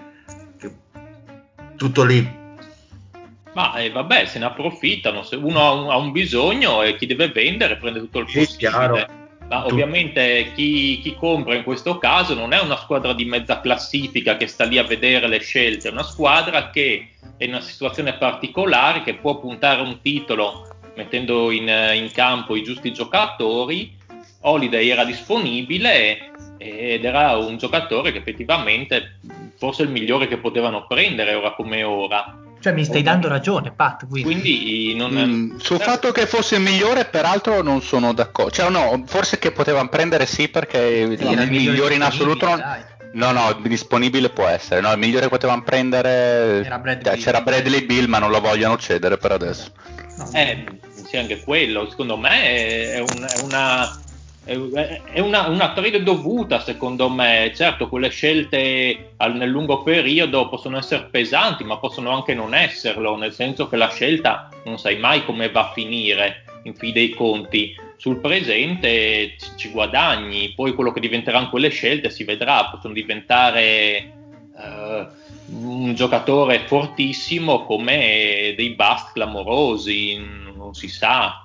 Tutto lì. Ma vabbè, se ne approfittano, se uno ha un bisogno e chi deve vendere prende tutto il possibile. Chiaro. Ma ovviamente chi compra in questo caso non è una squadra di mezza classifica che sta lì a vedere le scelte, è una squadra che è in una situazione particolare, che può puntare a un titolo mettendo in campo i giusti giocatori. Holiday era disponibile ed era un giocatore che effettivamente forse è il migliore che potevano prendere ora come ora. Cioè mi stai dando ragione, Pat, quindi sul fatto che fosse il migliore peraltro non sono d'accordo, cioè no, forse che potevano prendere sì, perché il migliore in assoluto no, disponibile può essere, no, il migliore che potevano prendere c'era Bradley Beal, ma non lo vogliono cedere per adesso. Sì, anche quello secondo me è una trade dovuta, secondo me. Certo, quelle scelte nel lungo periodo possono essere pesanti, ma possono anche non esserlo, nel senso che la scelta non sai mai come va a finire in fin dei conti. Sul presente ci guadagni, poi quello che diventeranno quelle scelte si vedrà, possono diventare un giocatore fortissimo come dei bust clamorosi, non si sa.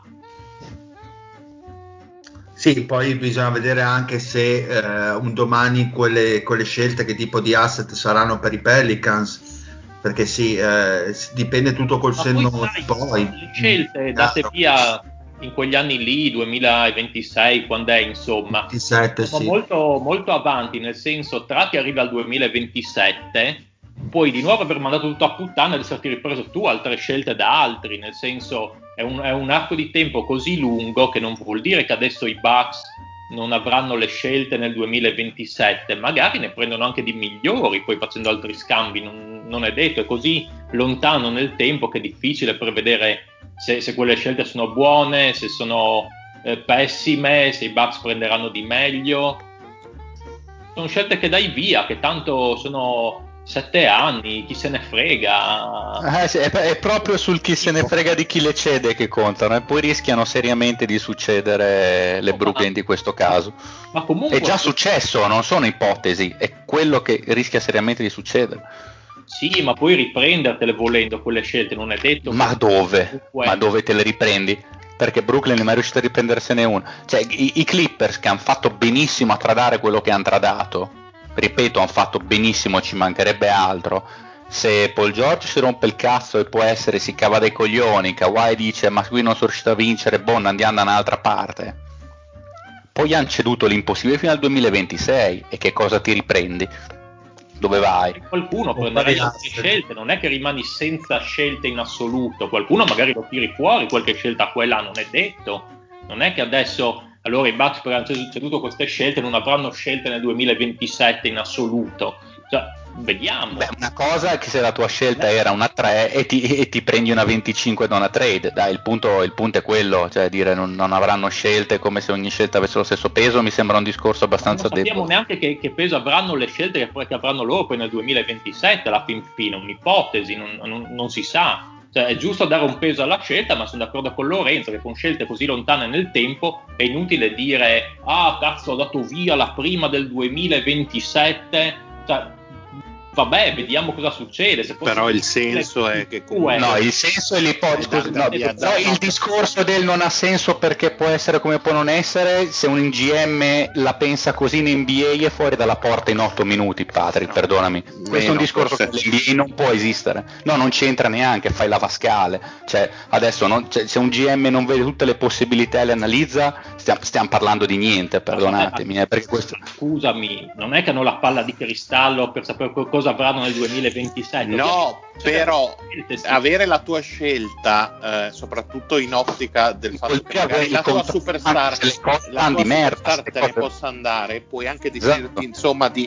Sì, poi bisogna vedere anche se un domani quelle scelte che tipo di asset saranno per i Pelicans, perché sì, dipende tutto col senno poi. Le scelte date via in quegli anni lì, 2026, quando è insomma, 27, sono sì. molto, molto avanti, nel senso tra che arrivi al 2027 puoi di nuovo aver mandato tutto a puttana ed esserti ripreso tu altre scelte da altri, nel senso è un arco di tempo così lungo che non vuol dire che adesso i Bucks non avranno le scelte nel 2027, magari ne prendono anche di migliori poi facendo altri scambi, non è detto, è così lontano nel tempo che è difficile prevedere se quelle scelte sono buone, se sono pessime, se i Bucks prenderanno di meglio. Sono scelte che dai via, che tanto sono 7 anni, chi se ne frega. Sì, è proprio sul chi se ne frega di chi le cede che contano, e poi rischiano seriamente di succedere le Brooklyn di questo caso. Ma comunque è già successo, non sono ipotesi, è quello che rischia seriamente di succedere. Sì, ma puoi riprendertele volendo quelle scelte, non è detto. Ma dove? Ma dove te le riprendi? Perché Brooklyn non è mai riuscito a riprendersene una. Cioè i Clippers, che hanno fatto benissimo a tradare quello che hanno tradato, ripeto, hanno fatto benissimo, ci mancherebbe altro. Se Paul George si rompe il cazzo e può essere si cava dei coglioni, Kawhi dice ma qui non sono riuscito a vincere, andiamo da un'altra parte, poi hanno ceduto l'impossibile fino al 2026 e che cosa ti riprendi? Dove vai? Qualcuno prenderà altre scelte, non è che rimani senza scelte in assoluto, qualcuno magari lo tiri fuori qualche scelta, quella non è detto, non è che adesso allora i Bucks per aver ceduto queste scelte non avranno scelte nel 2027 in assoluto, cioè, vediamo. Beh, una cosa è che se la tua scelta era una 3 e ti prendi una 25 da una trade, dai, il punto è quello, cioè dire non avranno scelte come se ogni scelta avesse lo stesso peso, mi sembra un discorso abbastanza debole. Non sappiamo neanche che peso avranno le scelte che avranno loro poi nel 2027 alla fin fine, un'ipotesi, non si sa. Cioè, è giusto dare un peso alla scelta, ma sono d'accordo con Lorenzo che con scelte così lontane nel tempo è inutile dire cazzo, ho dato via la prima del 2027, cioè, vabbè, vediamo cosa succede. Però il senso è che no, il senso è l'ipotesi. Però il discorso del non ha senso perché può essere come può non essere, se un GM la pensa così in NBA è fuori dalla porta in 8 minuti, Patrick, perdonami. Questo è un discorso che l'NBA non può esistere. No, non c'entra neanche, fai la vascale. Cioè, adesso se un GM non vede tutte le possibilità e le analizza, stiamo parlando di niente, perdonatemi. Perché questo... Scusami, non è che hanno la palla di cristallo per sapere cosa avranno nel 2027. No, però avere la tua scelta, soprattutto in ottica del fatto che magari la tua superstar te ne possa andare, puoi anche deciderti insomma di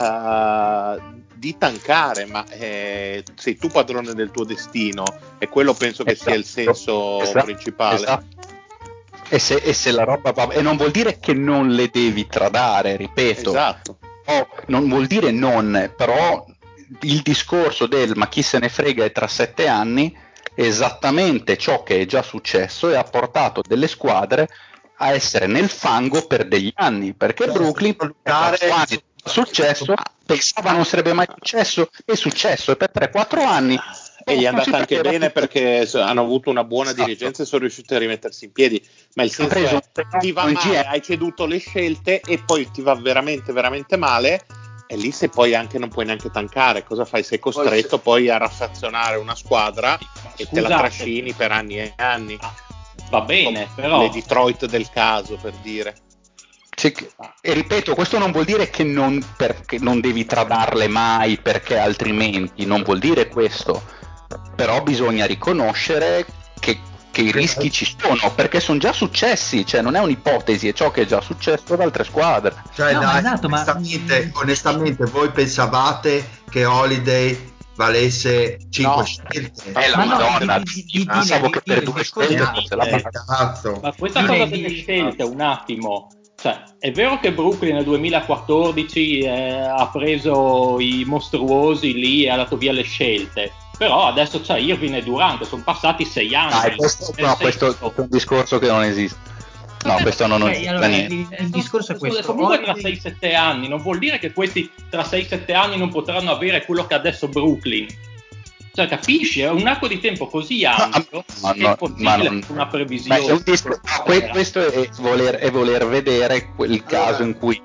tankare, ma sei tu padrone del tuo destino, e quello penso che sia il senso principale. E se la roba va, e non vuol dire che non le devi tradare, ripeto. Esatto. Non vuol dire però il discorso del ma chi se ne frega è tra 7 anni è esattamente ciò che è già successo e ha portato delle squadre a essere nel fango per degli anni, perché Brooklyn per 4 anni è successo, pensava non sarebbe mai successo, è successo, e per 3-4 anni e gli è andata anche bene perché hanno avuto una buona dirigenza e sono riusciti a rimettersi in piedi, ma il senso è ti va male, hai ceduto le scelte e poi ti va veramente veramente male, e lì se poi anche non puoi neanche tankare, cosa fai? Sei costretto poi a raffazionare una squadra e te la trascini per anni e anni. Va bene, però le Detroit del caso, per dire. E ripeto, questo non vuol dire che perché non devi tradarle mai, perché altrimenti non vuol dire questo, però bisogna riconoscere che i rischi ci sono, perché sono già successi, cioè non è un'ipotesi, è ciò che è già successo ad altre squadre. Cioè, no, dai, esatto, onestamente voi pensavate che Holiday valesse 5 scelte? La Madonna, pensavo che per 2 scelte fosse la cazzo. Ma questa cosa delle scelte, un attimo, cioè, è vero che Brooklyn nel 2014 ha preso i mostruosi lì e ha dato via le scelte, però adesso c'è Irving e Durant, sono passati 6 anni. Questo è un discorso che non esiste. No, questo non allora, il discorso è questo. Comunque tra 6-7 anni, non vuol dire che questi tra 6-7 anni non potranno avere quello che ha adesso Brooklyn. Cioè, capisci? È un arco di tempo così ampio che è possibile una previsione. Questo è voler vedere quel caso in cui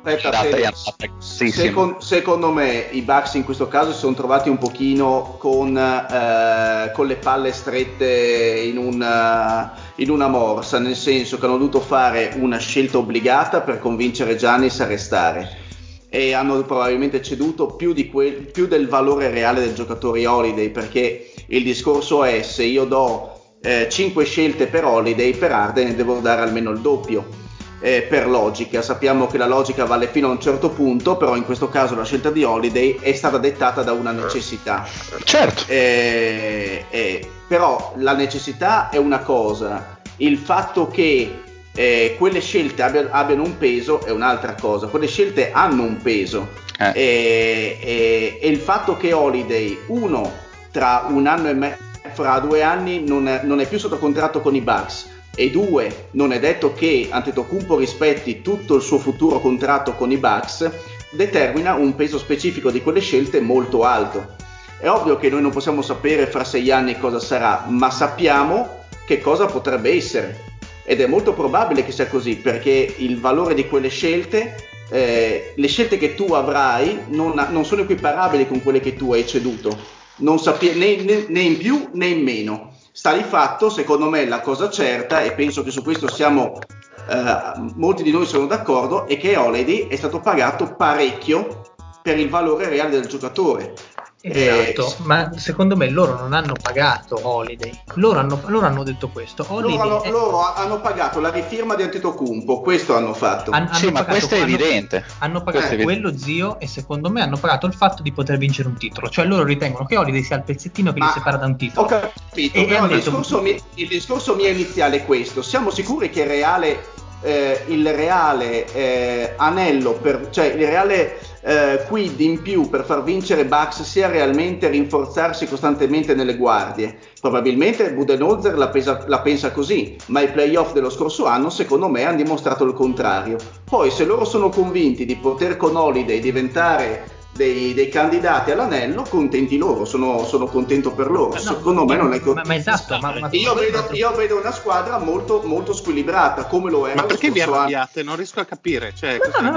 secondo me i Bucks in questo caso si sono trovati un pochino con le palle strette in una morsa, nel senso che hanno dovuto fare una scelta obbligata per convincere Giannis a restare, e hanno probabilmente ceduto più del valore reale del giocatore Holiday, perché il discorso è: se io do 5 scelte per Holiday, per Harden ne devo dare almeno il doppio, per logica. Sappiamo che la logica vale fino a un certo punto, però in questo caso la scelta di Holiday è stata dettata da una necessità. Certo. Però la necessità è una cosa, il fatto che quelle scelte abbiano un peso è un'altra cosa. Quelle scelte hanno un peso, e il fatto che Holiday, tra un anno e mezzo, fra 2 anni non è più sotto contratto con i Bucks, e 2, non è detto che Antetokounmpo rispetti tutto il suo futuro contratto con i Bucks, determina un peso specifico di quelle scelte molto alto. È ovvio che noi non possiamo sapere fra 6 anni cosa sarà, ma sappiamo che cosa potrebbe essere. Ed è molto probabile che sia così, perché il valore di quelle scelte, le scelte che tu avrai non sono equiparabili con quelle che tu hai ceduto, né in più né in meno. Sta di fatto, secondo me, la cosa certa, e penso che su questo molti di noi sono d'accordo, è che Holiday è stato pagato parecchio per il valore reale del giocatore. Esatto, ma secondo me loro non hanno pagato Holiday, loro hanno detto questo. Loro hanno pagato la rifirma di Antetokounmpo, questo hanno fatto. Ma questo è evidente. Hanno pagato quello, zio, e secondo me hanno pagato il fatto di poter vincere un titolo, cioè loro ritengono che Holiday sia il pezzettino che li separa da un titolo. Ho capito, però il discorso mio iniziale è questo: siamo sicuri che il reale anello, cioè il reale quid in più per far vincere Bucks sia realmente rinforzarsi costantemente nelle guardie? Probabilmente Budenholzer la pensa così, ma i playoff dello scorso anno secondo me hanno dimostrato il contrario. Poi se loro sono convinti di poter con Holiday diventare dei candidati all'anello, contenti loro, sono contento per loro. Secondo me non è così. Ma esatto, io vedo una squadra molto, molto squilibrata, come lo era. Ma perché vi arrabbiate? Non riesco a capire. Cioè,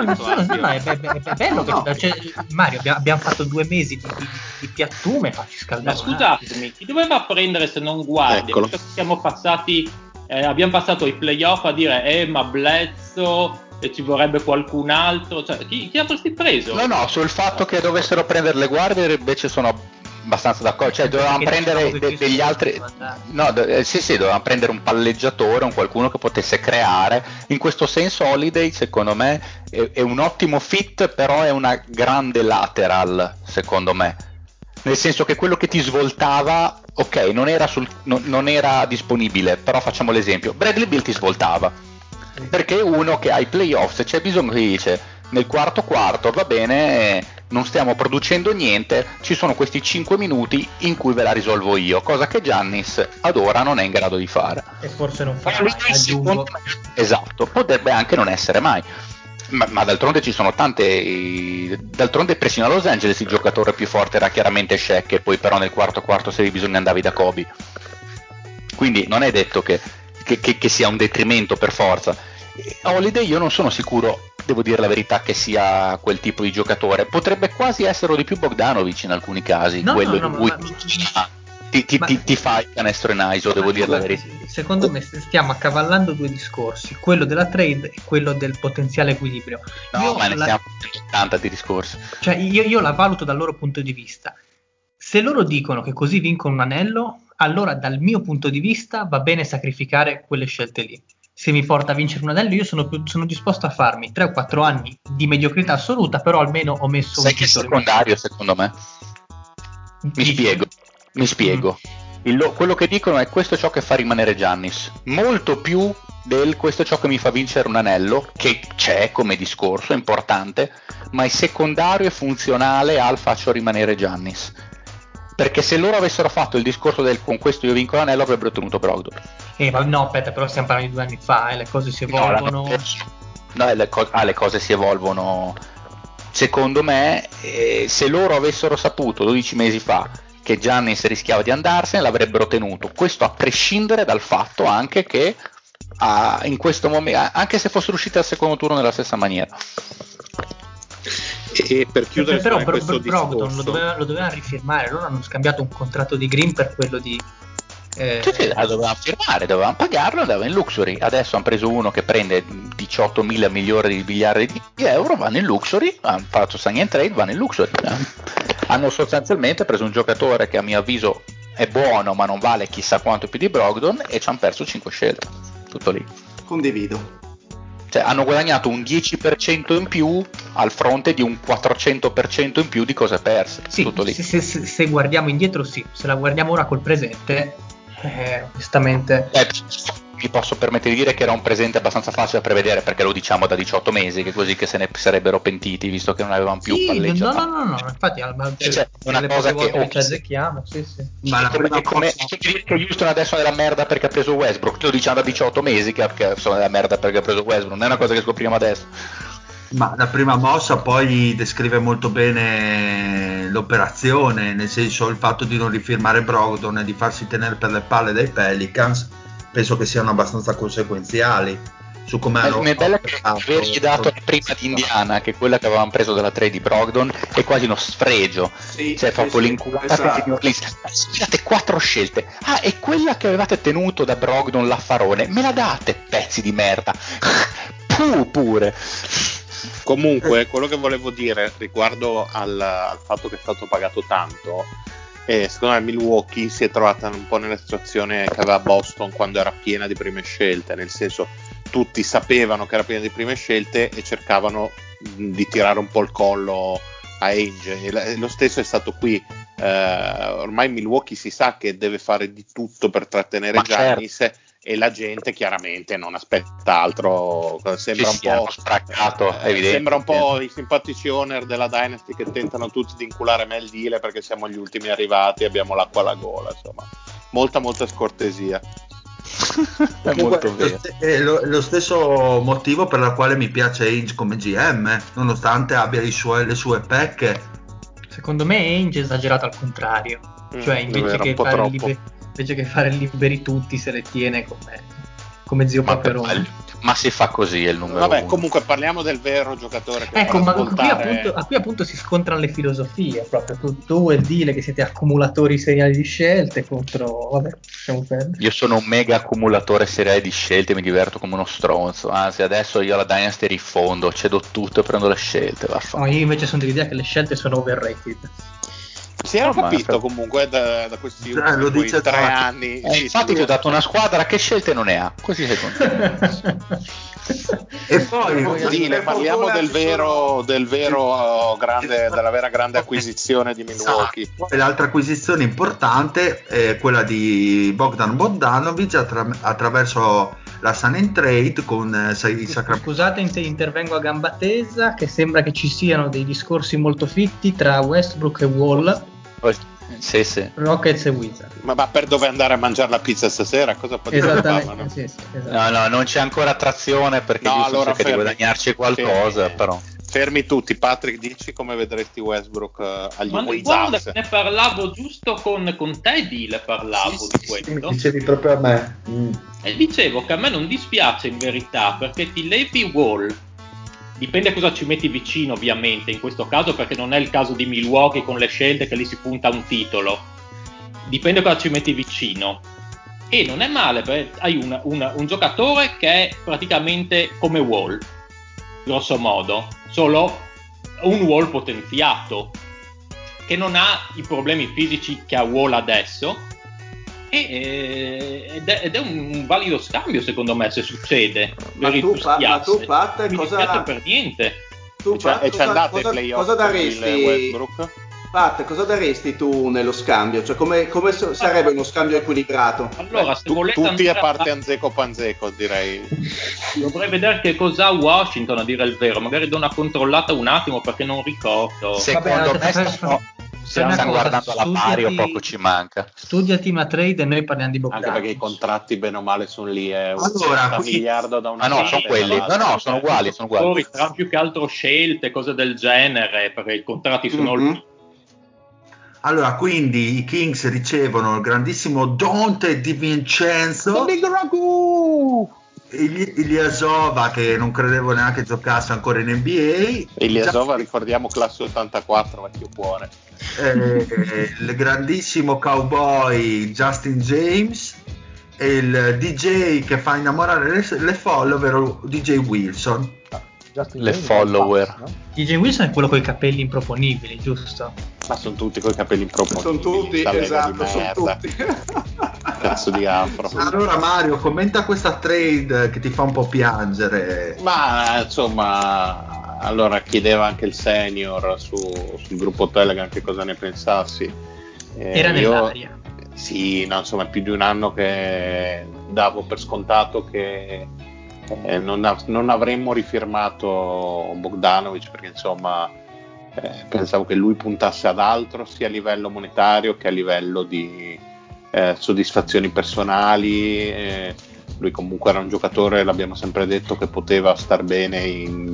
è bello che cioè, Mario, abbiamo fatto 2 mesi di piattume, facci scaldare. Ma scusatemi, chi doveva prendere se non guardia? Siamo passati, abbiamo passato i playoff a dire ma Bledsoe e ci vorrebbe qualcun altro, cioè, chi avresti preso? No, sul fatto che dovessero prendere le guardie invece sono abbastanza d'accordo, cioè dovevamo prendere degli altri, dovevamo prendere un palleggiatore, qualcuno che potesse creare. In questo senso Holiday secondo me è un ottimo fit, però è una grande lateral secondo me, nel senso che quello che ti svoltava, ok, non era disponibile, però facciamo l'esempio, Bradley Beal ti svoltava, perché uno che ai playoff, se c'è bisogno, che dice nel quarto va bene, non stiamo producendo niente, ci sono questi 5 minuti in cui ve la risolvo io, cosa che Giannis ad ora non è in grado di fare, e forse non farà mai, aggiungo. Esatto, potrebbe anche non essere mai, ma d'altronde ci sono d'altronde persino a Los Angeles il giocatore più forte era chiaramente Shaq, e poi però nel quarto se avevi bisogno andavi da Kobe, quindi non è detto che sia un detrimento per forza. Holiday io non sono sicuro, devo dire la verità, che sia quel tipo di giocatore, potrebbe quasi essere di più Bogdanovic in alcuni casi, ti fa il canestro in ISO, devo dire la verità. Secondo me stiamo accavallando 2 discorsi, quello della trade e quello del potenziale equilibrio. Ne stiamo facendo 80 di discorsi. Cioè io la valuto dal loro punto di vista. Se loro dicono che così vincono un anello, allora dal mio punto di vista va bene sacrificare quelle scelte lì. Se mi porta a vincere un anello, io sono disposto a farmi 3 o 4 anni di mediocrità assoluta, però almeno ho messo un titolo secondario, secondo me. Mi spiego. Quello che dicono è: questo è ciò che fa rimanere Giannis, molto più del questo è ciò che mi fa vincere un anello, che c'è come discorso, è importante, ma è secondario e funzionale al faccio rimanere Giannis. Perché se loro avessero fatto il discorso del con questo io vinco l'anello, avrebbero ottenuto Brogdon. No, aspetta, però stiamo parlando di 2 anni fa, le cose si evolvono. Le cose si evolvono. Secondo me, se loro avessero saputo 12 mesi fa che Giannis rischiava di andarsene, l'avrebbero tenuto. Questo a prescindere dal fatto anche che in questo momento, anche se fossero usciti al secondo turno nella stessa maniera. E per chiudere però questo Brogdon discorso, lo doveva rifirmare, loro hanno scambiato un contratto di Green per quello di dovevano firmare, dovevano pagarlo, andava in luxury. Adesso hanno preso uno che prende 18.000 miliardi di euro, vanno in luxury, hanno fatto sign and trade, vanno in luxury. Hanno sostanzialmente preso un giocatore che a mio avviso è buono ma non vale chissà quanto più di Brogdon, e ci hanno perso 5 scelte, tutto lì. Condivido. Cioè, hanno guadagnato un 10% in più al fronte di un 400% in più di cose perse. Sì, tutto lì. Se guardiamo indietro sì, se la guardiamo ora col presente, onestamente... Mi posso permettere di dire che era un presente abbastanza facile da prevedere, perché lo diciamo da 18 mesi, che così che se ne sarebbero pentiti, visto che non avevano più palleggia. No, infatti una cosa che ci azzecchiamo, sì. Ma è come dire che Houston adesso è la merda perché ha preso Westbrook, lo diciamo da 18 mesi che sono della merda perché ha preso Westbrook, non è una cosa che scopriamo adesso. Ma la prima mossa poi descrive molto bene l'operazione, nel senso il fatto di non rifirmare Brogdon e di farsi tenere per le palle dai Pelicans, penso che siano abbastanza conseguenziali su come hanno bello che avergli dato la prima di Indiana, che è quella che avevamo preso dalla trade di Brogdon, è quasi uno sfregio, proprio l'inculata di New Orleans. Date 4 scelte, e quella che avevate tenuto da Brogdon, l'affarone, me la date, pezzi di merda. Pure Comunque, quello che volevo dire riguardo al fatto che è stato pagato tanto, secondo me Milwaukee si è trovata un po' nella situazione che aveva Boston quando era piena di prime scelte, nel senso tutti sapevano che era piena di prime scelte e cercavano di tirare un po' il collo a Ainge, e lo stesso è stato qui. Ormai Milwaukee si sa che deve fare di tutto per trattenere Giannis, e la gente chiaramente non aspetta altro. Sembra un po' spraccato, sembra un po' i simpatici owner della Dynasty che tentano tutti di inculare me il deal perché siamo gli ultimi arrivati e abbiamo l'acqua alla gola, insomma molta scortesia. È molto vero. È lo stesso motivo per la quale mi piace Ainge come GM, nonostante abbia le sue pecche. Secondo me Ainge è esagerato al contrario, cioè invece che fare liberi tutti se le tiene come zio Paperone. Ma si fa così, è il numero uno. Comunque parliamo del vero giocatore che ecco, ma qui appunto si scontrano le filosofie, proprio tu e Dile che siete accumulatori seriali di scelte contro, io sono un mega accumulatore seriale di scelte, mi diverto come uno stronzo, anzi adesso io alla Dynasty rifondo, cedo tutto e prendo le scelte. No, io invece sono dell'idea che le scelte sono overrated. Si era capito comunque da questi ultimi 3 anni. Infatti ti ho dato una squadra che scelte non ne ha, così sei contento. E poi parliamo del vero grande, della vera grande acquisizione di Milwaukee. Poi l'altra acquisizione importante è quella di Bogdan Bogdanovic attraverso la Sign and Trade con Scusate, intervengo a gamba tesa, che sembra che ci siano dei discorsi molto fitti tra Westbrook e Wall. Sì. Rockets e Wizards. Ma per dove andare a mangiare la pizza stasera? Cosa potete fare? No? Sì, esatto. No, non c'è ancora attrazione perché allora cerca di guadagnarci qualcosa, però. Fermi tutti. Patrick, dici come vedresti Westbrook agli Wizards? Guarda, ne parlavo giusto con te, Dile, parlavo di questo. Mi dicevi proprio a me. E dicevo che a me non dispiace in verità, perché ti levi Wall. Dipende cosa ci metti vicino, ovviamente, in questo caso, perché non è il caso di Milwaukee con le scelte che lì si punta a un titolo. Dipende cosa ci metti vicino. E non è male, perché hai un giocatore che è praticamente come Wall, grosso modo, solo un Wall potenziato, che non ha i problemi fisici che ha Wall adesso, ed è un valido scambio secondo me se succede. Ma tu Pat, cosa per niente. Tu Pat, cosa daresti Pat, cosa daresti tu nello scambio? Cioè come sarebbe uno scambio equilibrato? Allora, se volete tutti a parte Anzeco Panzeco, direi. Dovrei vedere che cosa ha Washington, a dire il vero. Magari do una controllata un attimo perché non ricordo. Secondo me stiamo guardando alla pari o poco ci manca. Studiati una trade e noi parliamo di Bogdanovic. Anche perché i contratti bene o male sono lì, allora, miliardo da una parte. Sono quelli. No, sono uguali. Tra più che altro scelte, cose del genere, perché i contratti sono lì. Allora, quindi i Kings ricevono il grandissimo Dante DiVincenzo, Ilyasova, che non credevo neanche giocasse ancora in NBA. Ilyasova, ricordiamo, classe 84, vecchio cuore. Il grandissimo cowboy Justin James e il DJ che fa innamorare le folle, ovvero DJ Wilson. Le follower. No? DJ Wilson è quello con i capelli improponibili, giusto? Ma sono tutti con i capelli improponibili. Sono tutti, esatto, sono tutti. Cazzo di afro. Allora Mario, commenta questa trade che ti fa un po' piangere. Ma insomma, allora chiedeva anche il senior sul gruppo Telegram che cosa ne pensassi. Era nell'aria. Sì, no, insomma è più di un anno che davo per scontato che non avremmo rifirmato Bogdanovic, perché insomma pensavo che lui puntasse ad altro sia a livello monetario che a livello di soddisfazioni personali. Lui comunque era un giocatore, l'abbiamo sempre detto, che poteva star bene in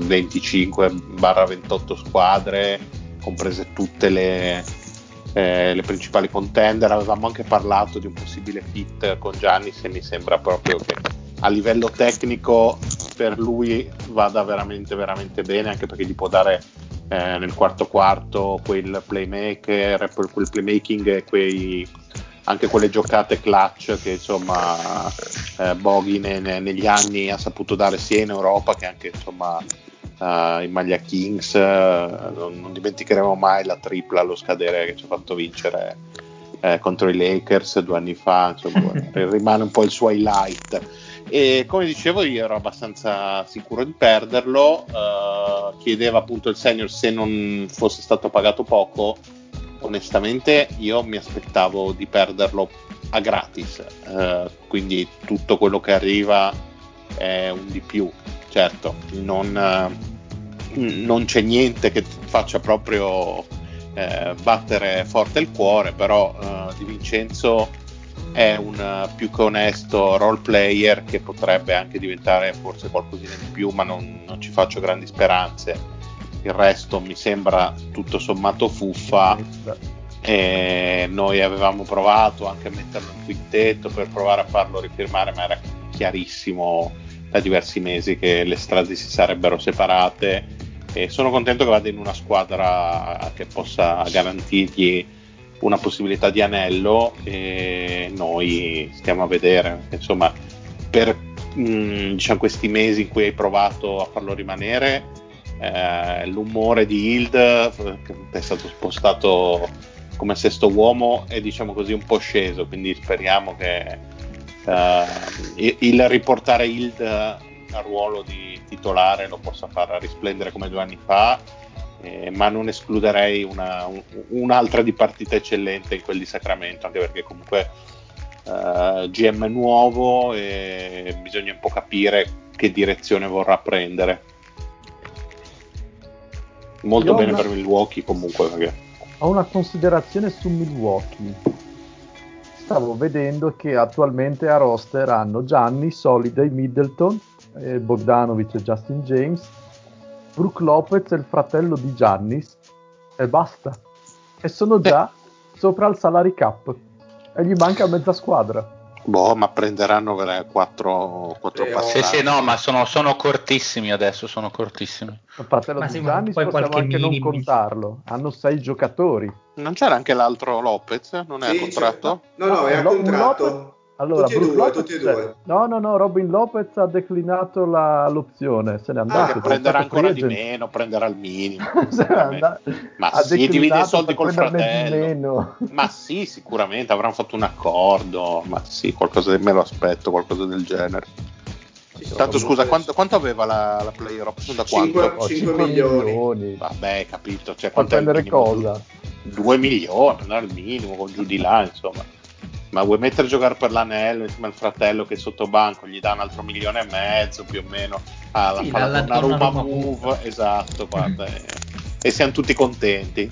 25-28 squadre, comprese tutte le principali contender. Avevamo anche parlato di un possibile fit con Giannis e mi sembra proprio che a livello tecnico per lui vada veramente veramente bene, anche perché gli può dare nel quarto quel playmaker, quel playmaking e anche quelle giocate clutch che insomma Boghi negli anni ha saputo dare sia in Europa che anche insomma in maglia Kings, non dimenticheremo mai la tripla allo scadere che ci ha fatto vincere contro i Lakers 2 anni fa, insomma, rimane un po' il suo highlight. E come dicevo, io ero abbastanza sicuro di perderlo. Chiedeva appunto il senior se non fosse stato pagato poco. Onestamente io mi aspettavo di perderlo a gratis, quindi tutto quello che arriva è un di più. Certo, non c'è niente che faccia proprio battere forte il cuore, però Di Vincenzo è un più che onesto role player che potrebbe anche diventare forse qualcosina di più, ma non ci faccio grandi speranze. Il resto mi sembra tutto sommato fuffa, e noi avevamo provato anche a metterlo in quintetto per provare a farlo rifirmare, ma era chiarissimo da diversi mesi che le strade si sarebbero separate, e sono contento che vada in una squadra che possa garantirgli una possibilità di anello, e noi stiamo a vedere, insomma, per diciamo questi mesi in cui hai provato a farlo rimanere, l'umore di Hield, che è stato spostato come sesto uomo, è diciamo così un po' sceso, quindi speriamo che il riportare Hield al ruolo di titolare lo possa far risplendere come 2 anni fa, ma non escluderei un'altra di partita eccellente in quel di Sacramento, anche perché comunque GM nuovo e bisogna un po' capire che direzione vorrà prendere. Molto bene per Milwaukee comunque, perché ho una considerazione su Milwaukee. Stavo vedendo che attualmente a roster hanno Giannis, Holiday, Middleton, Bogdanovic e Justin James, Brook Lopez e il fratello di Giannis, e basta. E sono già sopra il salary cap e gli manca mezza squadra. Ma prenderanno 4 passaggi. Sì, no, ma sono cortissimi adesso, sono cortissimi. Il fratello di Giannis possiamo anche non contarlo, hanno 6 giocatori. Non c'era anche l'altro Lopez? Non è a contratto? No, è a contratto. Lopez, allora, tutti e due. No, Robin Lopez ha declinato l'opzione, se n'è andato. Prenderà ancora di meno, prenderà il minimo. Ma sì, divide i soldi col fratello. Ma sì, sicuramente avranno fatto un accordo, ma sì, me lo aspetto, qualcosa del genere. Tanto scusa, quanto aveva la player option, da quanto? 5 milioni. Vabbè, capito, cioè quanto è prendere cosa? 2 milioni, prendere il minimo, con giù di là, insomma. Ma vuoi mettere a giocare per l'anello insieme al fratello che è sotto banco, gli dà un altro 1,5 milioni più o meno, una Roma move, esatto, guarda, e siamo tutti contenti.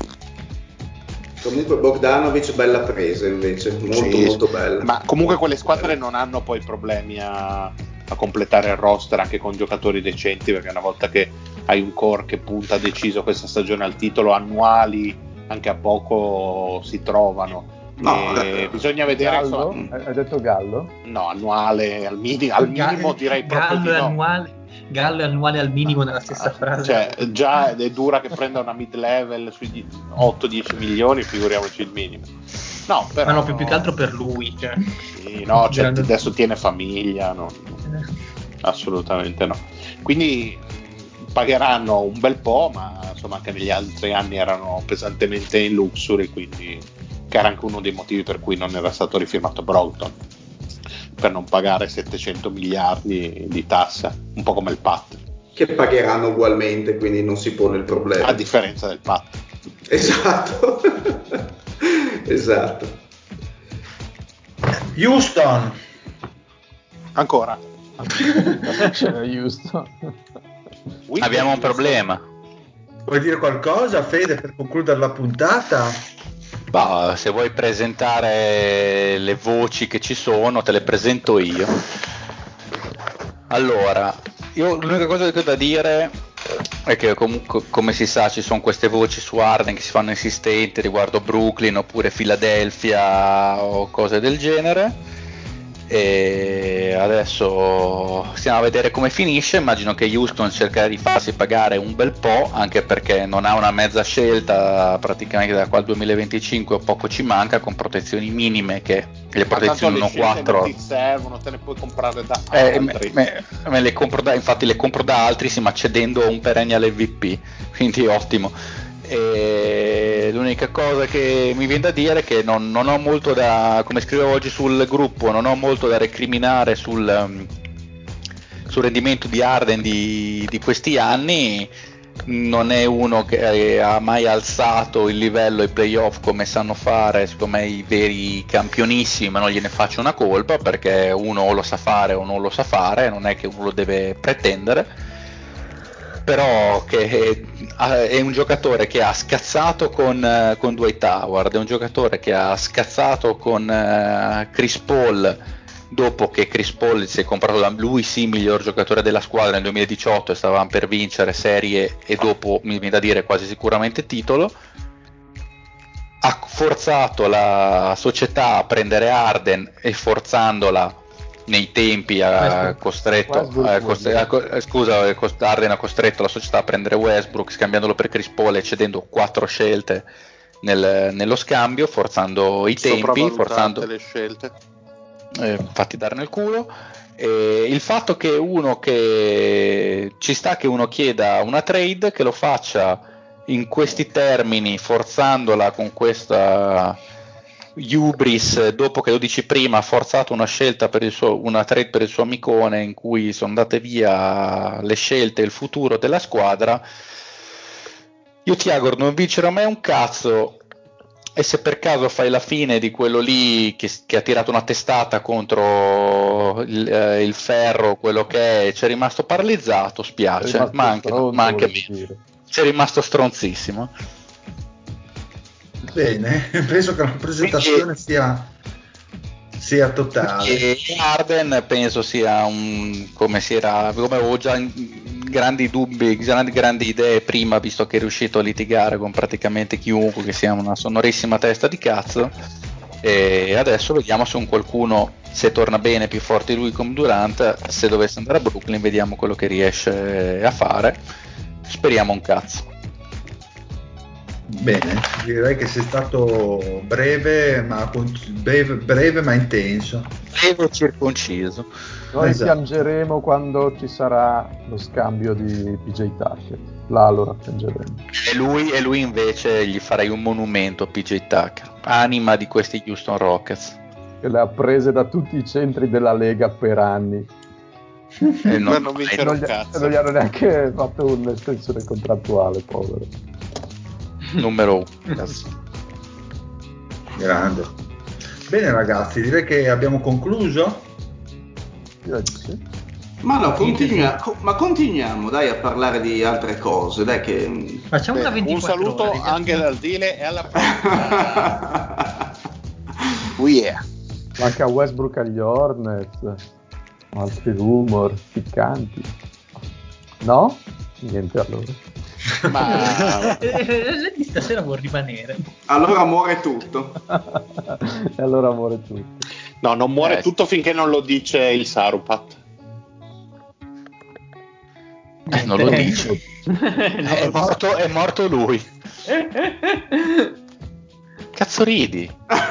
Comunque Bogdanovic bella presa invece, molto bella. Ma comunque quelle squadre non hanno poi problemi a completare il roster anche con giocatori decenti, perché una volta che hai un core che punta deciso questa stagione al titolo, annuali anche a poco si trovano. Bisogna vedere. Gallo? Hai detto Gallo? No, annuale al minimo direi proprio di no. Gallo e annuale al minimo nella stessa frase. Cioè, già è dura che prenda una mid level sui 8-10 milioni, figuriamoci il minimo. No, però, ma no, più che altro per lui. Cioè. Sì, no, cioè, adesso tiene famiglia, assolutamente no. Quindi pagheranno un bel po', ma insomma anche negli altri anni erano pesantemente in luxury, quindi che era anche uno dei motivi per cui non era stato rifirmato Brogdon, per non pagare 700 miliardi di tassa, un po' come il Pat. Che pagheranno ugualmente, quindi non si pone il problema. A differenza del Pat. Esatto. Esatto. Houston. Ancora. Houston. Abbiamo un problema. Vuoi dire qualcosa, Fede, per concludere la puntata? Se vuoi presentare le voci che ci sono, te le presento io. Allora, io l'unica cosa che ho da dire è che comunque, come si sa, ci sono queste voci su Harden che si fanno insistenti riguardo Brooklyn oppure Philadelphia o cose del genere. E adesso stiamo a vedere come finisce. Immagino che Houston cercherà di farsi pagare un bel po', anche perché non ha una mezza scelta praticamente da qua al 2025, o poco ci manca, con protezioni minime, che le protezioni non 4 non ti servono, te ne puoi comprare da altri. me le compro infatti le compro da altri, sì, ma cedendo un perennial MVP, quindi ottimo. E l'unica cosa che mi viene da dire è che non ho molto da, come scrivo oggi sul gruppo, non ho molto da recriminare sul rendimento di Harden di questi anni. Non è uno che ha mai alzato il livello ai playoff come sanno fare secondo me i veri campionissimi, ma non gliene faccio una colpa, perché uno o lo sa fare o non lo sa fare, non è che uno lo deve pretendere. Però che è un giocatore che ha scazzato con Dwight Howard, è un giocatore che ha scazzato con Chris Paul, dopo che Chris Paul si è comprato da lui sì miglior giocatore della squadra nel 2018 e stavamo per vincere serie e dopo mi viene da dire quasi sicuramente titolo. Ha forzato la società a prendere Harden e forzandola nei tempi Harden ha costretto la società a prendere Westbrook, scambiandolo per Chris Paul e cedendo 4 scelte nello scambio, forzando i tempi, forzando le scelte, fatti dare nel culo. Il fatto che uno che ci sta che uno chieda una trade, che lo faccia in questi termini, forzandola con questa hubris, dopo che lo dici prima, ha forzato una scelta una trade per il suo amicone, in cui sono andate via le scelte e il futuro della squadra. Io ti auguro non vincere a me un cazzo, e se per caso fai la fine di quello lì che ha tirato una testata contro il ferro, quello che è, c'è rimasto paralizzato, spiace, ma anche me c'è rimasto stronzissimo. Bene, penso che la presentazione sia totale. E Harden penso sia come avevo già grandi dubbi, grandi idee prima, visto che è riuscito a litigare con praticamente chiunque, che sia una sonorissima testa di cazzo, e adesso vediamo se qualcuno, se torna bene più forte di lui come Durant, se dovesse andare a Brooklyn, vediamo quello che riesce a fare. Speriamo un cazzo. Bene, direi che sei stato breve ma intenso. Breve circonciso. Noi piangeremo quando ci sarà lo scambio di PJ Tucker. Là allora piangeremo. E lui invece gli farei un monumento a PJ Tucker, anima di questi Houston Rockets. Che le ha prese da tutti i centri della Lega per anni. E non gli hanno neanche fatto un'estensione contrattuale, povero. Numero 1. Grande. Bene ragazzi, direi che abbiamo concluso. Ma no, continuiamo dai a parlare di altre cose, dai che facciamo una 24 un saluto ore, anche dal Dile e alla prossima. Yeah. Manca Westbrook agli Hornets, altri rumor piccanti, no? Niente allora. Ma lei stasera vuol rimanere. Allora muore tutto. E allora muore tutto. No, non muore tutto finché non lo dice il Sarupat. Non lo dice. È morto lui. Cazzo ridi?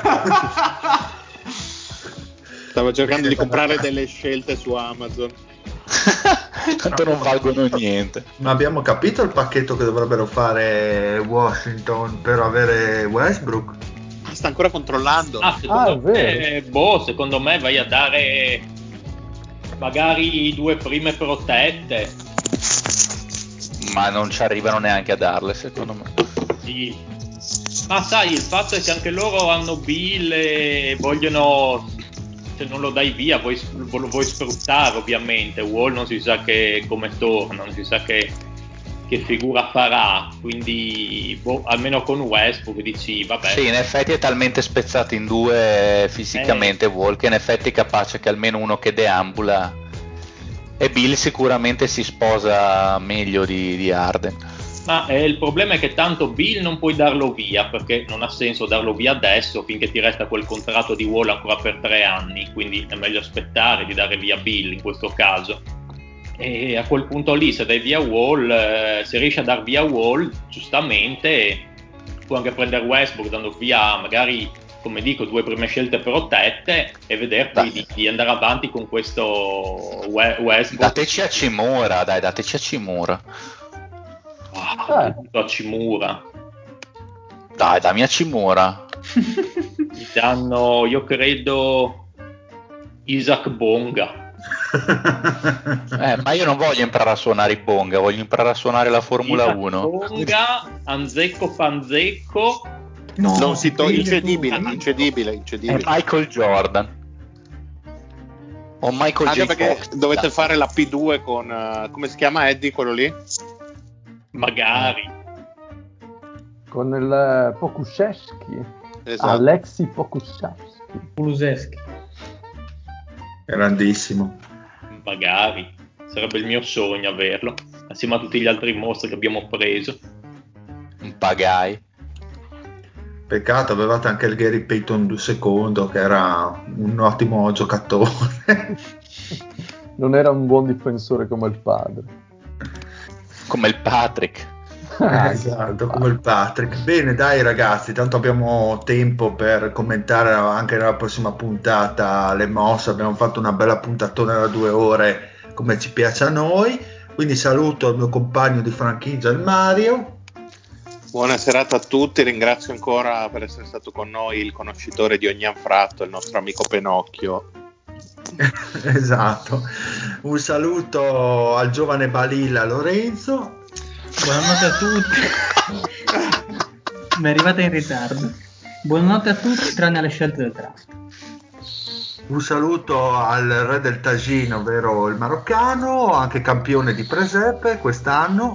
Stavo cercando di comprare delle scelte su Amazon. Tanto non valgono niente. Ma abbiamo capito il pacchetto che dovrebbero fare Washington per avere Westbrook? Sta ancora controllando. Secondo me vai a dare magari 2 prime protette. Ma non ci arrivano neanche a darle, secondo me. Sì. Ma sai, il fatto è che anche loro hanno Bill e vogliono, se non lo dai via lo vuoi sfruttare, ovviamente. Wall non si sa come torna, non si sa che figura farà, quindi almeno con Westbrook dici vabbè. Sì, in effetti è talmente spezzato in due fisicamente Wall, che in effetti è capace che almeno uno che deambula, e Bill sicuramente si sposa meglio di Harden. Ma il problema è che tanto Bill non puoi darlo via, perché non ha senso darlo via adesso finché ti resta quel contratto di Wall ancora per 3 anni, quindi è meglio aspettare di dare via Bill in questo caso. E a quel punto lì, se dai via Wall, se riesci a dar via Wall, giustamente puoi anche prendere Westbrook dando via magari, come dico, 2 prime scelte protette e vedere poi di andare avanti con questo Westbrook. Dateci a Cimura, dai, dateci a Cimura. A Cimura. Dai, dammi a Cimura. Gli danno, io credo, Isaac Bonga. Ma io non voglio imparare a suonare i bonga, voglio imparare a suonare la Formula 1. Bonga, Anzecco Panzecco. No, non si incedibile. È Michael Jordan. O Michael J. Perché Fox. dovete fare la P2 con come si chiama Eddie quello lì? Magari. Con il Pokuševski. Esatto. Alexei Kulusevski. Grandissimo. Magari. Sarebbe il mio sogno averlo. Assieme a tutti gli altri mostri che abbiamo preso. Un pagai. Peccato, avevate anche il Gary Payton II che era un ottimo giocatore. Non era un buon difensore come il padre. Come il Patrick. Esatto, come il Patrick. Bene, dai ragazzi, tanto abbiamo tempo per commentare anche nella prossima puntata le mosse. Abbiamo fatto una bella puntatona da 2 ore come ci piace a noi. Quindi saluto il mio compagno di franchigia, il Mario. Buona serata a tutti, ringrazio ancora per essere stato con noi il conoscitore di ogni anfratto, il nostro amico Penocchio. Esatto, un saluto al giovane Balilla Lorenzo. Buonanotte a tutti. Mi è arrivata in ritardo. Buonanotte a tutti tranne alle scelte del draft. Un saluto al re del tagine, ovvero il maroccano, anche campione di presepe quest'anno.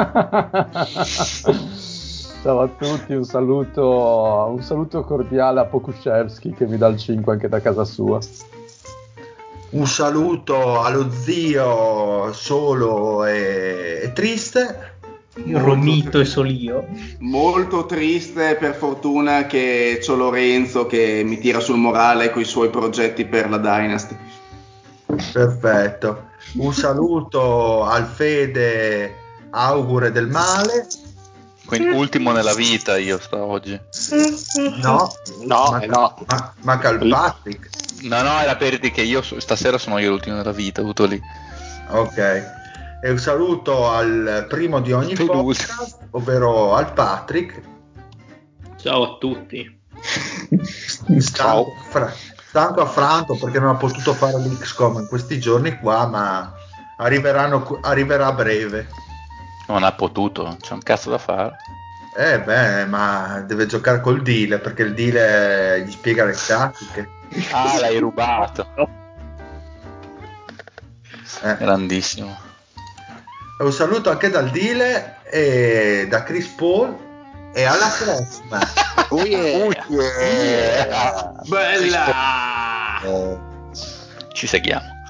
Ciao a tutti, un saluto cordiale a Pokuševski che mi dà il 5 anche da casa sua. Un saluto allo zio solo e triste. Il Romito e Solio. Molto triste, per fortuna che c'ho Lorenzo che mi tira sul morale con i suoi progetti per la Dynasty. Perfetto. Un saluto al Fede augure del male. Quindi ultimo nella vita io sto oggi. No. Manca il Patrick. No, era per dire che io stasera sono io l'ultimo nella vita, tutto lì. Ok. E un saluto al primo di ogni podcast, ovvero al Patrick. Ciao a tutti. Stanco affranto perché non ha potuto fare l'XCOM in questi giorni qua, ma arriverà a breve. Non ha potuto, c'è un cazzo da fare. Ma deve giocare col deal, perché il deal gli spiega le tattiche. Ah, l'hai rubato. Grandissimo. Un saluto anche dal Dile e da Chris Paul e alla prossima. Oh yeah. Bella! Ci seguiamo.